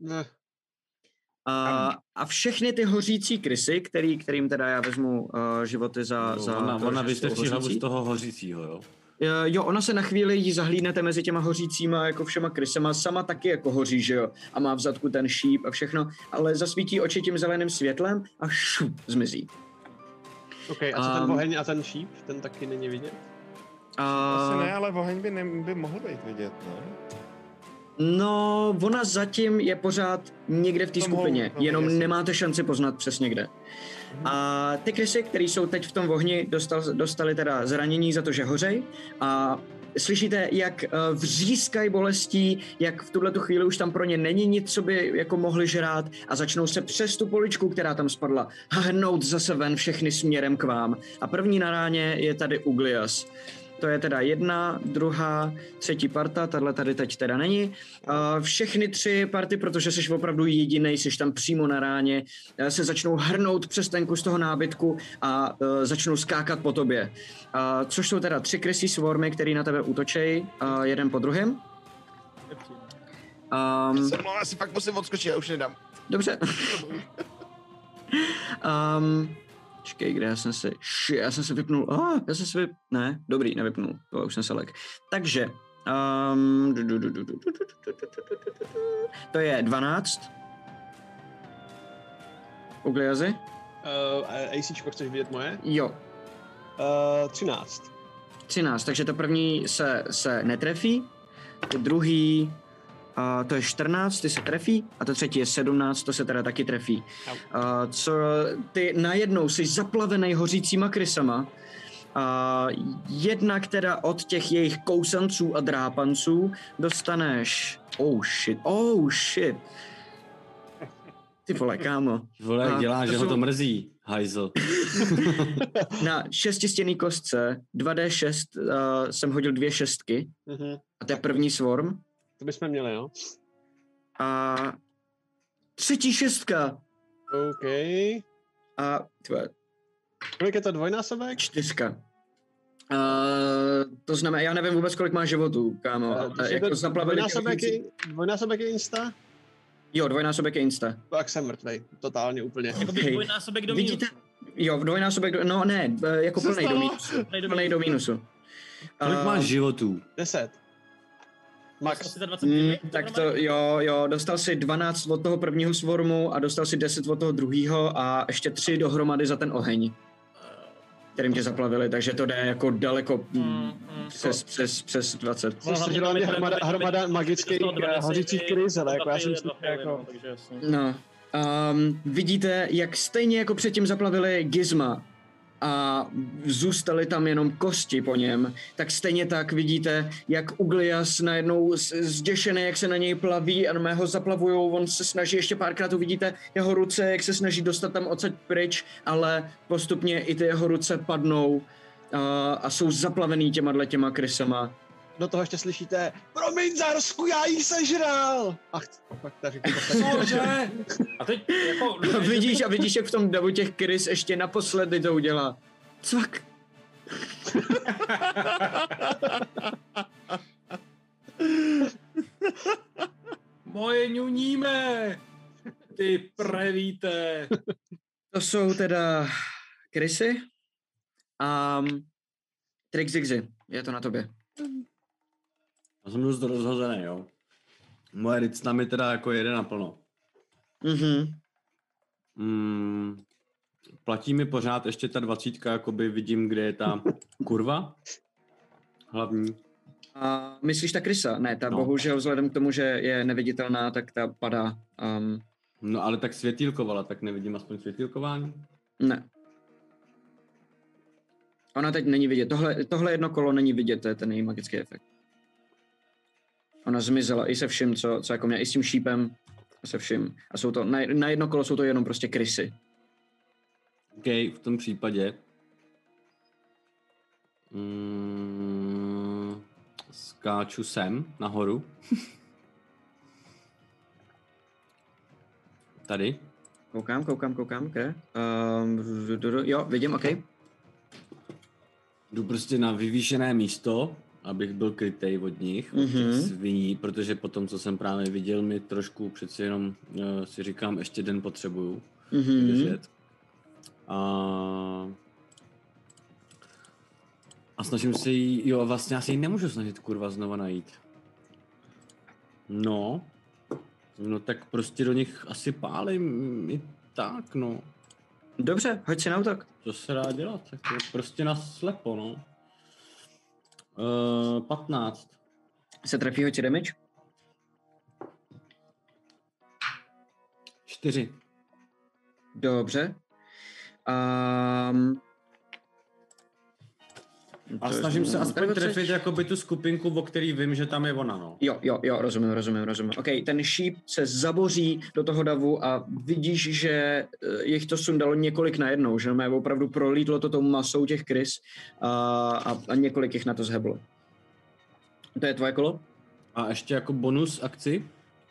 A všechny ty hořící krysy, kterým teda já vezmu životy za ona vystrčí hlavu z toho hořícího, jo? Jo, ona se na chvíli jí zahlídnete mezi těma hořícíma jako všema krysama, sama taky jako hoří, že jo, a má v zadku ten šíp a všechno, ale zasvítí oči tím zeleným světlem a zmizí. OK, a co ten oheň a ten šíp, ten taky není vidět? Asi ne, ale oheň by mohl být vidět, ne? No, ona zatím je pořád někde v té skupině, jenom nemáte šanci poznat přesně kde. A ty krysy, které jsou teď v tom ohni, dostali teda zranění za to, že hořej a slyšíte, jak vřískají bolestí, jak v tuhletu chvíli už tam pro ně není nic, co by jako mohli žrát a začnou se přes tu poličku, která tam spadla, hrnout zase ven všechny směrem k vám. A první na ráně je tady Uglias. To je teda 1, 2, 3 parta, tahle tady teď teda není. Všechny 3 party, protože jsi opravdu jedinej, jsi tam přímo na ráně, se začnou hrnout přes ten kus toho nábytku a začnou skákat po tobě. Což jsou teda 3 krysí swarmy, který na tebe útočej, jeden po druhém. Já si fakt musím odskočit, já už nedám. Dobře. Počkej, kde já jsem se vypnul. Ne, dobrý, nevypnul. To už jsem se lek. Takže, to je 12. Ugliazy? ACčko chceš vidět moje? Jo. 13. 13, takže to první se netrefí. Ty druhý, to je 14, ty se trefí, a to třetí je 17, to se teda taky trefí. Co ty najednou jsi zaplavený hořícíma krysama, jednak teda od těch jejich kousanců a drápanců dostaneš... Oh shit. Ty vole, kámo. Vole, jak děláš, že ho to mrzí, hajzl. Na 6stěnný kostce 2d6 jsem hodil 2 šestky. A to je první swarm. To bychom měli, jo? A třetí 6. OK. A tvoje. Kolik je to dvojnásobek? 4. To znamená, já nevím vůbec, kolik má životů, kámo. Jako dvojnásobek je insta? Jo, dvojnásobek je insta. Tak jsem mrtvej, totálně úplně. Okay. Dvojnásobek do minusu. Jo, dvojnásobek no ne, jako plnej do minusu. Plnej do minusu. Kolik máš životů? 10. Max. Tak to, jo, dostal si 12 od toho prvního swarmu a dostal si 10 od toho druhého a ještě 3 dohromady za ten oheň, kterým tě zaplavili, takže to jde jako daleko přes 20. Střežila mě hromada magických hořících kriz, ale jako já jsem jako... No, vidíte, jak stejně jako předtím zaplavili Gizma a zůstaly tam jenom kosti po něm, tak stejně tak vidíte, jak Uglias najednou zděšený, jak se na něj plaví a na ho zaplavujou, on se snaží ještě párkrát, uvidíte jeho ruce, jak se snaží dostat tam odsaď pryč, ale postupně i ty jeho ruce padnou a jsou zaplavený těma krysama. Do toho ještě slyšíte, promiň Zarsku, já jí sežral! Ach, tak cože? A teď jako... vidíš, jak v tom davu těch krys ještě naposledy to udělá. Cvak. Moje ňuňíme! Ty prevíte! To jsou teda krysy a Trixixy, je to na tobě. Já jsem dost rozhozený, jo. Moje ricna mi teda jako jede naplno. Platí mi pořád ještě ta 20, jakoby vidím, kde je ta kurva hlavní. A myslíš ta krysa? Ne, ta bohužel vzhledem k tomu, že je neviditelná, tak ta padá. No ale tak světýlkovala, tak nevidím aspoň světýlkování? Ne. Ona teď není vidět. Tohle jedno kolo není vidět, to je ten její magický efekt. Ona zmizela i se vším, co jako mě, i s tím šípem, se vším. A jsou to, na jedno kolo jsou to jenom prostě krysy. OK, v tom případě skáču sem, nahoru. Tady. Koukám, okay. Jo, vidím, OK. Jdu prostě na vyvýšené místo, abych byl krytej od nich, od těch sviní, protože po tom, co jsem právě viděl, mi trošku přeci jenom si říkám, ještě den potřebuju vydržet. A snažím se jí, vlastně já si ji nemůžu snažit kurva znova najít. No tak prostě do nich asi pálím i tak, no. Dobře, hoď si na útok. Co se dá dělat, tak to je prostě na slepo, no. 15. Se trefí, hoď si damage. 4. Dobře. A snažím se aspoň trefit jakoby tu skupinku, o který vím, že tam je ona, no. Jo, rozumím. OK, ten šíp se zaboří do toho davu a vidíš, že jich to sundalo několik najednou, že mě opravdu prolítlo to tou masou těch krys a několik jich na to zheblo. To je tvoje kolo? A ještě jako bonus akci?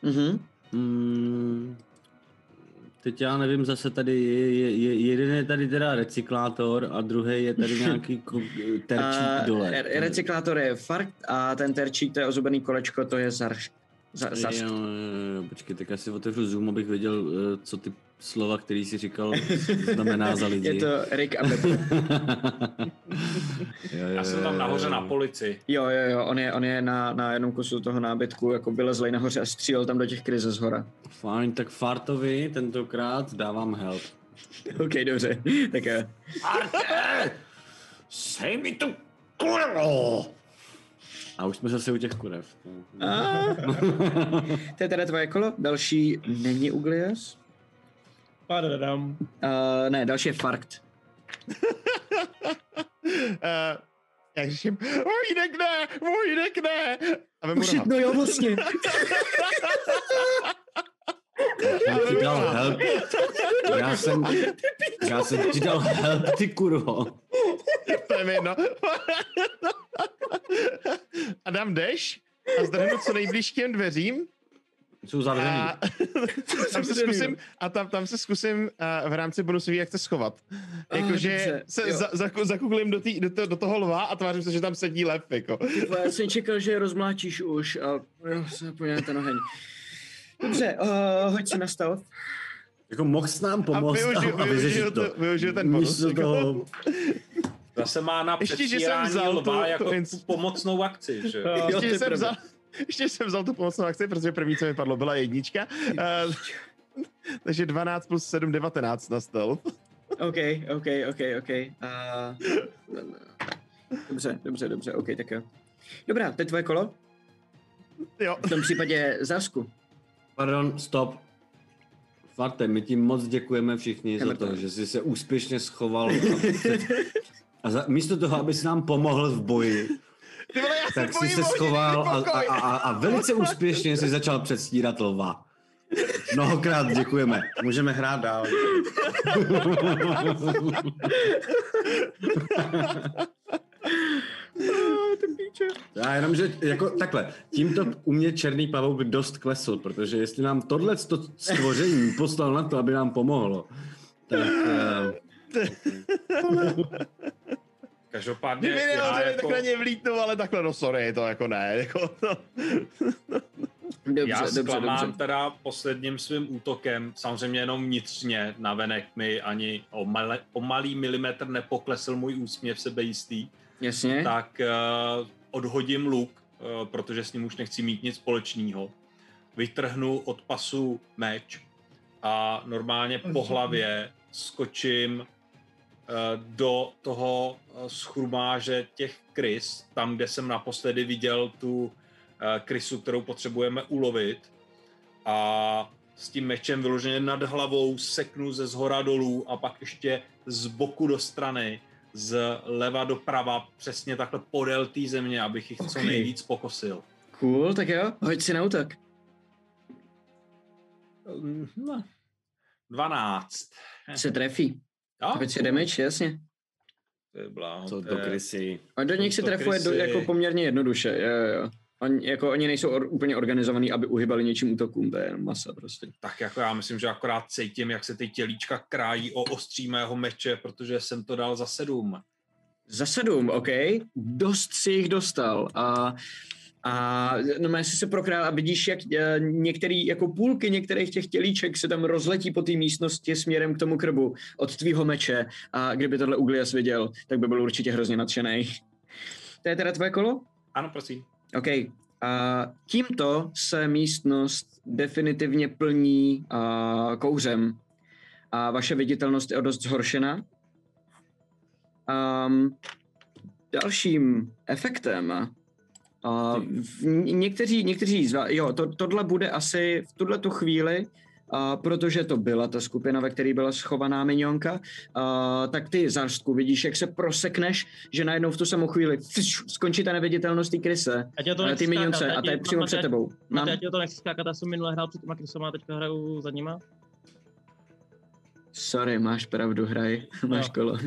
Teď já nevím, zase tady jeden je tady teda recyklátor a druhý je tady nějaký terčík dole. Recyklátor je fakt a ten terčík, to je ozubený kolečko, to je zarš. Jo, počkej, tak já si otevřu Zoom, abych věděl, co ty slova, který jsi říkal, znamená za lidi. Je to Rick a Pepper. Já jsem tam nahoře na polici. Jo, on je na jednom kusu toho nábytku, jako vylezlej nahoře a střílel tam do těch kriz ze zhora. Fajn, tak Fartovi tentokrát dávám help. OK, dobře, tak jo. Farte! Sej mi tu kurvo! A už jsme zase u těch kurev. To je teda tvoje kolo, další není Uglias. Ne, další je Fakt. Jak řeším, Vojtek ne! No jo, vlastně. Já jsem ti dal help, ty kurvo. To je mi jedno. A dám dash a zdrhnu co nejblíž k těm dveřím. Jsou zavřený. Tam se zkusím v rámci bonusový akce schovat. Jakože se zakuglím do toho lva a tvářím se, že tam sedí lev. Jako. Já jsem čekal, že je rozmláčíš už a se podívej ten oheň. Dobře, hoď si na stealth. Jako mohl s nám pomoct a vyřešit to. Využiju ten bonus. Zase má na předstírání lva jako pomocnou akci, že? Ještě jsem vzal tu pomocnou akci, protože první, co mi padlo, byla 1. Takže 12 plus 7, 19 na stealth. OK. Dobře, OK, tak jo. Dobrá, teď tvoje kolo? Jo. V tom případě Zásku. Pardon, stop. Farte, my ti moc děkujeme všichni za to, že jsi se úspěšně schoval a místo toho, aby si nám pomohl v boji, tak jsi se schoval a velice úspěšně jsi začal předstírat lva. Mnohokrát děkujeme. Můžeme hrát dál. Já jenom, že jako takhle, tímto u mě černý pavouk dost klesl, protože jestli nám tohleto stvoření poslal na to, aby nám pomohlo, tak... Každopádně tak na ně vlítnu, ale takhle, no sorry, to jako ne. Jako, já zklamám teda posledním svým útokem, samozřejmě jenom vnitřně, navenek mi ani o malý milimetr nepoklesl můj úsměv sebejistý. Jasně. Tak odhodím luk, protože s ním už nechci mít nic společného. Vytrhnu od pasu meč a normálně po hlavě skočím do toho schrumáže těch krys, tam, kde jsem naposledy viděl tu krysu, kterou potřebujeme ulovit, a s tím mečem vyloženě nad hlavou seknu ze zhora dolů a pak ještě z boku do strany, z leva doprava, přesně takhle podél té země, abych jich co nejvíc pokosil. Cool, tak jo, hoď si na útok. 12. Se trefí. Hoď si damage, jasně. Co do krysy. A do nich se trefuje jako poměrně jednoduše, jo. Oni nejsou úplně organizovaný, aby uhybali něčím útokům, to je jenom masa prostě. Tak jako já myslím, že akorát cítím, jak se ty tělíčka krájí o ostří mého meče, protože jsem to dal za 7. Za 7, OK. Dost si jich dostal a no si se prokrál a vidíš, jak některý, jako půlky některých těch tělíček se tam rozletí po té místnosti směrem k tomu krbu od tvýho meče, a kdyby tohle Uglias viděl, tak by byl určitě hrozně nadšenej. To je teda tvoje kolo? Ano, prosím. OK. A tímto se místnost definitivně plní kouřem a vaše viditelnost je o dost zhoršena. Dalším efektem někteří tohle bude asi v tuhletu chvíli, protože to byla ta skupina, ve které byla schovaná minionka, tak ty, Zářstku, vidíš, jak se prosekneš, že najednou v tu samou chvíli skončí ta neviditelnost té kryse, ty minionce, a ta je přímo před tebou. Já ti to nechci skákat, já jsem minule hrál před těma krysama a teďka hraju za nima. Sorry, máš pravdu, hraj, máš kolo.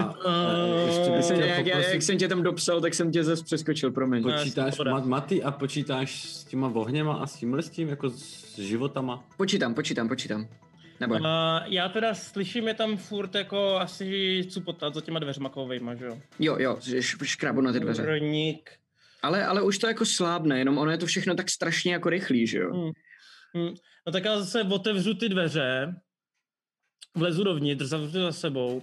Jak jsem tě tam dopsal, tak jsem tě zase přeskočil, promiň. Počítáš maty a počítáš s těma ohněma a s tím jako s životama? Počítám. Neboj. Já teda slyším je tam furt jako asi cupotat za těma dveřma kovejma, že jo? Jo, škrábu na ty dveře. Brník. Ale už to jako slábne, jenom ono je to všechno tak strašně jako rychlý, že jo? No tak já zase otevřu ty dveře, vlezu dovnitř, zavřu za sebou.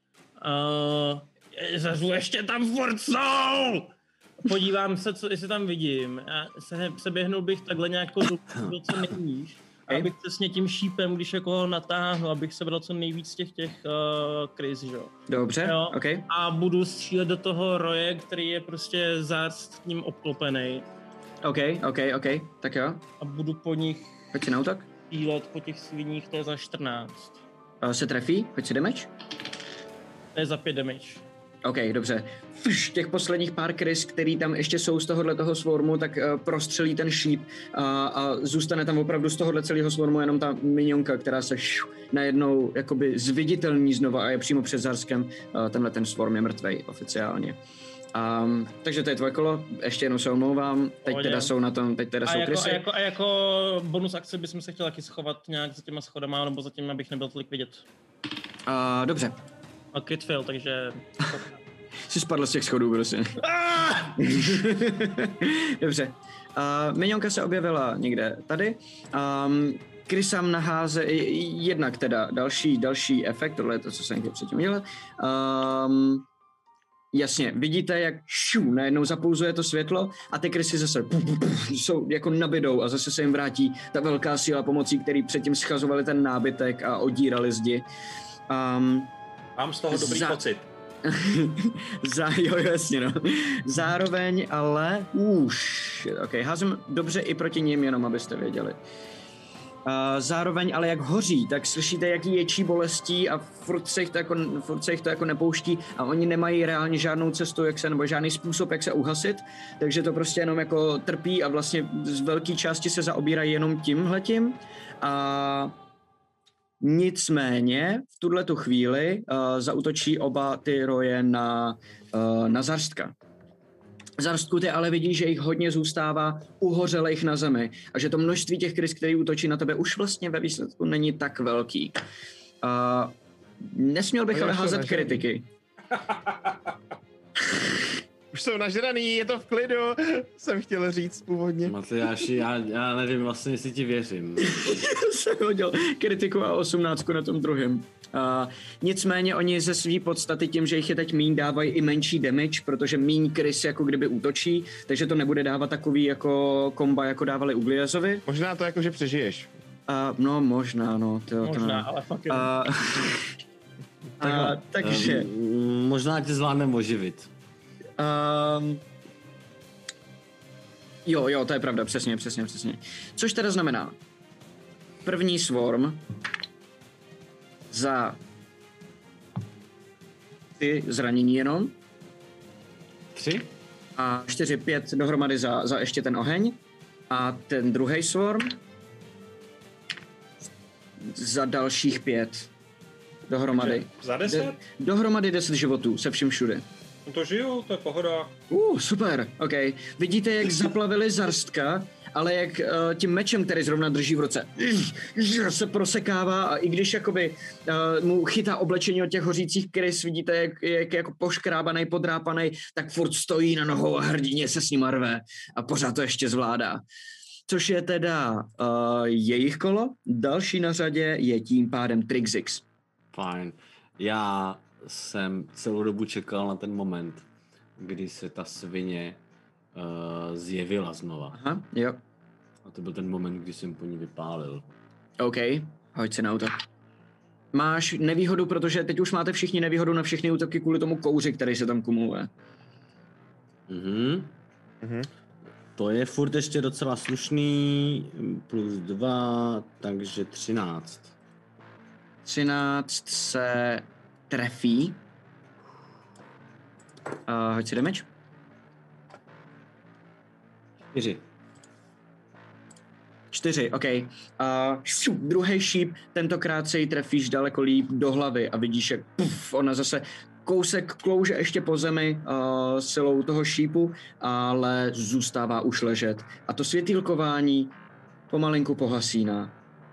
Zařu, ještě tam furt jsou! Podívám se, jestli tam vidím. Já se běhnul bych takhle nějakou do co nejníž. abych přesně tím šípem, když jako ho natáhnu, abych sebral co nejvíc těch krys, jo. Dobře, jo? OK. A budu střílet do toho roje, který je prostě s ním obklopený. OK, tak jo. A budu po nich Pojď si na útok. střílet po těch sviních, to je za 14. Se trefí, pojď si damage. To je za 5 damage. OK, dobře. Těch posledních pár krys, který tam ještě jsou z tohoto swarmu, tak prostřelí ten šíp a zůstane tam opravdu z tohohle celého swarmu jenom ta minionka, která se najednou jakoby zviditelní znova a je přímo před Zarskem. Tenhle ten swarm je mrtvej oficiálně. Takže to je tvoje kolo, ještě jednou se omlouvám, teď teda jsou na tom, jsou krysy. A jako bonus akce bychom se chtěli taky schovat nějak za těma schodama, nebo za tím, abych nebyl tolik vidět. Dobře. A crit fail, takže... Jsi spadl z těch schodů, prosím. Dobře. Minionka se objevila někde tady. Krysám naháze jednak teda další efekt, tohle je to, co jsem předtím udělal. Jasně, vidíte, jak najednou zapouzuje to světlo a ty krysy zase jsou jako nabydou a zase se jim vrátí ta velká síla pomocí, který předtím schazovali ten nábytek a odírali zdi. Mám z toho dobrý pocit. Jo, jasně, no. Zároveň ale házím dobře i proti nim, jenom abyste věděli. Zároveň ale jak hoří, tak slyšíte, jaký ječí bolestí a furt se jich to jako nepouští a oni nemají reálně žádnou cestu, nebo žádný způsob, jak se uhasit, takže to prostě jenom jako trpí a vlastně z velké části se zaobírají jenom tímhletím a nicméně v tuhletu chvíli zaútočí oba ty roje na Zarstka. Zarstku ty ale vidí, že jich hodně zůstává uhořelejch na zemi a že to množství těch krys, který útočí na tebe, už vlastně ve výsledku není tak velký. Nesměl bych ale házet kritiky. Už jsou nažraný, je to v klidu, jsem chtěl říct původně. Matyáši, já nevím vlastně, jestli ti věřím. Jsem hodil kritiku a 18 na tom druhém. Nicméně oni ze svý podstaty tím, že jich je teď míň, dávají i menší damage, protože míň krys jako kdyby útočí, takže to nebude dávat takový jako komba, jako dávali u Gliazovi. Možná to jako, že přežiješ. No možná, no. Možná, ale fakt je. Takže... Možná tě zvládneme oživit. Jo, to je pravda, přesně. Což teda znamená, první swarm za ty zranění jenom. 3. A 4, 5 dohromady za ještě ten oheň. A ten druhý swarm za dalších 5 dohromady. Za 10? Dohromady 10 životů, se vším všude. No to žiju, to je pohoda. Super, OK. Vidíte, jak zaplavili Zarstka, ale jak tím mečem, který zrovna drží v ruce, se prosekává a i když jakoby mu chytá oblečení od těch hořících krys, vidíte, jak je jako poškrábaný, podrápaný, tak furt stojí na nohou a hrdině se s ním rve a pořád to ještě zvládá. Což je teda jejich kolo. Další na řadě je tím pádem Trixix. Fajn. Já jsem celou dobu čekal na ten moment, kdy se ta svině zjevila znova. Aha, jo. A to byl ten moment, kdy jsem po ní vypálil. OK, hoď si na útok. Máš nevýhodu, protože teď už máte všichni nevýhodu na všechny útoky kvůli tomu kouři, který se tam kumuluje. To je furt ještě docela slušný, plus 2, takže 13. 13 se trefí. Hoď si damage. 4, OK. Druhý šíp, tentokrát se jí trefíš daleko líp do hlavy a vidíš, jak ona zase kousek klouže ještě po zemi silou toho šípu, ale zůstává už ležet. A to světýlkování pomalinku pohasíná.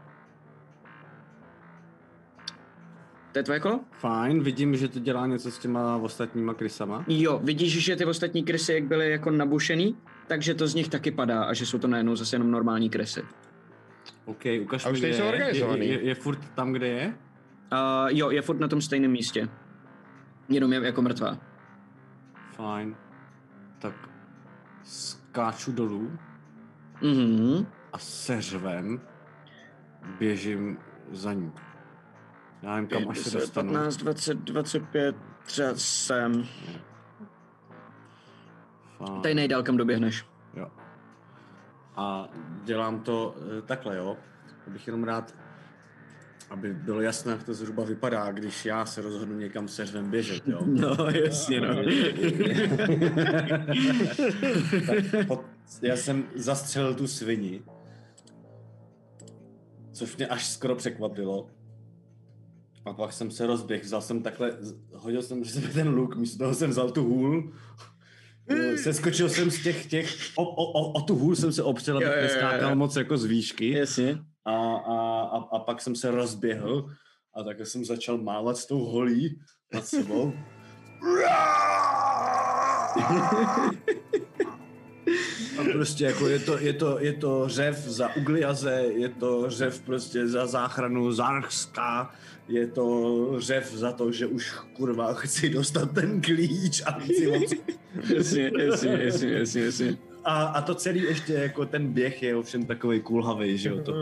To je tvoje kolo? Fajn, vidím, že to dělá něco s těma ostatníma krysama. Jo, vidíš, že ty ostatní krysy jak byly jako nabušený, takže to z nich taky padá a že jsou to najednou zase jenom normální krysy. OK, ukaž mi, kde je. Je furt tam, kde je? Jo, je furt na tom stejném místě. Jenom je jako mrtvá. Fajn. Tak skáču dolů a seřvem běžím za ní. Já nevím, kam až se dostanu. 15, 20, 25, třeba sem. Tady nejdál, kam doběhneš. Jo. A dělám to takhle, jo. Bych jenom rád, aby bylo jasné, jak to zhruba vypadá, když já se rozhodnu někam seřvem běžet, jo. No, jasně, no. Já jsem zastřelil tu svini, což mě až skoro překvapilo. A pak jsem se rozběhl, vzal jsem takhle, hodil jsem ten luk, místo toho jsem vzal tu hůl, seskočil jsem z těch o tu hůl jsem se opřel, abych neskákal moc jako z výšky. Jasně. A pak jsem se rozběhl a takhle jsem začal mávat s tou holí nad sebou. A prostě jako je to řev za Ugliaze, je to řev prostě za záchranu Zarska, je to řev za to, že už kurva chci dostat ten klíč a chci moc... Jasně. A to celý ještě jako ten běh je ovšem takovej kulhavej, že jo, to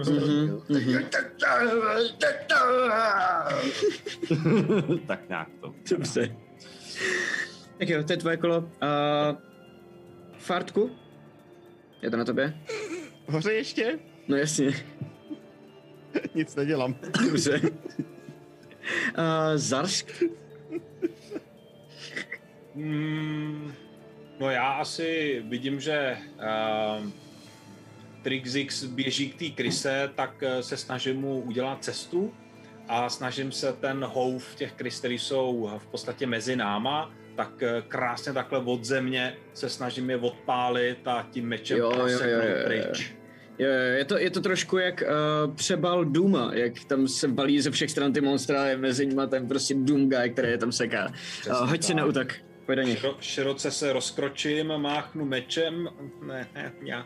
tak nějak to. Dobře. Tak jo, to je tvoje kolo. Fartku? Je to na tobě? Hoře ještě? No jasně. Nic nedělám. Dobře. Zarsk? No já asi vidím, že Trixix běží k té kryse, tak se snažím mu udělat cestu a snažím se ten houf těch krys, který jsou v podstatě mezi náma, tak krásně takhle od země se snažím je odpálit a tím mečem pryč. Jo, je to trošku jak přebal Duma, jak tam se balí ze všech stran ty monstra, je mezi nimi ten prostě Doom guy, který je tam seká. Hoď si na útok. Široce se rozkročím, máchnu mečem, já.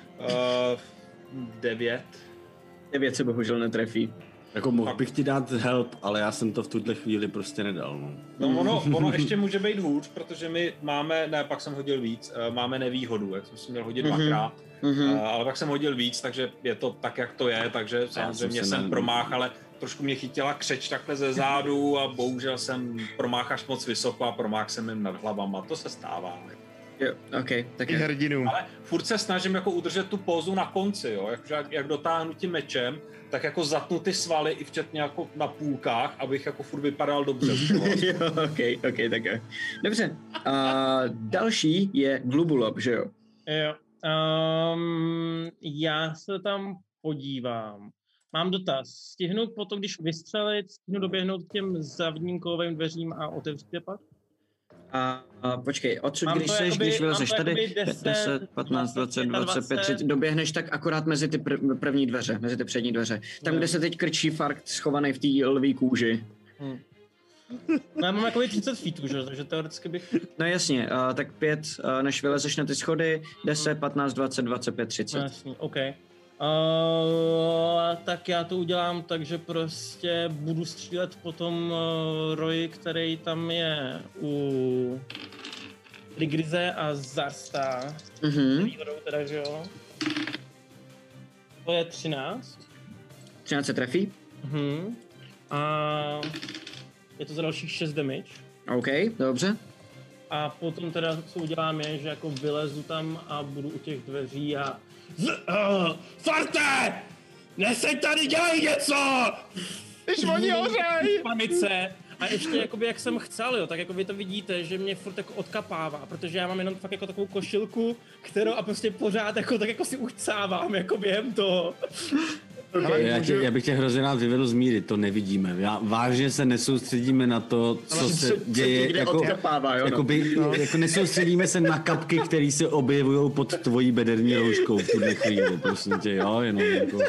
9. 9 se bohužel netrefí. Jako mohl bych ti dát help, ale já jsem to v tuhle chvíli prostě nedal. No ono ještě může být hůř, protože my máme, pak jsem hodil víc, máme nevýhodu, jak jsem si měl hodit dvakrát, ale pak jsem hodil víc, takže je to tak, jak to je, takže samozřejmě jsem promách, ale trošku mě chytila křeč takhle ze zádu a bohužel jsem promách až moc vysoko a promách jsem jim nad hlavama, to se stává. Jo, okay, tak je. Hrdinu. Ale furt se snažím jako udržet tu pózu na konci, jo, jak dotáhnu tím mečem, tak jako zatnu ty svaly i včetně jako na půlkách, abych jako furt vypadal dobře. Jo, ok, tak jo. Dobře, další je Glubulop, že jo? Jo, já se tam podívám. Mám dotaz. Stihnu potom, když vystřelit, stihnu doběhnout k těm zavníkovým dveřím a otevřít je pak? A počkej, odsud, když vylezeš tady, 10, 15, 20, 25, 30, doběhneš tak akorát mezi ty první dveře, mezi ty přední dveře. Tam, kde se teď krčí Fart schovaný v té lví kůži. No já mám jako 30 feetů, že? Takže teoreticky bych... No jasně, tak 5, než vylezeš na ty schody, 10, 15, 20, 25, 30. No jasně, OK. Tak já to udělám tak, že prostě budu střílet po tom roji, který tam je u Ligrize a Zarsta. Výhodou teda, že jo. To je 13. 13 se trefí. A je to za dalších 6 damage. OK, dobře. A potom teda, co udělám je, že jako vylezu tam a budu u těch dveří a Farte! Neseď tady, dělej něco! Když oni hořej! Panice. A ještě jakoby, jak jsem chcel, jo, tak jako vy to vidíte, že mě furt jako odkapává, protože já mám jenom fakt jako takovou košilku, kterou a prostě pořád jako tak jako si uchcávám jako během toho. Okay. Já bych tě hrozně rád vyvedl z míry, to nevidíme. Vážně se nesoustředíme na to, co se děje. Jako nesoustředíme se na kapky, které se objevují pod tvojí bederní rouškou v tuhle chvíli, prosím tě, jo, jenom jako...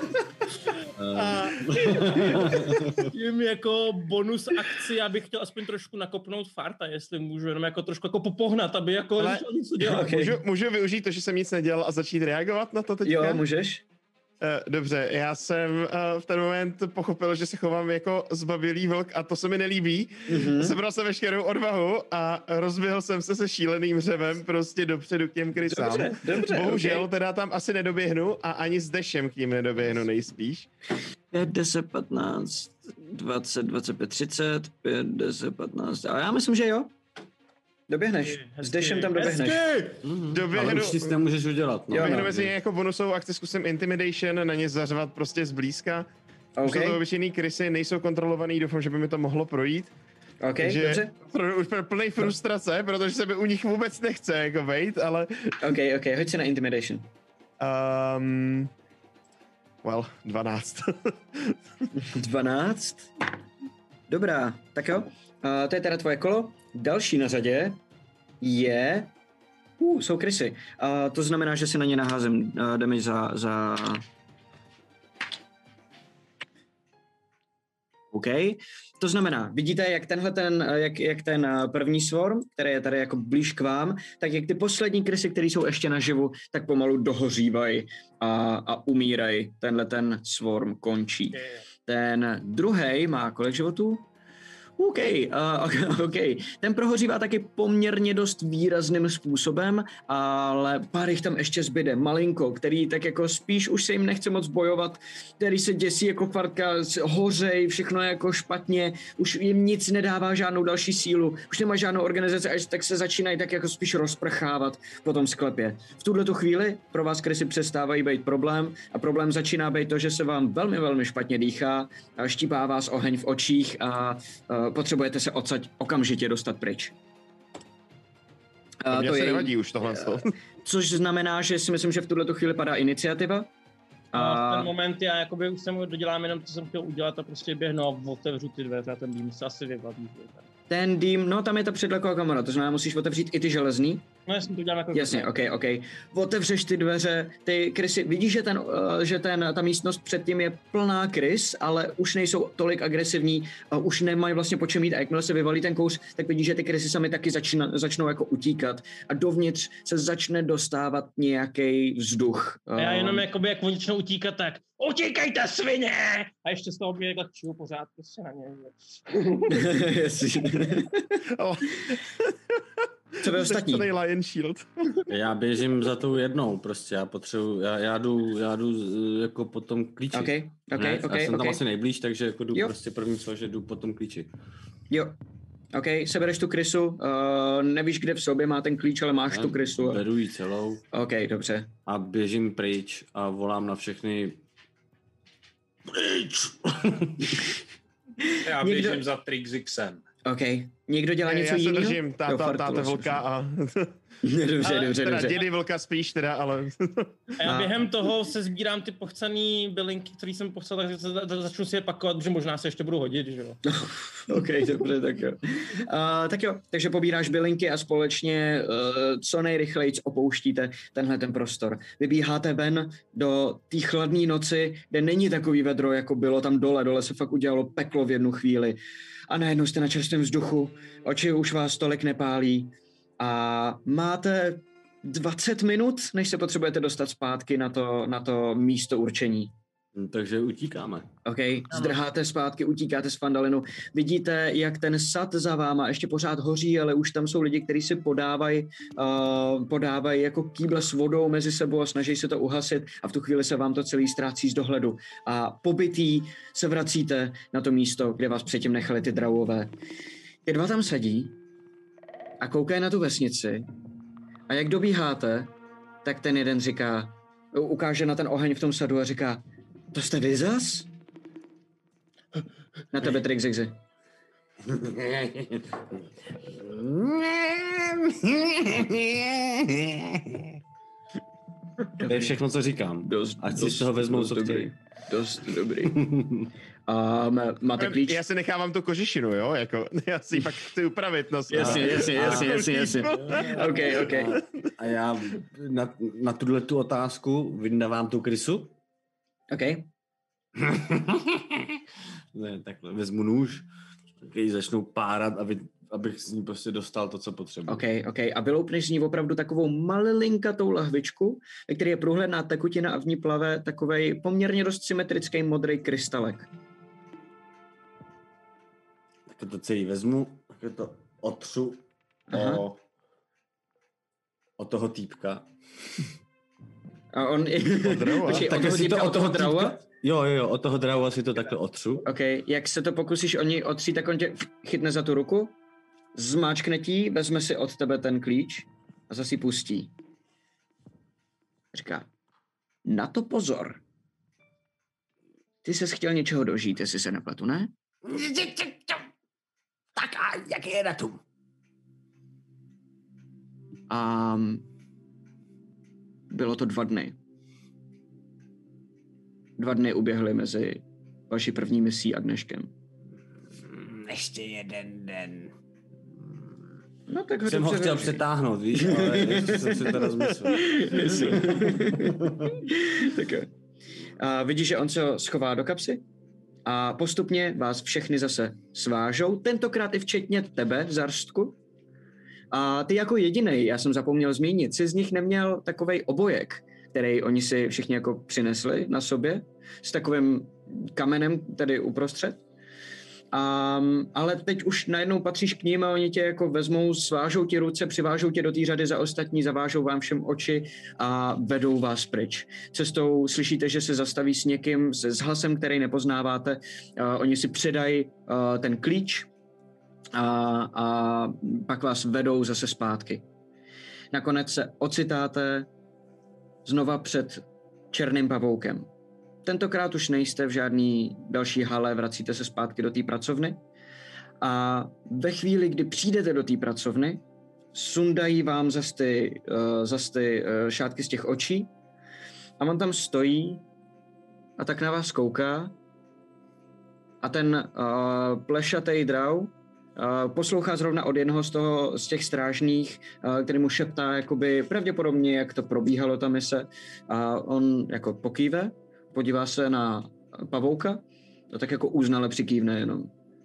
Tím jako bonus akci, já bych chtěl aspoň trošku nakopnout Farta, jestli můžu, jenom jako trošku jako popohnat, aby jako něco dělal. Okay. Můžu využít to, že jsem nic nedělal a začít reagovat na to teďka? Jo, můžeš. Dobře, já jsem v ten moment pochopil, že se chovám jako zbabělý vlk a to se mi nelíbí. Sebral jsem veškerou odvahu a rozběhl jsem se šíleným řevem prostě dopředu k těm krysám. Dobře, bohužel teda tam asi nedoběhnu a ani s Dešem k ním nedoběhnu nejspíš. 5, 10, 15, 20, 25, 30, 5, 10, 15, ale já myslím, že jo. Doběhneš. S Dešem tam doběhneš. Doběhnu. Ale už nic nemůžeš udělat. No. Doběhnu mezi ně jako bonusovou akci, zkusím Intimidation, na ně zařvat prostě zblízka. Už jsou to obyčejný krysy, nejsou kontrolovaný, doufám, že by mi to mohlo projít. Takže dobře. Už plnej frustrace, protože se mi u nich vůbec nechce jako vejít, ale... OK, hoď si na Intimidation. 12. 12? Dobrá, tak jo. To je teda tvoje kolo. Další na řadě je... jsou krysy. To znamená, že si na ně naházím damage za... OK. To znamená, vidíte, jak jak ten první swarm, který je tady jako blíž k vám, tak jak ty poslední krysy, které jsou ještě naživu, tak pomalu dohořívají a umírají. Tenhle ten swarm končí. Ten druhej má kolik životů? OK. Ten prohořívá taky poměrně dost výrazným způsobem, ale pár jich tam ještě zbyde, malinko, který tak jako spíš už se jim nechce moc bojovat, který se děsí jako fartka, hořej, všechno je jako špatně, už jim nic nedává žádnou další sílu, už nemá žádnou organizaci, až tak se začínají tak jako spíš rozprchávat po tom sklepě. V tuhletu chvíli pro vás krysy přestávají být problém a problém začíná být to, že se vám velmi, velmi špatně dýchá, štípá vás oheň v očích a potřebujete se odsaď okamžitě dostat pryč. To se nevadí už tohle. Což znamená, že si myslím, že v tuhletu chvíli padá iniciativa. A v ten moment já jakoby už jsem dodělám jenom, co jsem chtěl udělat a prostě běhnu a otevřu ty dveře a ten dým se asi vyvadí. Ten dým, no tam je ta předleková kamera, to znamená, musíš otevřít i ty železný. No jasně, to dělám jako... Jasně, OK. Otevřeš ty dveře, ty krysy, vidíš, že ta místnost předtím je plná krys, ale už nejsou tolik agresivní, už nemají vlastně po čem jít a jakmile se vyvalí ten kouř, tak vidíš, že ty krysy sami taky začnou jako utíkat a dovnitř se začne dostávat nějaký vzduch. A já jenom jakoby, jak oni začnou utíkat, tak utíkejte, svině! A ještě z toho mě tlačuju pořád prostě na ně. Co by ostatní? Lion Shield. Já běžím za tou jednou, prostě já potřebuji, já jdu jako po tom klíči. OK. Já jsem tam asi nejblíž, takže jako jdu prostě první co, že jdu po tom klíči. Jo. OK, sebereš tu krysu, nevíš, kde v sobě má ten klíč, ale máš tu krysu. Beru ji celou. OK, dobře. A běžím pryč a volám na všechny. Pryč! Já běžím za Trixixem. OK. Někdo dělá něco jiného? Já se držím, táta vlka a... Dobře. Dědy vlka spíš teda, ale... A já během toho se sbírám ty pochcený bylinky, které jsem pochcel, tak začnu si je pakovat, protože možná se ještě budu hodit, že jo? OK, dobře, tak jo. Tak jo, takže pobíráš bylinky a společně co nejrychleji opouštíte ten prostor. Vybíháte ven do té chladné noci, kde není takový vedro, jako bylo tam dole se fakt udělalo peklo v jednu chvíli. A najednou jste na čerstvém vzduchu, oči už vás tolik nepálí a máte 20 minut, než se potřebujete dostat zpátky na to místo určení. Takže utíkáme. OK, zdrháte zpátky, utíkáte z Phandalinu. Vidíte, jak ten sad za váma ještě pořád hoří, ale už tam jsou lidi, kteří si podávají jako kýble s vodou mezi sebou a snaží se to uhasit a v tu chvíli se vám to celý ztrácí z dohledu. A pobytý se vracíte na to místo, kde vás předtím nechali ty draugové. Ty dva tam sedí a koukají na tu vesnici a jak dobíháte, tak ten jeden říká, ukáže na ten oheň v tom sadu a říká: to jste vy zas? Na tebe, Trixixi. To je všechno, co říkám. Ať si z toho vezmou, co chtějí. Dost dobrý. A máte klíč? Já si nechávám tu kožešinu, jo? Jako, já si ji pak chci upravit. Jasně. OK. A já na tuto otázku vydávám tu krysu. OK. Ne, takhle vezmu nůž, který začnou párat a abych z ní prostě dostal to, co potřebuji. OK. A vyloupneš z ní opravdu takovou malinkatou lahvičku, ve které je průhledná tekutina a v ní plave takovej poměrně dost symetrický modrý krystalek. Tak to celý vezmu, tak to otřu o toho týpka. A on... o toho draua? Jo, o toho draua si to takhle otřu. OK, jak se to pokusíš o něj otřít, tak on tě chytne za tu ruku, zmáčkne ti, vezme si od tebe ten klíč a zase ji pustí. Říká, na to pozor. Ty ses chtěl něčeho dožít, jestli se nepletu, ne? Tak a jaký je datum? Bylo to 2 dny. 2 dny uběhly mezi vaší první misí a dneškem. Ještě 1 den. No tak jsem ho chtěl přetáhnout, víš, ale jsem si to rozmyslel. Tak jo. A vidíš, že on se ho schová do kapsy a postupně vás všechny zase svážou, tentokrát i včetně tebe, Zarstku. A ty jako jedinej, já jsem zapomněl zmínit, jsi z nich neměl takovej obojek, který oni si všichni jako přinesli na sobě, s takovým kamenem tedy uprostřed. Ale teď už najednou patříš k ním a oni tě jako vezmou, svážou ti ruce, přivážou tě do té řady za ostatní, zavážou vám všem oči a vedou vás pryč. Cestou slyšíte, že se zastaví s někým, s hlasem, který nepoznáváte. Oni si předají ten klíč a pak vás vedou zase zpátky. Nakonec se ocitáte znova před černým pavoukem. Tentokrát už nejste v žádný další hale, vracíte se zpátky do té pracovny a ve chvíli, kdy přijdete do té pracovny, sundají vám zas ty šátky z těch očí a on tam stojí a tak na vás kouká a ten plešatej drau poslouchá zrovna od jednoho z těch strážných, který mu šeptá jakoby pravděpodobně, jak to probíhalo ta mise a on jako pokýve, podívá se na pavouka a tak jako uznale přikývne jenom.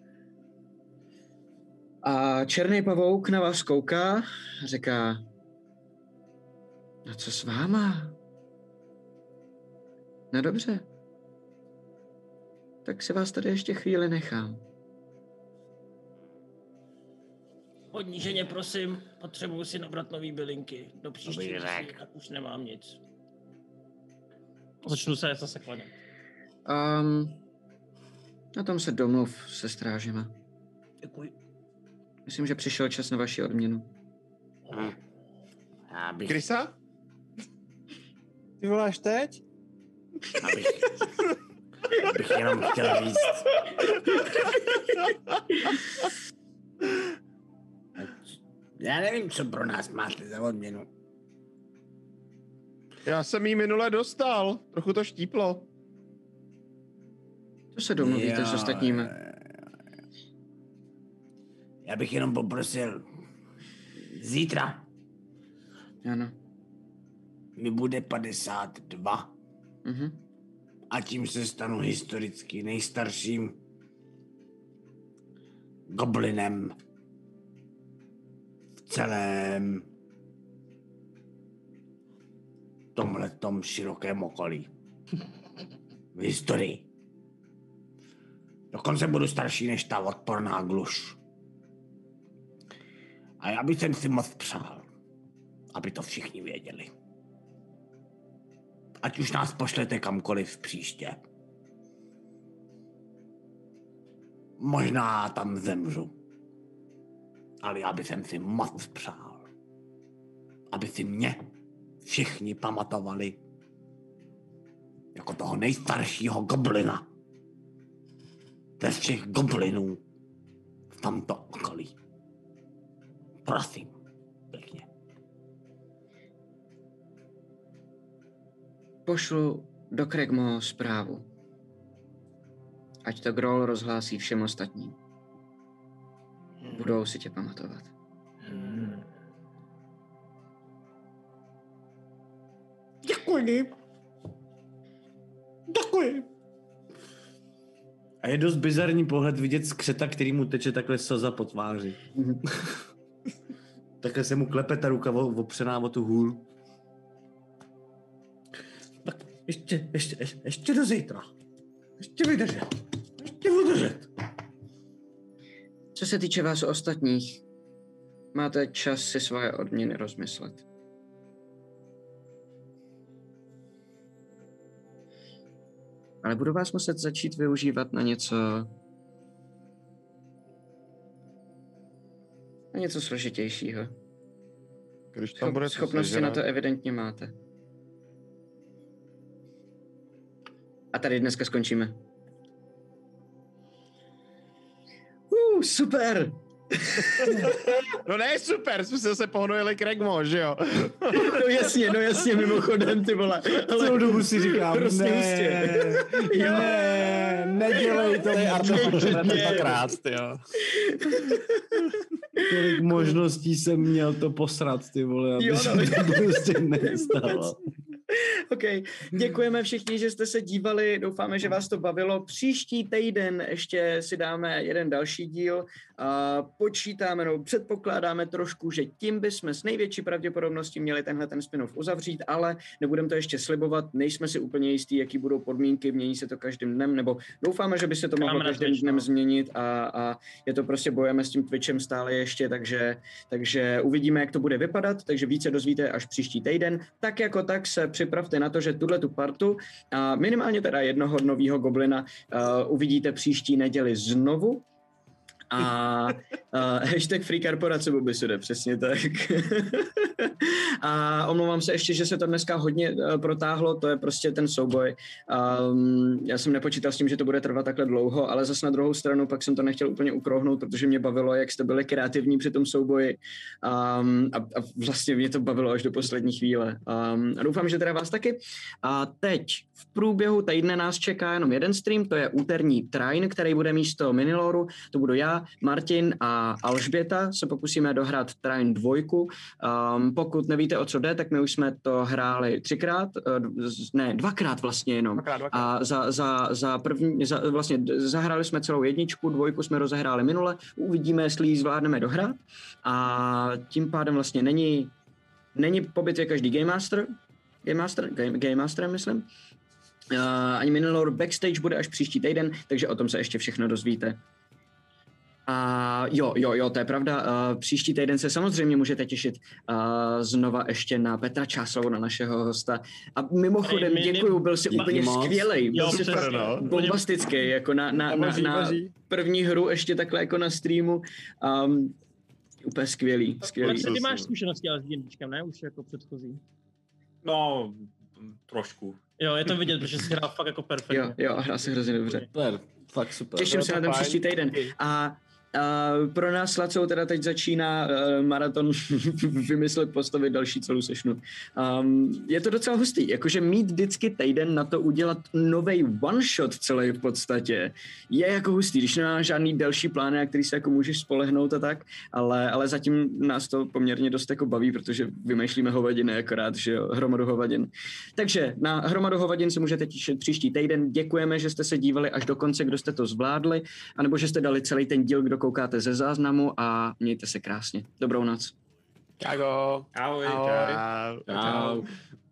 A černý pavouk na vás kouká a říká, no co s váma? No dobře, tak si vás tady ještě chvíli nechám. Podníženě, prosím, potřebuji si nabrat nový bylinky. Do příští misí, tak už nemám nic. Začnu se zase klanět. Na tom se domluv se strážima. Děkuji. Myslím, že přišel čas na vaši odměnu. Krysa? Ty voláš teď? Abych jenom chtěl říct. Já nevím, co pro nás máte za odměnu. Já jsem jí minule dostal. Trochu to štíplo. To se domluvíte s ostatními. Já bych jenom poprosil. Zítra. Ano. Mi bude 52. Mhm. A tím se stanu historicky nejstarším goblinem v celém tomhletom širokém okolí. V historii. Dokonce budu starší než ta odporná gluš. A já bych si moc přál, aby to všichni věděli. Ať už nás pošlete kamkoliv příště. Možná tam zemřu. Ale já bych si moc přál, aby si mě všichni pamatovali jako toho nejstaršího goblina ze všech goblinů v tomto okolí. Prosím, pěkně. Pošlu do Kregmo zprávu. Ať to Groll rozhlásí všem ostatním. Budou si tě pamatovat. Děkuji. Děkuji. A je dost bizarní pohled vidět skřeta, který mu teče takhle slza po tváři. Takhle se mu klepe ta ruka opřená o tu hůl. Tak ještě do zítra. Ještě vydržet. Co se týče vás ostatních, máte čas si svoje odměny rozmyslet. Ale budu vás muset začít využívat na něco složitějšího. Když tam bude schopnosti na to evidentně máte. A tady dneska skončíme. Super! No ne, super, jsme se zase pohnuli k Regmo, že jo? No jasně, mimochodem, ty vole. Ale celou dobu si říkám, nedělej to, dvakrát, jo. Kolik možností jsem měl to posrat, ty vole, aby se to prostě nestalo. OK, děkujeme všichni, že jste se dívali, doufáme, že vás to bavilo. Příští týden ještě si dáme jeden další díl. Počítáme, no předpokládáme trošku, že tím bychom s největší pravděpodobností měli tenhle ten spin-off uzavřít, ale nebudeme to ještě slibovat, nejsme si úplně jistí, jaký budou podmínky, mění se to každým dnem, nebo doufáme, že by se to mohlo každým dnem změnit a je to prostě, bojujeme s tím Twitchem stále ještě, takže uvidíme, jak to bude vypadat, takže více dozvíte až příští týden. Tak jako tak se připravte na to, že tu partu a minimálně teda jednoho novýho goblina uvidíte příští neděli znovu. A hashtag Free Corporace Bobisude, přesně tak. A omlouvám se ještě, že se to dneska hodně protáhlo, to je prostě ten souboj. Já jsem nepočítal s tím, že to bude trvat takhle dlouho, ale zase na druhou stranu pak jsem to nechtěl úplně ukrouhnout, protože mě bavilo, jak jste byli kreativní při tom souboji a vlastně mě to bavilo až do poslední chvíle. A doufám, že teda vás taky. A teď v průběhu týdne nás čeká jenom jeden stream, to je úterní Trine, který bude místo Miniloru, to budu já, Martin a Alžběta, se pokusíme dohrát Trine 2. Pokud nevíte, o co jde, tak my už jsme to hráli dvakrát vlastně jenom. A vlastně zahráli jsme celou 1, 2 jsme rozehráli minule, uvidíme, jestli ji zvládneme dohrát. A tím pádem vlastně není po bitvě každý Game Master, myslím. Ani Minilor Backstage bude až příští týden, takže o tom se ještě všechno dozvíte. A jo, to je pravda. Příští týden se samozřejmě můžete těšit znova ještě na Petra Čáslovu, na našeho hosta. A mimochodem děkuju, byl si úplně skvělej. Byl si bombastický, jako na první hru ještě takhle jako na streamu. Úplně skvělý. Ty máš zkušenosti ale s D&Dčkem, ne? Už jako předchozí. No, trošku. Jo, je to vidět, protože jsi hrál fakt jako perfektně. Jo, hrál si hrozně dobře. Fakt super. Těším se na ten příští týden. A pro nás s Lacou teda teď začíná maraton vymyslet, postavit další celou sessionu. Je to docela hustý, jakože mít vždycky týden na to udělat novej one-shot celý v podstatě je jako hustý, když nemá žádný další plány, na který se jako můžeš spolehnout a tak, ale zatím nás to poměrně dost jako baví, protože vymýšlíme hovadiny akorát, že jo, hromadu hovadin. Takže na hromadu hovadin se můžete těšit příští týden. Děkujeme, že jste se dívali až do konce, kdo jste to zvládli, anebo že jste dali celý ten díl, kdo koukáte ze záznamu a mějte se krásně. Dobrou noc. Čau. Ahoj. Čau.